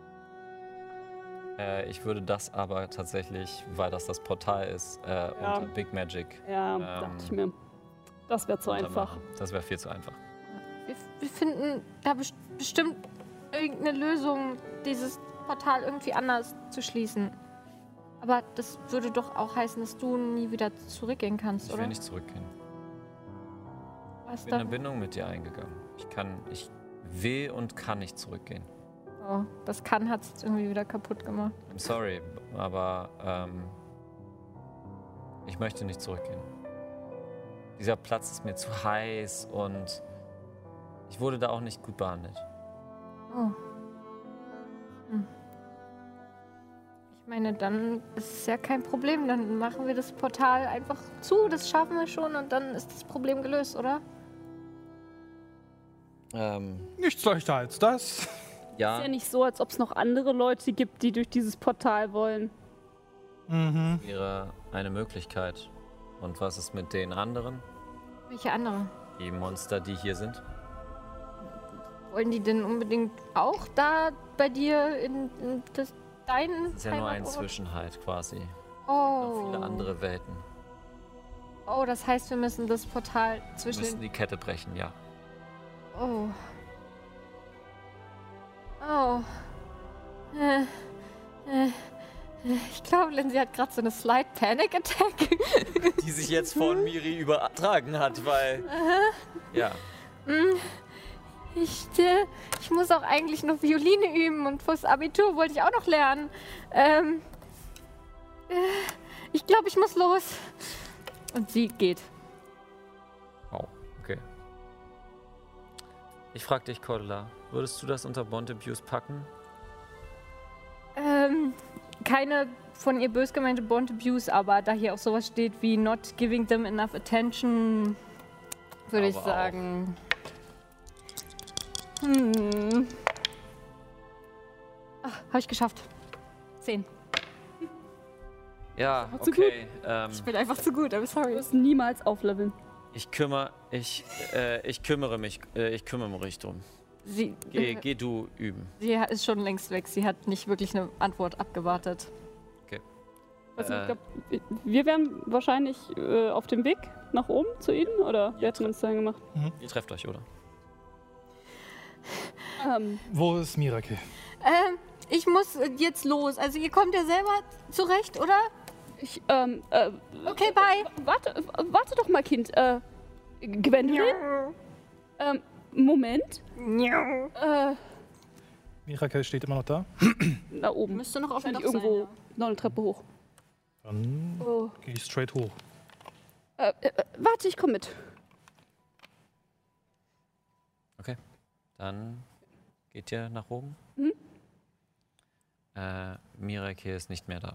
Ich würde das aber tatsächlich, weil das Portal ist, unter Big Magic. Ja, dachte ich mir. Das wäre zu einfach. Das wäre viel zu einfach. Wir finden da bestimmt irgendeine Lösung, dieses Portal irgendwie anders zu schließen. Aber das würde doch auch heißen, dass du nie wieder zurückgehen kannst, oder? Ich will nicht zurückgehen. Ich bin eine Bindung mit dir eingegangen. Ich will und kann nicht zurückgehen. Oh, das hat es irgendwie wieder kaputt gemacht. I'm sorry, aber ich möchte nicht zurückgehen. Dieser Platz ist mir zu heiß und ich wurde da auch nicht gut behandelt. Oh. Ich meine, dann ist es ja kein Problem. Dann machen wir das Portal einfach zu. Das schaffen wir schon und dann ist das Problem gelöst, oder? Nichts leichter als das. Ja. Ist ja nicht so, als ob es noch andere Leute gibt, die durch dieses Portal wollen. Wäre eine Möglichkeit. Und was ist mit den anderen? Welche andere? Die Monster, die hier sind? Wollen die denn unbedingt auch da bei dir in deinen Das ist ja nur ein Heimatort? Zwischenhalt quasi. Oh. Noch viele andere Welten. Oh, das heißt, wir müssen das Portal Wir zwischen müssen die Kette brechen, ja. Oh. Oh. Ich glaube, Lindsay hat gerade so eine Slight Panic Attack. Die sich jetzt von Miri übertragen hat, weil... Ja. Ich muss auch eigentlich noch Violine üben und fürs Abitur wollte ich auch noch lernen. Ich glaube, ich muss los. Und sie geht. Oh, okay. Ich frag dich, Cordula, würdest du das unter Bond Abuse packen? Keine von ihr bös gemeinte Bond Abuse, aber da hier auch sowas steht wie not giving them enough attention, würde ich sagen. Habe ich geschafft. 10. Ja, zu okay. Ich bin einfach zu gut, I'm sorry. Du wirst niemals aufleveln. Ich kümmere mich drum. Geh du üben. Sie ist schon längst weg. Sie hat nicht wirklich eine Antwort abgewartet. Okay. Also, ich glaub, wir wären wahrscheinlich auf dem Weg nach oben zu ihnen, oder wir hätten uns dahin gemacht? Ihr trefft euch, oder? Wo ist Mirakel? Ich muss jetzt los. Also ihr kommt ja selber zurecht, oder? Okay, bye. Warte doch mal, Kind. Gwendolyn? Moment. Mirakel steht immer noch da. Da oben. Müsste noch auf dem Dach Irgendwo sein, noch eine Treppe hoch. Dann gehe ich straight hoch. Warte, ich komme mit. Okay. Dann geht ihr nach oben. Mirakel ist nicht mehr da.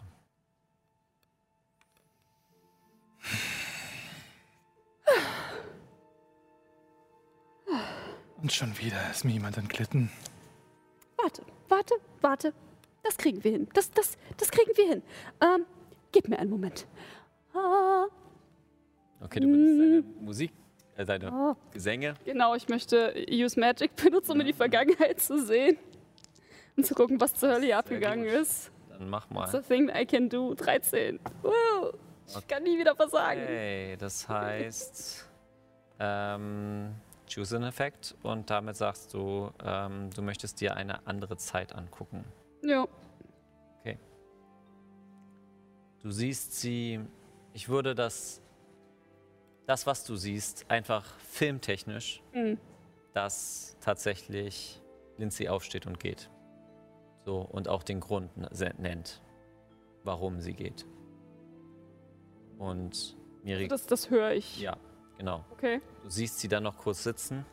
Und schon wieder ist mir jemand entglitten. Warte. Das kriegen wir hin. Das kriegen wir hin. Gib mir einen Moment. Okay, du benutzt deine Musik Deine Gesänge. Genau, ich möchte Use Magic benutzen, um in die Vergangenheit zu sehen. Und zu gucken, was zur Hölle hier abgegangen ist. Dann mach mal. That's the thing I can do. 13. Wow. Ich kann nie wieder versagen. Okay, das heißt, choose an Effekt und damit sagst du, du möchtest dir eine andere Zeit angucken. Ja. Okay. Du siehst sie, ich würde das, was du siehst, einfach filmtechnisch, dass tatsächlich Lindsay aufsteht und geht. So, und auch den Grund nennt, warum sie geht. Und Miri... Das höre ich. Ja, genau. Okay. Du siehst sie dann noch kurz sitzen.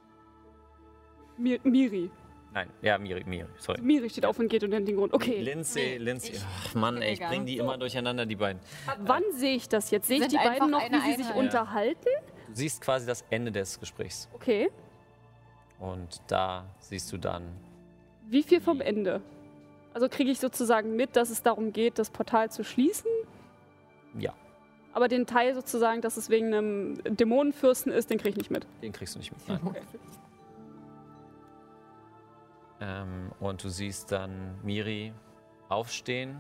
Miri. Nein, ja, Miri, sorry. Miri steht auf und geht und nennt den Grund. Okay. Lindsay. Ach Mann, ey, ich bring die immer durcheinander, die beiden. Wann sehe ich das jetzt? Sehe ich Sind die beiden noch, einfach wie sie eine sich Einheit. unterhalten? Du siehst quasi das Ende des Gesprächs. Okay. Und da siehst du dann... Wie viel vom Ende? Also kriege ich sozusagen mit, dass es darum geht, das Portal zu schließen? Ja, Aber den Teil sozusagen, dass es wegen einem Dämonenfürsten ist, den kriege ich nicht mit. den kriegst du nicht mit. Nein. Okay. Und du siehst dann Miri aufstehen.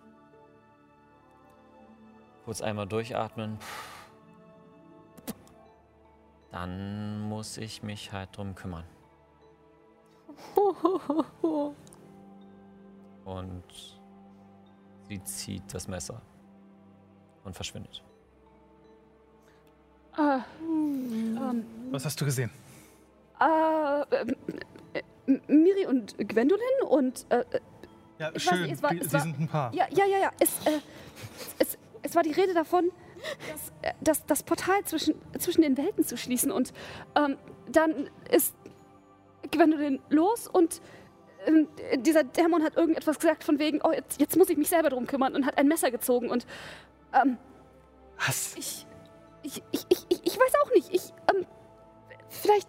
Kurz einmal durchatmen. Dann muss ich mich halt drum kümmern. Und sie zieht das Messer und verschwindet. Was hast du gesehen? Miri und Gwendolyn und Ja, Ich weiß schön. nicht, Sie sind ein Paar. ja. Es war die Rede davon, das Portal zwischen den Welten zu schließen. Und dann ist Gwendolyn los und dieser Dämon hat irgendetwas gesagt von wegen, oh, jetzt muss ich mich selber drum kümmern und hat ein Messer gezogen. Und Was? ich weiß auch nicht. Vielleicht...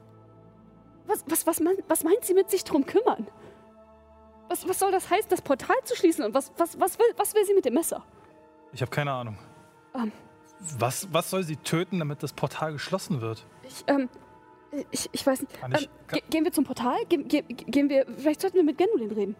Was meint sie mit sich drum kümmern? Was soll das heißen, das Portal zu schließen? Und was will sie mit dem Messer? Ich habe keine Ahnung. Was soll sie töten, damit das Portal geschlossen wird? Ich weiß nicht. Gehen wir zum Portal? Gehen wir... Vielleicht sollten wir mit Gwendolyn reden.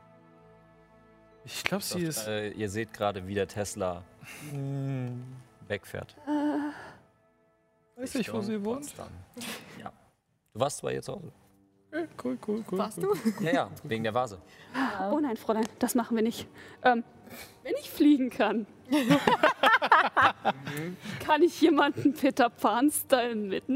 Ich glaube, sie ist... Ihr seht gerade, wie der Tesla wegfährt. Weiß ich, wo sie wohnt. Potsdam. Ja. Du warst zwar jetzt zu Hause. Cool. Warst du? Ja, wegen der Vase. Oh nein, Fräulein, das machen wir nicht. Wenn ich fliegen kann, kann ich jemanden Peter Pan-Style mitnehmen?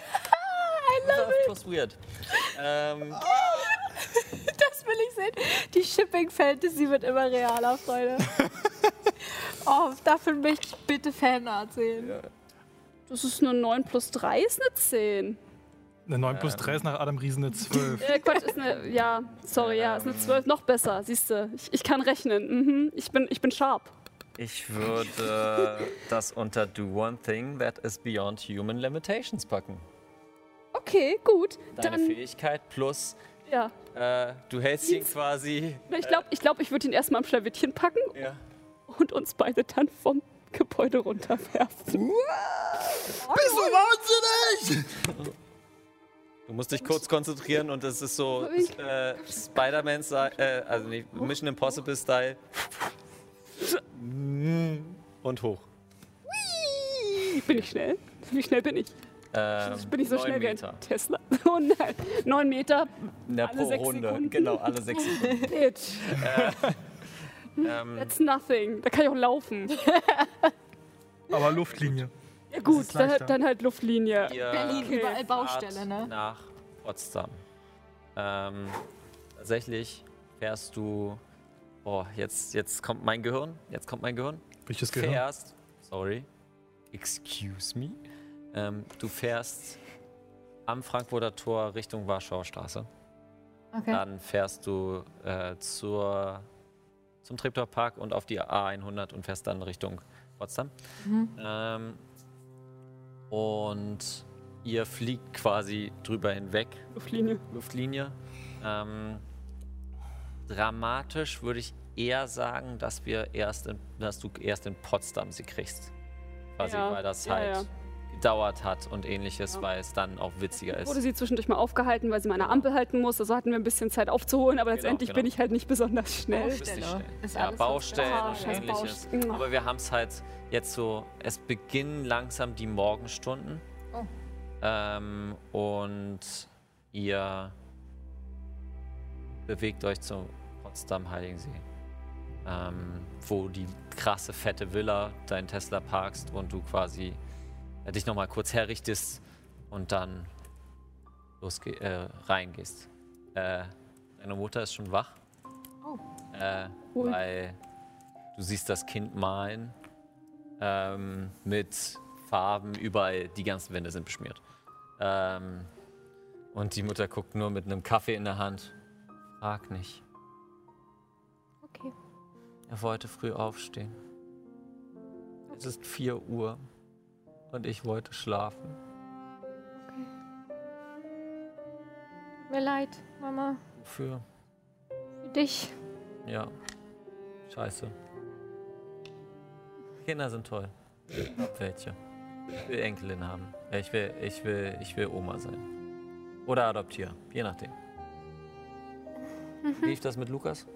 Das weird. Das will ich sehen. Die Shipping-Fantasy wird immer realer, Freunde. Oh, dafür möchte ich bitte Fanart sehen. Ja. Das ist eine 9 plus 3 ist eine 10. Eine 9 plus 3 ist nach Adam Riesen eine 12. Quatsch, ist eine... Ja, sorry, ja, ist eine 12. Noch besser, siehst du. Ich kann rechnen. Ich bin sharp. Ich würde das unter Do One Thing That Is Beyond Human Limitations packen. Okay, gut. Deine Dann, Fähigkeit plus, ja. du hältst ihn quasi... Ich glaube, ich würde ihn erstmal am Schlawittchen packen und uns beide dann vom Gebäude runterwerfen. Bist du wahnsinnig? Du musst dich kurz konzentrieren und es ist so Spider-Man-Style, also nicht Mission Impossible-Style. Und hoch. Bin ich schnell? Wie schnell bin ich? Bin ich so 9 schnell Meter. wie ein Tesla? Oh nein, 9 Meter. Ja, alle pro 6 Runde. Sekunden. Genau, alle 6 Sekunden. Bitch. That's nothing. Da kann ich auch laufen. Aber Luftlinie. Ja gut, ist leichter. dann halt Luftlinie. Berlin, Okay. überall Baustelle, Fahrt ne? nach Potsdam. Tatsächlich fährst du... Oh, jetzt kommt mein Gehirn. Welches Gehirn? Excuse me. Du fährst am Frankfurter Tor Richtung Warschauer Straße. Okay. Dann fährst du zum Treptower Park und auf die A100 und fährst dann Richtung Potsdam. Und ihr fliegt quasi drüber hinweg. Luftlinie. Dramatisch würde ich eher sagen, dass du erst in Potsdam sie kriegst. Quasi, Ja, weil das ja, halt ja. gedauert hat und ähnliches, weil es dann auch witziger ist. Wurde sie zwischendurch mal aufgehalten, weil sie mal an der Ampel halten muss. Also hatten wir ein bisschen Zeit aufzuholen, aber letztendlich bin ich halt nicht besonders schnell. Baustellen und scheiß ähnliches. Baustellen. Aber wir haben es halt jetzt so, es beginnen langsam die Morgenstunden. Und ihr bewegt euch zum Potsdam-Heiligensee. Wo die krasse, fette Villa, deinen Tesla parkst und du quasi dich nochmal kurz herrichtest und dann reingehst. Deine Mutter ist schon wach, weil du siehst das Kind malen mit Farben, überall, die ganzen Wände sind beschmiert. Und die Mutter guckt nur mit einem Kaffee in der Hand. Frag nicht. Okay. Er wollte früh aufstehen. Es ist 4 Uhr und ich wollte schlafen. Okay. Tut mir leid, Mama. Wofür? Für dich. Ja. Scheiße. Kinder sind toll. Welche? Ich will Enkelin haben. Ich will Oma sein. Oder adoptieren. Je nachdem. Wie lief das mit Lukas?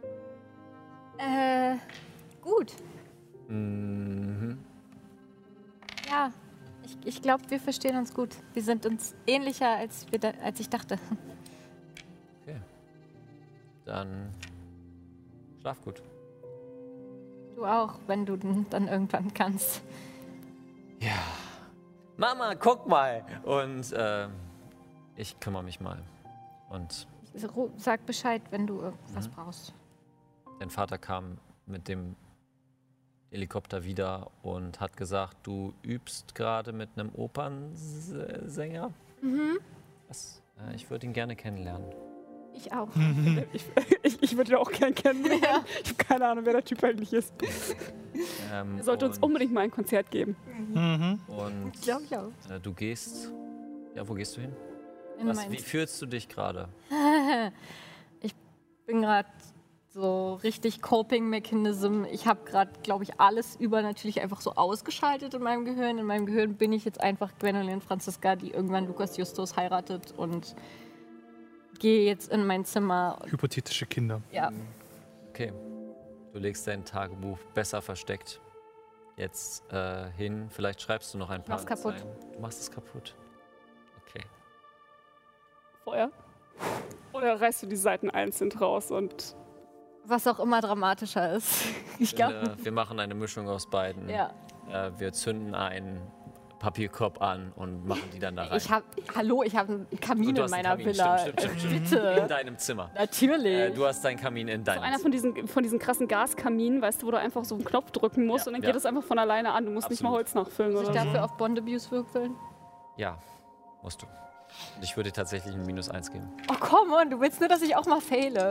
Gut. Mhm. Ja, ich glaube, wir verstehen uns gut. Wir sind uns ähnlicher, als ich dachte. Okay. Dann schlaf gut. Du auch, wenn du dann irgendwann kannst. Ja. Mama, guck mal! Und ich kümmere mich mal. Und Sag Bescheid, wenn du irgendwas brauchst. dein Vater kam mit dem Helikopter wieder und hat gesagt, du übst gerade mit einem Opernsänger. Ich würde ihn gerne kennenlernen. Ich auch. Ich würde ihn auch gern kennenlernen. Ja. Ich habe keine Ahnung, wer der Typ eigentlich ist. Er sollte uns unbedingt mal ein Konzert geben. Und Glaube ich auch. du gehst... Ja, wo gehst du hin? In Wie fühlst du dich gerade? Ich bin gerade so richtig Coping-Mechanism. Ich habe gerade, glaube ich, alles übernatürlich einfach so ausgeschaltet in meinem Gehirn. In meinem Gehirn bin ich jetzt einfach Gwendolyn Franziska, die irgendwann Lukas Justus heiratet und gehe jetzt in mein Zimmer. Hypothetische Kinder. Ja. Okay. Du legst dein Tagebuch besser versteckt jetzt hin. Vielleicht schreibst du noch ein paar mach's kaputt. Zeilen. Du machst es kaputt. Okay. Feuer. Oder reißt du die Seiten einzeln raus und... Was auch immer dramatischer ist. Ich glaube. Wir machen eine Mischung aus beiden. Ja. Wir zünden einen Papierkorb an und machen die dann da rein. Ich habe einen Kamin Und du in hast einen meiner Kamin, Villa. stimmt. Bitte. In deinem Zimmer. Natürlich. Du hast deinen Kamin in deinem Einer Zimmer. von diesen krassen Gaskaminen, weißt du, wo du einfach so einen Knopf drücken musst und dann geht es einfach von alleine an. Du musst nicht mal Holz nachfüllen Muss ich oder so. dafür auf Bond Abuse würfeln? Ja, musst du. Und ich würde dir tatsächlich ein -1 geben. Oh, come on, du willst nur, dass ich auch mal fehle.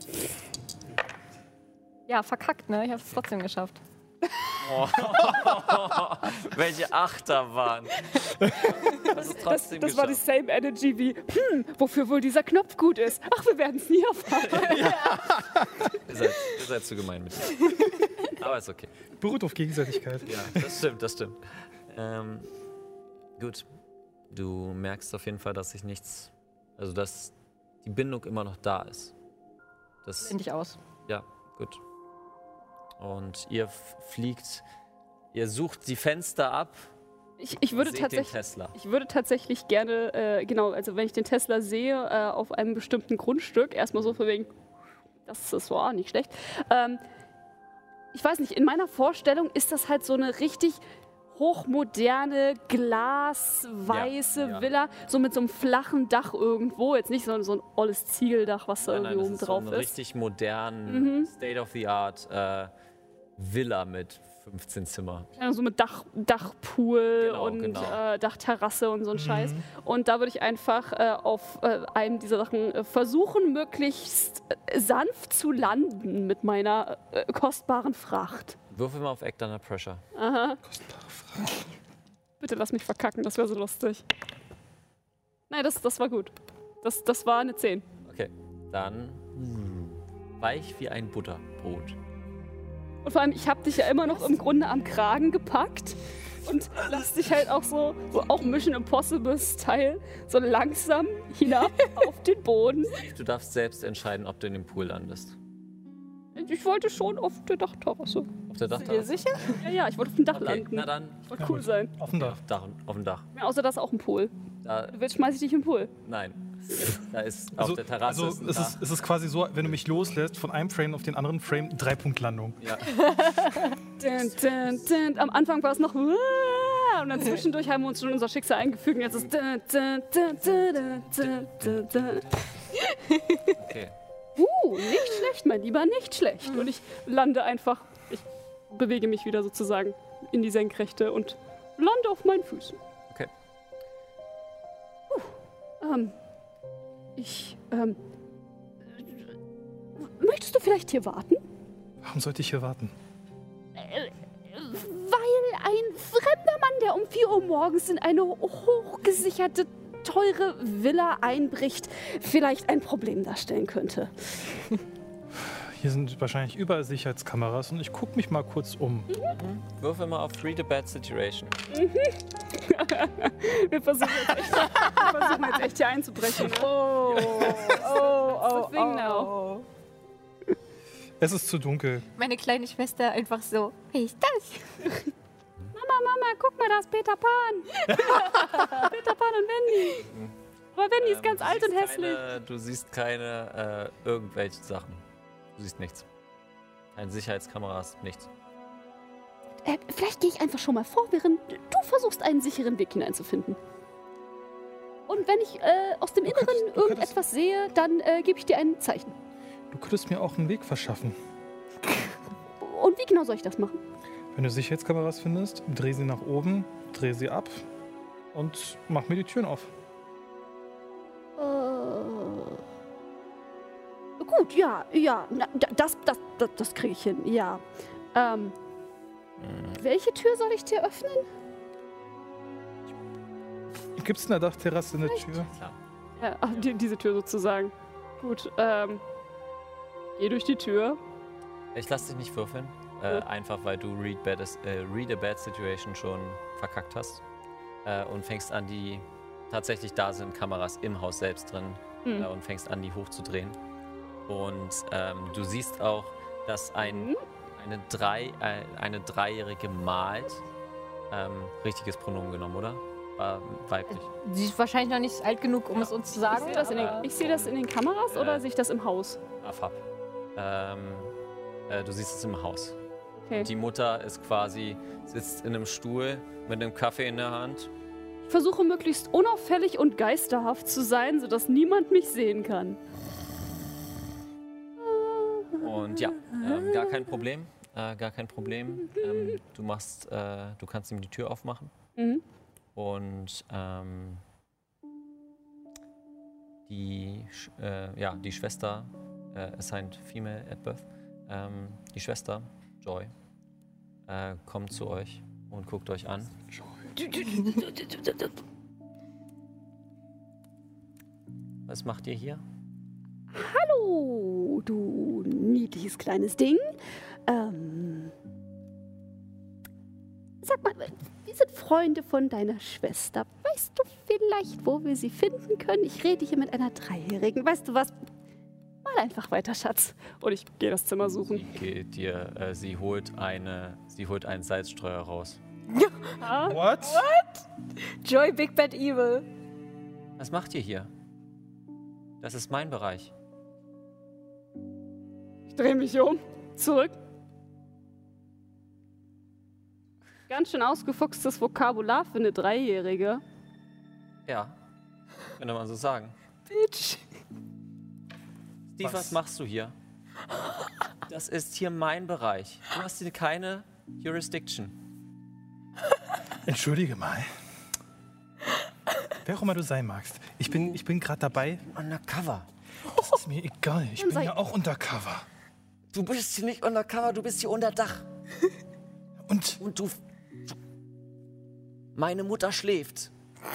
Ja, verkackt, ne? Ich habe es trotzdem geschafft. Oh. Welche Achterbahn. Das ist trotzdem Das war die same energy wie, wofür wohl dieser Knopf gut ist. Ach, wir werden es nie erfahren. Ihr seid zu gemein mit mir. Aber ist okay. Beruht auf Gegenseitigkeit. Ja, das stimmt. Gut. Du merkst auf jeden Fall, dass sich nichts... Also, dass die Bindung immer noch da ist. Das Finde ich aus. Ja, gut. Und ihr fliegt... Ihr sucht die Fenster ab. Ich würde Seht den Tesla. tatsächlich gerne, genau, also wenn ich den Tesla sehe, auf einem bestimmten Grundstück, erstmal so für wegen, das ist so nicht schlecht. Ich weiß nicht, in meiner Vorstellung ist das halt so eine richtig hochmoderne, glasweiße Villa, so mit so einem flachen Dach irgendwo. Jetzt nicht so ein olles Ziegeldach, was da irgendwie oben drauf so ist. eine richtig modern, State-of-the-art Villa mit 15 Zimmer. Ja, so mit Dachpool und genau. Dachterrasse und so ein Scheiß. Und da würde ich einfach auf einem dieser Sachen versuchen, möglichst sanft zu landen mit meiner kostbaren Fracht. Würfel mal auf Act Under Pressure. Aha. Kostbare Frage. Bitte lass mich verkacken, das wäre so lustig. Nein, das war gut. Das war eine 10. Okay, dann weich wie ein Butterbrot. Und vor allem, ich habe dich ja immer noch im Grunde am Kragen gepackt. und lass dich halt auch so auch Mission Impossible-Style, so langsam hinab auf den Boden. Du darfst selbst entscheiden, ob du in dem Pool landest. Ich wollte schon auf der Dachterrasse. Auf der Bist du dir Dachterrasse? sicher? Ja, ich wollte auf dem Dach Okay, landen. na dann. Ich wollte cool sein. Auf dem Dach. Auf dem Dach. Ja, außer da ist auch ein Pool. Da, Du willst, schmeiß ich dich im Pool. nein. Da ist auf der Terrasse. Also ist ein Dach. es ist quasi so, wenn du mich loslässt, von einem Frame auf den anderen Frame, 3-Punkt-Landung. Ja. Am Anfang war es noch und dann zwischendurch haben wir uns schon unser Schicksal eingefügt und jetzt ist Okay. nicht schlecht, mein Lieber, nicht schlecht. Und ich lande einfach, ich bewege mich wieder sozusagen in die Senkrechte und lande auf meinen Füßen. Okay. Möchtest du vielleicht hier warten? Warum sollte ich hier warten? Weil ein fremder Mann, der um 4 Uhr morgens in eine hochgesicherte, teure Villa einbricht, vielleicht ein Problem darstellen könnte. Hier sind wahrscheinlich überall Sicherheitskameras und ich gucke mich mal kurz um. Würfel mal auf Read a Bad Situation. Wir versuchen jetzt echt hier einzubrechen. Ne? Oh. Es ist zu dunkel. Meine kleine Schwester einfach so. Wer ist das? Mama, guck mal, da ist Peter Pan. Peter Pan und Wendy. Aber Wendy ist ganz alt und hässlich. Du siehst keine irgendwelche Sachen. Du siehst nichts. Keine Sicherheitskameras, nichts. Vielleicht gehe ich einfach schon mal vor, während du versuchst, einen sicheren Weg hineinzufinden. Und wenn ich aus dem Inneren irgendetwas sehe, dann gebe ich dir ein Zeichen. Du könntest mir auch einen Weg verschaffen. Und wie genau soll ich das machen? Wenn du Sicherheitskameras findest, dreh sie nach oben, dreh sie ab und mach mir die Türen auf. Gut, ja. Na, das kriege ich hin, ja. Welche Tür soll ich dir öffnen? Gibt es in der Dachterrasse eine Tür? Klar. Diese Tür sozusagen. Gut, geh durch die Tür. Ich lasse dich nicht würfeln. Einfach weil du Read a Bad Situation schon verkackt hast. Und fängst an, tatsächlich da sind Kameras im Haus selbst drin. Und fängst an, die hochzudrehen. Und du siehst auch, dass eine Dreijährige malt. Richtiges Pronomen genommen, oder? War weiblich. Sie ist wahrscheinlich noch nicht alt genug, um es uns zu sagen. Ich sehe das in den Kameras oder sehe ich das im Haus? Afab. Du siehst es im Haus. Okay. Die Mutter sitzt in einem Stuhl mit einem Kaffee in der Hand. Ich versuche möglichst unauffällig und geisterhaft zu sein, sodass niemand mich sehen kann. Und ja, gar kein Problem. Du kannst ihm die Tür aufmachen. Und die Schwester, assigned female at birth, die Schwester, Joy, kommt zu euch und guckt euch an. Was macht ihr hier? Hallo, du niedliches kleines Ding. Sag mal, wir sind Freunde von deiner Schwester. Weißt du vielleicht, wo wir sie finden können? Ich rede hier mit einer Dreijährigen. Weißt du was? Mal einfach weiter, Schatz. Und ich gehe das Zimmer suchen. Sie holt einen Salzstreuer raus. What? Joy Big Bad Evil. Was macht ihr hier? Das ist mein Bereich. Ich drehe mich um. Zurück. Ganz schön ausgefuchstes Vokabular für eine Dreijährige. Ja, könnte man so sagen. Bitch. Steve, was machst du hier? Das ist hier mein Bereich. Du hast hier keine Jurisdiction. Entschuldige mal. Wer auch immer du sein magst. Ich bin gerade dabei. Undercover. Das ist mir egal. Ich bin ja auch undercover. Du bist hier nicht undercover, du bist hier unter Dach. Und du... Meine Mutter schläft.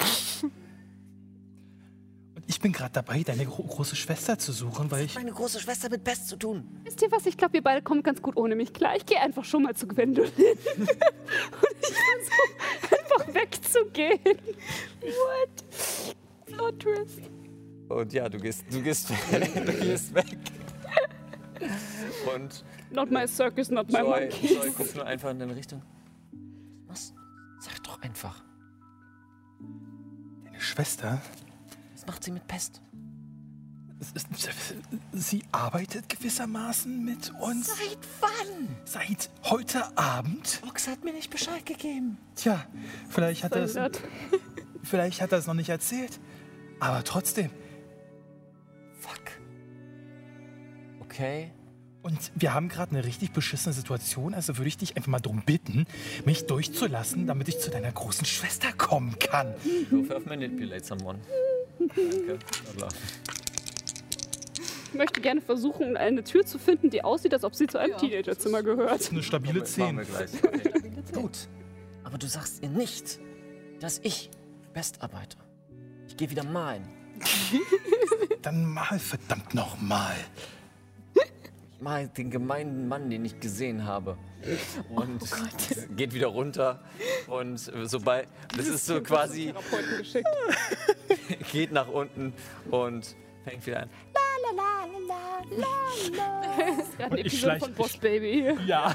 Und ich bin gerade dabei, deine große Schwester zu suchen, weil ich... Meine große Schwester mit Best zu tun. Wisst ihr was? Ich glaube, ihr beide kommt ganz gut ohne mich klar. Ich gehe einfach schon mal zu Gwendolyn. Und ich wegzugehen. What? Plot Twist. Und ja, du gehst weg. Und Not my circus, not my monkeys. Joy guckt nur einfach in deine Richtung. Was? Sag doch einfach. Deine Schwester? Was macht sie mit Pest? Sie arbeitet gewissermaßen mit uns. Seit wann? Seit heute Abend? Ox hat mir nicht Bescheid gegeben. Tja, vielleicht hat er es noch nicht erzählt. Aber trotzdem. Fuck. Okay. Und wir haben gerade eine richtig beschissene Situation, also würde ich dich einfach mal darum bitten, mich durchzulassen, damit ich zu deiner großen Schwester kommen kann. Würfel auf Manipulate Someone. Danke. Bla. Ich möchte gerne versuchen, eine Tür zu finden, die aussieht, als ob sie zu einem Teenagerzimmer gehört. Eine stabile 10. Machen wir gleich. Okay. Gut. Aber du sagst ihr nicht, dass ich Pest arbeite. Ich gehe wieder malen. Dann mal verdammt nochmal. Ich mal den gemeinen Mann, den ich gesehen habe. Und geht wieder runter. Und sobald. Das ist so quasi. Geht nach unten und fängt wieder an. Gerade eine Episode von Boss Baby. Ja.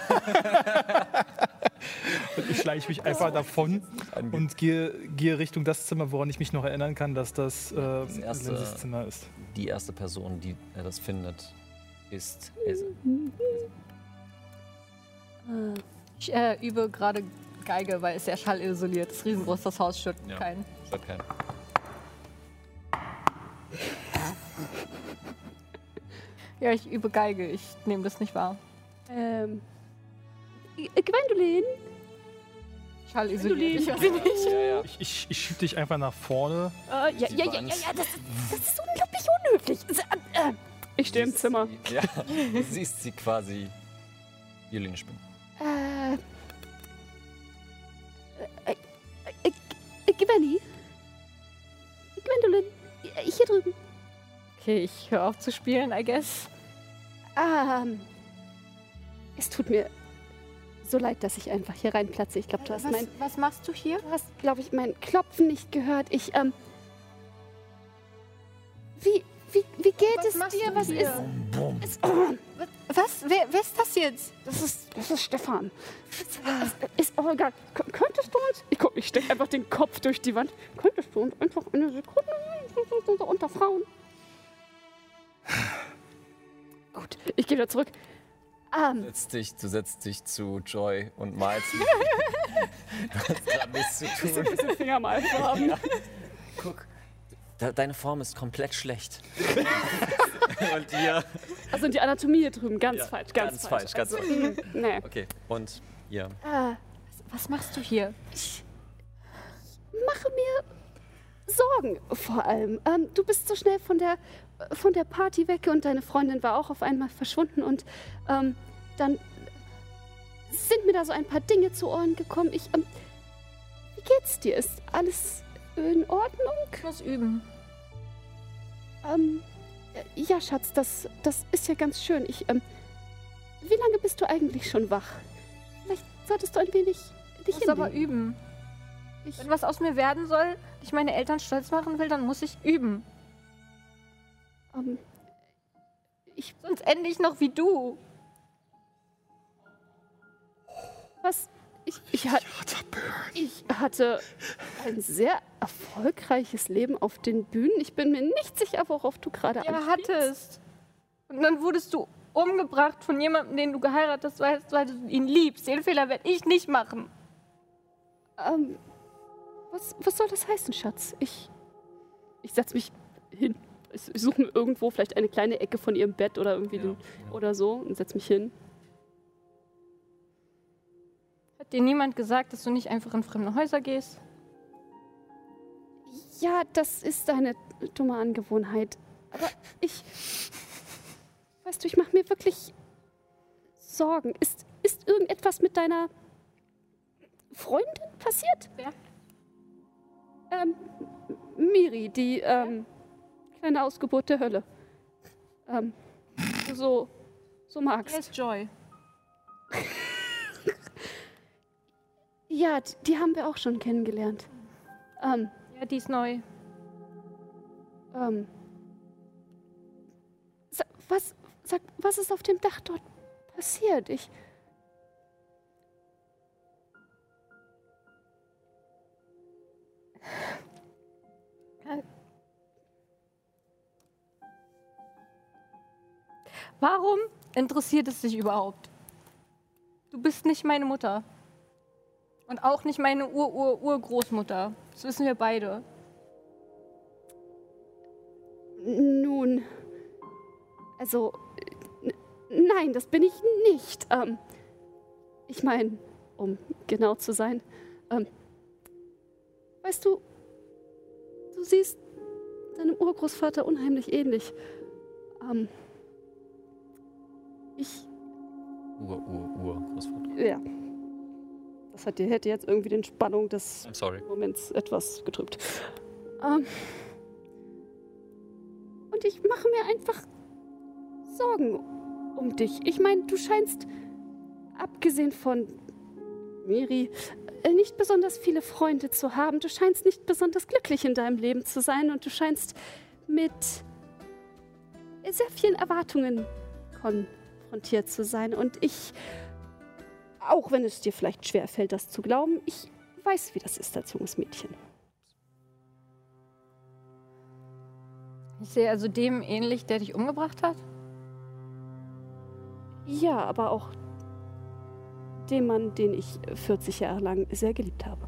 Und ich schleiche mich einfach davon und gehe Richtung das Zimmer, woran ich mich noch erinnern kann, dass das Lindsys Zimmer ist. Die erste Person, die das findet, ist Else. Ich übe gerade Geige, weil es sehr schallisoliert ist. Riesengroß, das Haus stört keinen. Stört keinen. Ja, ich übe Geige. Ich nehme das nicht wahr. Gwendolyn? Schallisoliert. Ich weiß nicht. Ja. Ich schieb dich einfach nach vorne. Ja, das ist unglaublich unhöflich. Ich stehe im Zimmer. Ja, du siehst sie quasi Violine spielen. Gwendolyn, hier drüben. Okay, ich höre auf zu spielen, I guess. Es tut mir so leid, dass ich einfach hier reinplatze. Ich glaube, du hast was machst du hier? Du hast, glaube ich, mein Klopfen nicht gehört. Wie geht es dir? Was ist... Was? Wer ist das jetzt? Das ist Stefan. Olga, könntest du uns... Ich stecke einfach den Kopf durch die Wand. Könntest du uns einfach eine Sekunde unter Frauen... Gut, ich gehe wieder zurück. Du setzt dich zu Joy und malst. Du hast gerade nichts zu tun. Ein bisschen Fingermalfarben. Ja. Guck, deine Form ist komplett schlecht. Und ihr... Also die Anatomie hier drüben, ganz falsch. Also, nee. Okay, und ihr... Was machst du hier? Ich mache mir Sorgen vor allem. Du bist so schnell von der Party weg und deine Freundin war auch auf einmal verschwunden und dann sind mir da so ein paar Dinge zu Ohren gekommen. Wie geht's dir? Ist alles in Ordnung? Ich muss üben. Ja, Schatz, das ist ja ganz schön. Wie lange bist du eigentlich schon wach? Vielleicht solltest du ein wenig dich Ich muss aber üben. Wenn was aus mir werden soll, ich meine Eltern stolz machen will, dann muss ich üben. Sonst ende ich noch wie du. Was? Ich hatte ein sehr erfolgreiches Leben auf den Bühnen. Ich bin mir nicht sicher, worauf du gerade anspielst. Ja, hattest. Und dann wurdest du umgebracht von jemandem, den du geheiratet hast, weil du ihn liebst. Den Fehler werde ich nicht machen. Was soll das heißen, Schatz? Ich setze mich hin. Ich suche mir irgendwo vielleicht eine kleine Ecke von ihrem Bett oder irgendwie oder so und setze mich hin. Hat dir niemand gesagt, dass du nicht einfach in fremde Häuser gehst? Ja, das ist eine dumme Angewohnheit. Aber weißt du, ich mache mir wirklich Sorgen. Ist irgendetwas mit deiner Freundin passiert? Wer? Miri, die kleine Ausgeburt der Hölle. So magst. Wer ist Joy? Ja, die haben wir auch schon kennengelernt. Ja, die ist neu. Was ist auf dem Dach dort passiert? Warum interessiert es dich überhaupt? Du bist nicht meine Mutter. Und auch nicht meine Urgroßmutter. Das wissen wir beide. Nun, also, nein, das bin ich nicht. Ich meine, um genau zu sein, weißt du, du siehst deinem Urgroßvater unheimlich ähnlich. Urgroßvater. Ja. Das hätte jetzt irgendwie den Spannung des I'm sorry. Moments etwas getrübt. Und ich mache mir einfach Sorgen um dich. Ich meine, du scheinst, abgesehen von Miri, nicht besonders viele Freunde zu haben. Du scheinst nicht besonders glücklich in deinem Leben zu sein und du scheinst mit sehr vielen Erwartungen konfrontiert zu sein. Und ich, auch wenn es dir vielleicht schwerfällt, das zu glauben, ich weiß, wie das ist als junges Mädchen. Ich sehe also dem ähnlich, der dich umgebracht hat? Ja, aber auch dem Mann, den ich 40 Jahre lang sehr geliebt habe.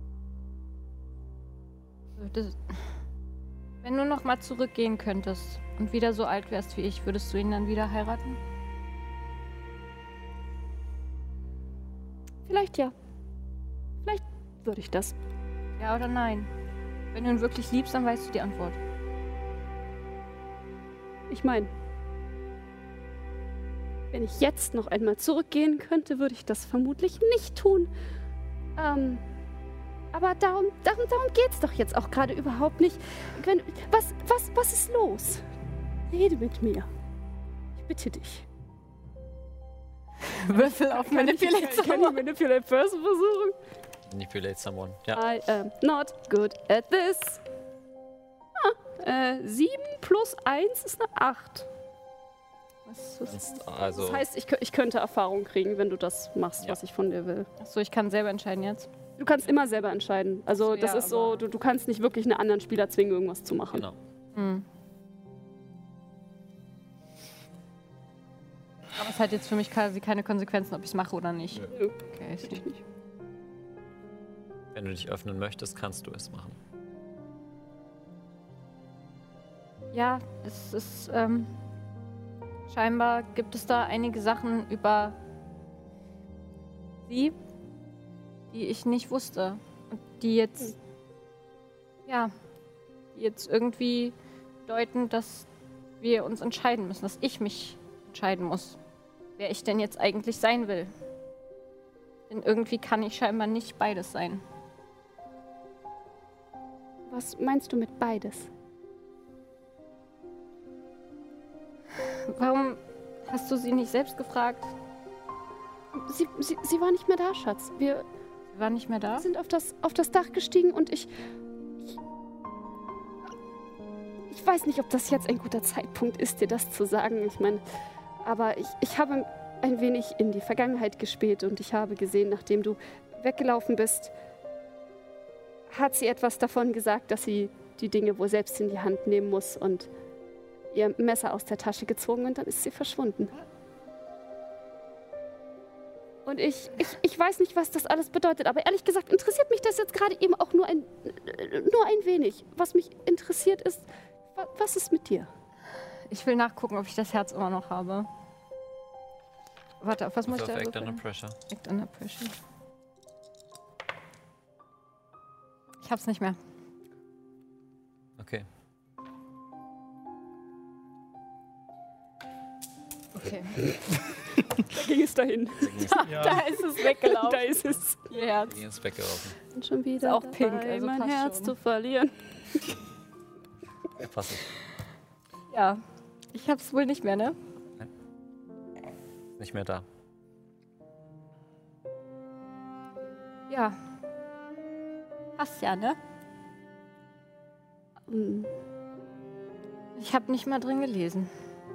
Wenn du noch mal zurückgehen könntest und wieder so alt wärst wie ich, würdest du ihn dann wieder heiraten? Vielleicht ja. Vielleicht würde ich das. Ja oder nein? Wenn du ihn wirklich liebst, dann weißt du die Antwort. Ich meine, wenn ich jetzt noch einmal zurückgehen könnte, würde ich das vermutlich nicht tun. Aber darum geht's doch jetzt auch gerade überhaupt nicht. Was ist los? Rede mit mir. Ich bitte dich. Würfel auf Manipulate Someone. Manipulate Person versuchen. Manipulate someone. Ja. I am not good at this. 7 plus 1 ist eine 8. Also, Das heißt, ich könnte Erfahrung kriegen, wenn du das machst, was ich von dir will. Achso, ich kann selber entscheiden jetzt. Du kannst immer selber entscheiden. Also Ach so, das ja, ist so, du kannst nicht wirklich einen anderen Spieler zwingen, irgendwas zu machen. genau. Hm. Aber es hat jetzt für mich quasi keine Konsequenzen, ob ich es mache oder nicht. Nö. Okay, ich Ich nicht. Wenn du dich öffnen möchtest, kannst du es machen. Ja, es ist, scheinbar gibt es da einige Sachen über sie, die ich nicht wusste. Und die jetzt, die jetzt irgendwie deuten, dass wir uns entscheiden müssen, dass ich mich entscheiden muss, wer ich denn jetzt eigentlich sein will. Denn irgendwie kann ich scheinbar nicht beides sein. Was meinst du mit beides? Warum hast du sie nicht selbst gefragt? Sie war nicht mehr da, Schatz. Wir Sie war nicht mehr da? sind auf das Dach gestiegen und ich weiß nicht, ob das jetzt ein guter Zeitpunkt ist, dir das zu sagen. Ich meine, aber ich habe ein wenig in die Vergangenheit gespäht und ich habe gesehen, nachdem du weggelaufen bist, hat sie etwas davon gesagt, dass sie die Dinge wohl selbst in die Hand nehmen muss und ihr Messer aus der Tasche gezogen und dann ist sie verschwunden. Und ich weiß nicht, was das alles bedeutet, aber ehrlich gesagt interessiert mich das jetzt gerade eben auch nur ein wenig. Was mich interessiert ist, was ist mit dir? Ich will nachgucken, ob ich das Herz immer noch habe. Warte, auf was muss ich da Act würfeln? under pressure. Act under pressure. Ich hab's nicht mehr. Okay. Okay. Da ging es dahin. Ja. Da ist es weggelaufen. Da ist es. Ihr Herz. Die ist weggelaufen. Und schon wieder auch pink, dabei, also mein passt Herz schon. zu verlieren. Passiv. Ja. Ich hab's wohl nicht mehr, ne? Nicht mehr da. Ja. Hast ja, ne? Ich habe nicht mal drin gelesen.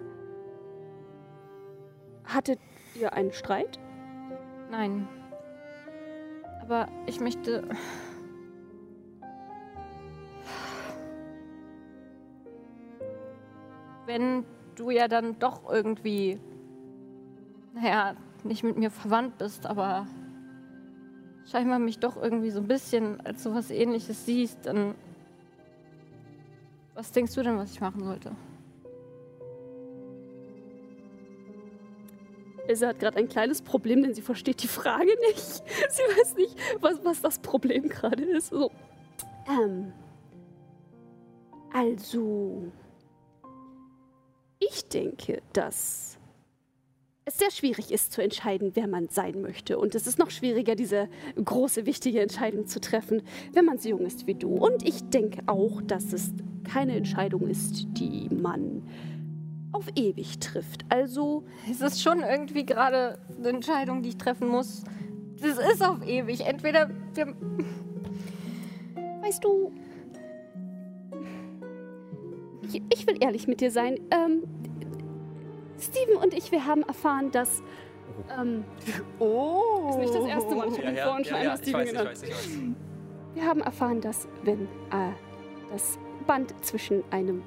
Hattet ihr einen Streit? Nein. Aber ich möchte... Wenn du ja dann doch irgendwie, naja, nicht mit mir verwandt bist, aber scheinbar mich doch irgendwie so ein bisschen als so was Ähnliches siehst, dann was denkst du denn, was ich machen sollte? Ilse hat gerade ein kleines Problem, denn sie versteht die Frage nicht. Sie weiß nicht, was das Problem gerade ist. So. Also, ich denke, dass es sehr schwierig ist zu entscheiden, wer man sein möchte. Und es ist noch schwieriger, diese große, wichtige Entscheidung zu treffen, wenn man so jung ist wie du. Und ich denke auch, dass es keine Entscheidung ist, die man auf ewig trifft. Also... Es ist schon irgendwie gerade eine Entscheidung, die ich treffen muss. Das ist auf ewig. Entweder wir... Weißt du... Ich will ehrlich mit dir sein. Steven und ich, wir haben erfahren, dass... Das ist nicht das erste Mal. Ich habe ihn vorhin schon einmal Steven genannt. Ich weiß. Wir haben erfahren, dass wenn das Band zwischen einem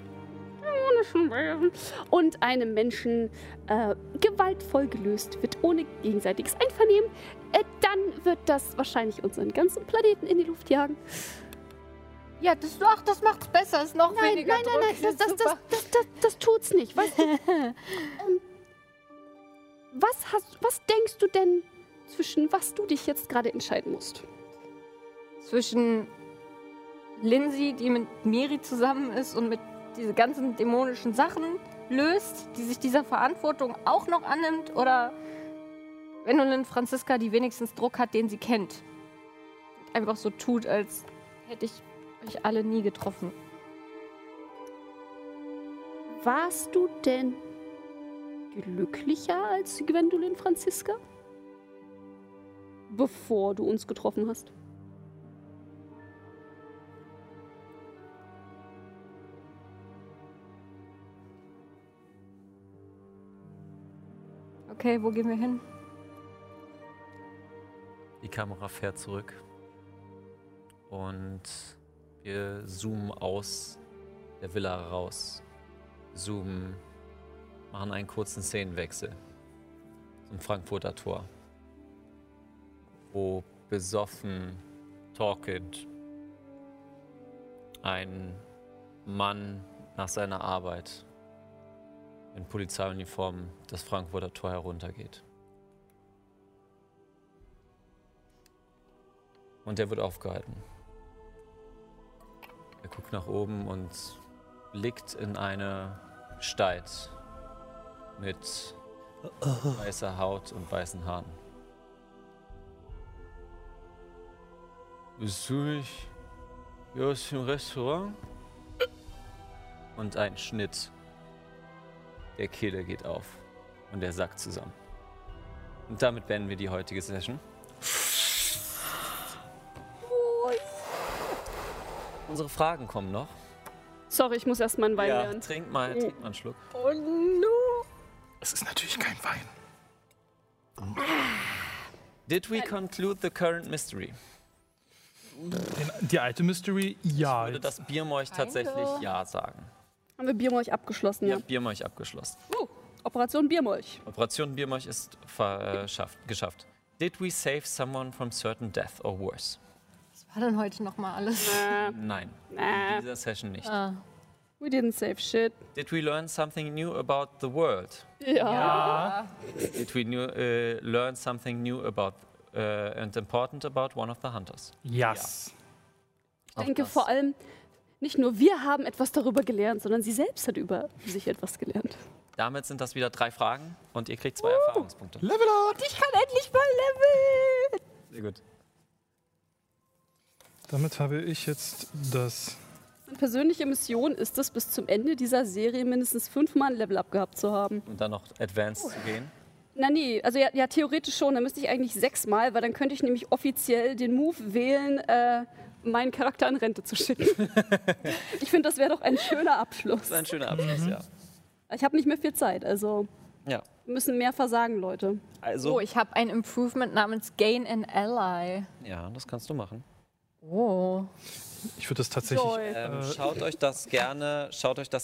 und einem Menschen gewaltvoll gelöst wird, ohne gegenseitiges Einvernehmen, dann wird das wahrscheinlich unseren ganzen Planeten in die Luft jagen. Ja, das macht's besser. Ist noch weniger Druck. Nein, das tut's nicht. Weißt du, was denkst du denn, zwischen was du dich jetzt gerade entscheiden musst? Zwischen Lindsay, die mit Miri zusammen ist und mit diese ganzen dämonischen Sachen löst, die sich dieser Verantwortung auch noch annimmt, oder Gwendolyn Franziska, die wenigstens Druck hat, den sie kennt. Einfach so tut, als hätte ich euch alle nie getroffen. Warst du denn glücklicher als Gwendolyn Franziska? Bevor du uns getroffen hast? Okay, wo gehen wir hin? Die Kamera fährt zurück und wir zoomen aus der Villa raus. Machen einen kurzen Szenenwechsel zum Frankfurter Tor, wo besoffen, talkend, ein Mann nach seiner Arbeit in Polizeiuniform das Frankfurter Tor heruntergeht. Und er wird aufgehalten. Er guckt nach oben und blickt in eine Gestalt mit weißer Haut und weißen Haaren. Bist du nicht hier aus dem Restaurant? Und ein Schnitt. Der Kehle geht auf und der sackt zusammen. Und damit beenden wir die heutige Session. Unsere Fragen kommen noch. Sorry, ich muss erst mal einen Wein lernen. Trink mal einen Schluck. Oh no! Es ist natürlich kein Wein. Did we conclude the current mystery? Die alte Mystery, ja. Würde das Biermolch tatsächlich ja sagen? Haben wir Biermolch abgeschlossen, Ja, ja? Biermolch abgeschlossen. Operation Biermolch. Operation Biermolch ist geschafft. Did we save someone from certain death or worse? Was war denn heute nochmal alles? Nein, in dieser Session nicht. We didn't save shit. Did we learn something new about the world? Ja. Did we learn something new about and important about one of the hunters? Yes. Ich denke vor allem, nicht nur wir haben etwas darüber gelernt, sondern sie selbst hat über sich etwas gelernt. Damit sind das wieder 3 Fragen und ihr kriegt 2 Erfahrungspunkte. Level up! Ich kann endlich mal leveln! Sehr gut. Damit habe ich jetzt das... Meine persönliche Mission ist es, bis zum Ende dieser Serie mindestens 5-mal ein Level-Up gehabt zu haben. Und dann noch Advanced zu gehen. Na nee, also ja, theoretisch schon. Dann müsste ich eigentlich 6-mal, weil dann könnte ich nämlich offiziell den Move wählen, meinen Charakter in Rente zu schicken. Ich finde, das wäre doch ein schöner Abschluss. Das ist ein schöner Abschluss, ja. Ich habe nicht mehr viel Zeit, also Ja. wir müssen mehr versagen, Leute. Also, Oh, ich habe ein Improvement namens Gain an Ally. ja, das kannst du machen. Oh. Ich würde das tatsächlich. Toll. Schaut euch das gerne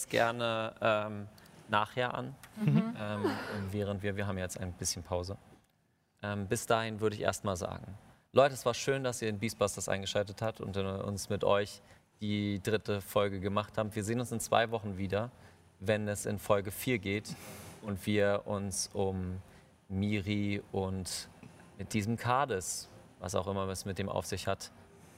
nachher an, während wir haben jetzt ein bisschen Pause. Bis dahin würde ich erstmal sagen, Leute, es war schön, dass ihr in Beastbusters eingeschaltet habt und uns mit euch die 3. Folge gemacht habt. Wir sehen uns in 2 Wochen wieder, wenn es in Folge 4 geht und wir uns um Miri und mit diesem Kades, was auch immer es mit dem auf sich hat,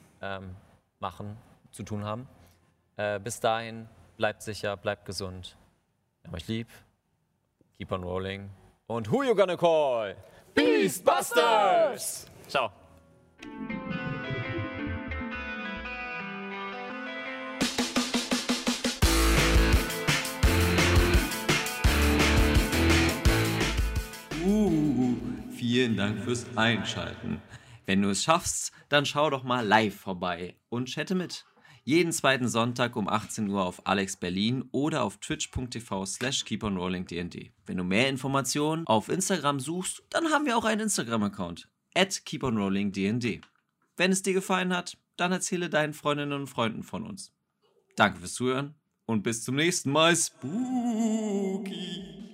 zu tun haben. Bis dahin, bleibt sicher, bleibt gesund. Wir haben euch lieb. Keep on rolling. Und who you gonna call? Beastbusters! Ciao. Vielen Dank fürs Einschalten. Wenn du es schaffst, dann schau doch mal live vorbei und chatte mit. Jeden 2. Sonntag um 18 Uhr auf Alex Berlin oder auf twitch.tv/keeponrollingdnd. Wenn du mehr Informationen auf Instagram suchst, dann haben wir auch einen Instagram-Account @keeponrollingdnd. Wenn es dir gefallen hat, dann erzähle deinen Freundinnen und Freunden von uns. Danke fürs Zuhören und bis zum nächsten Mal. Spooky!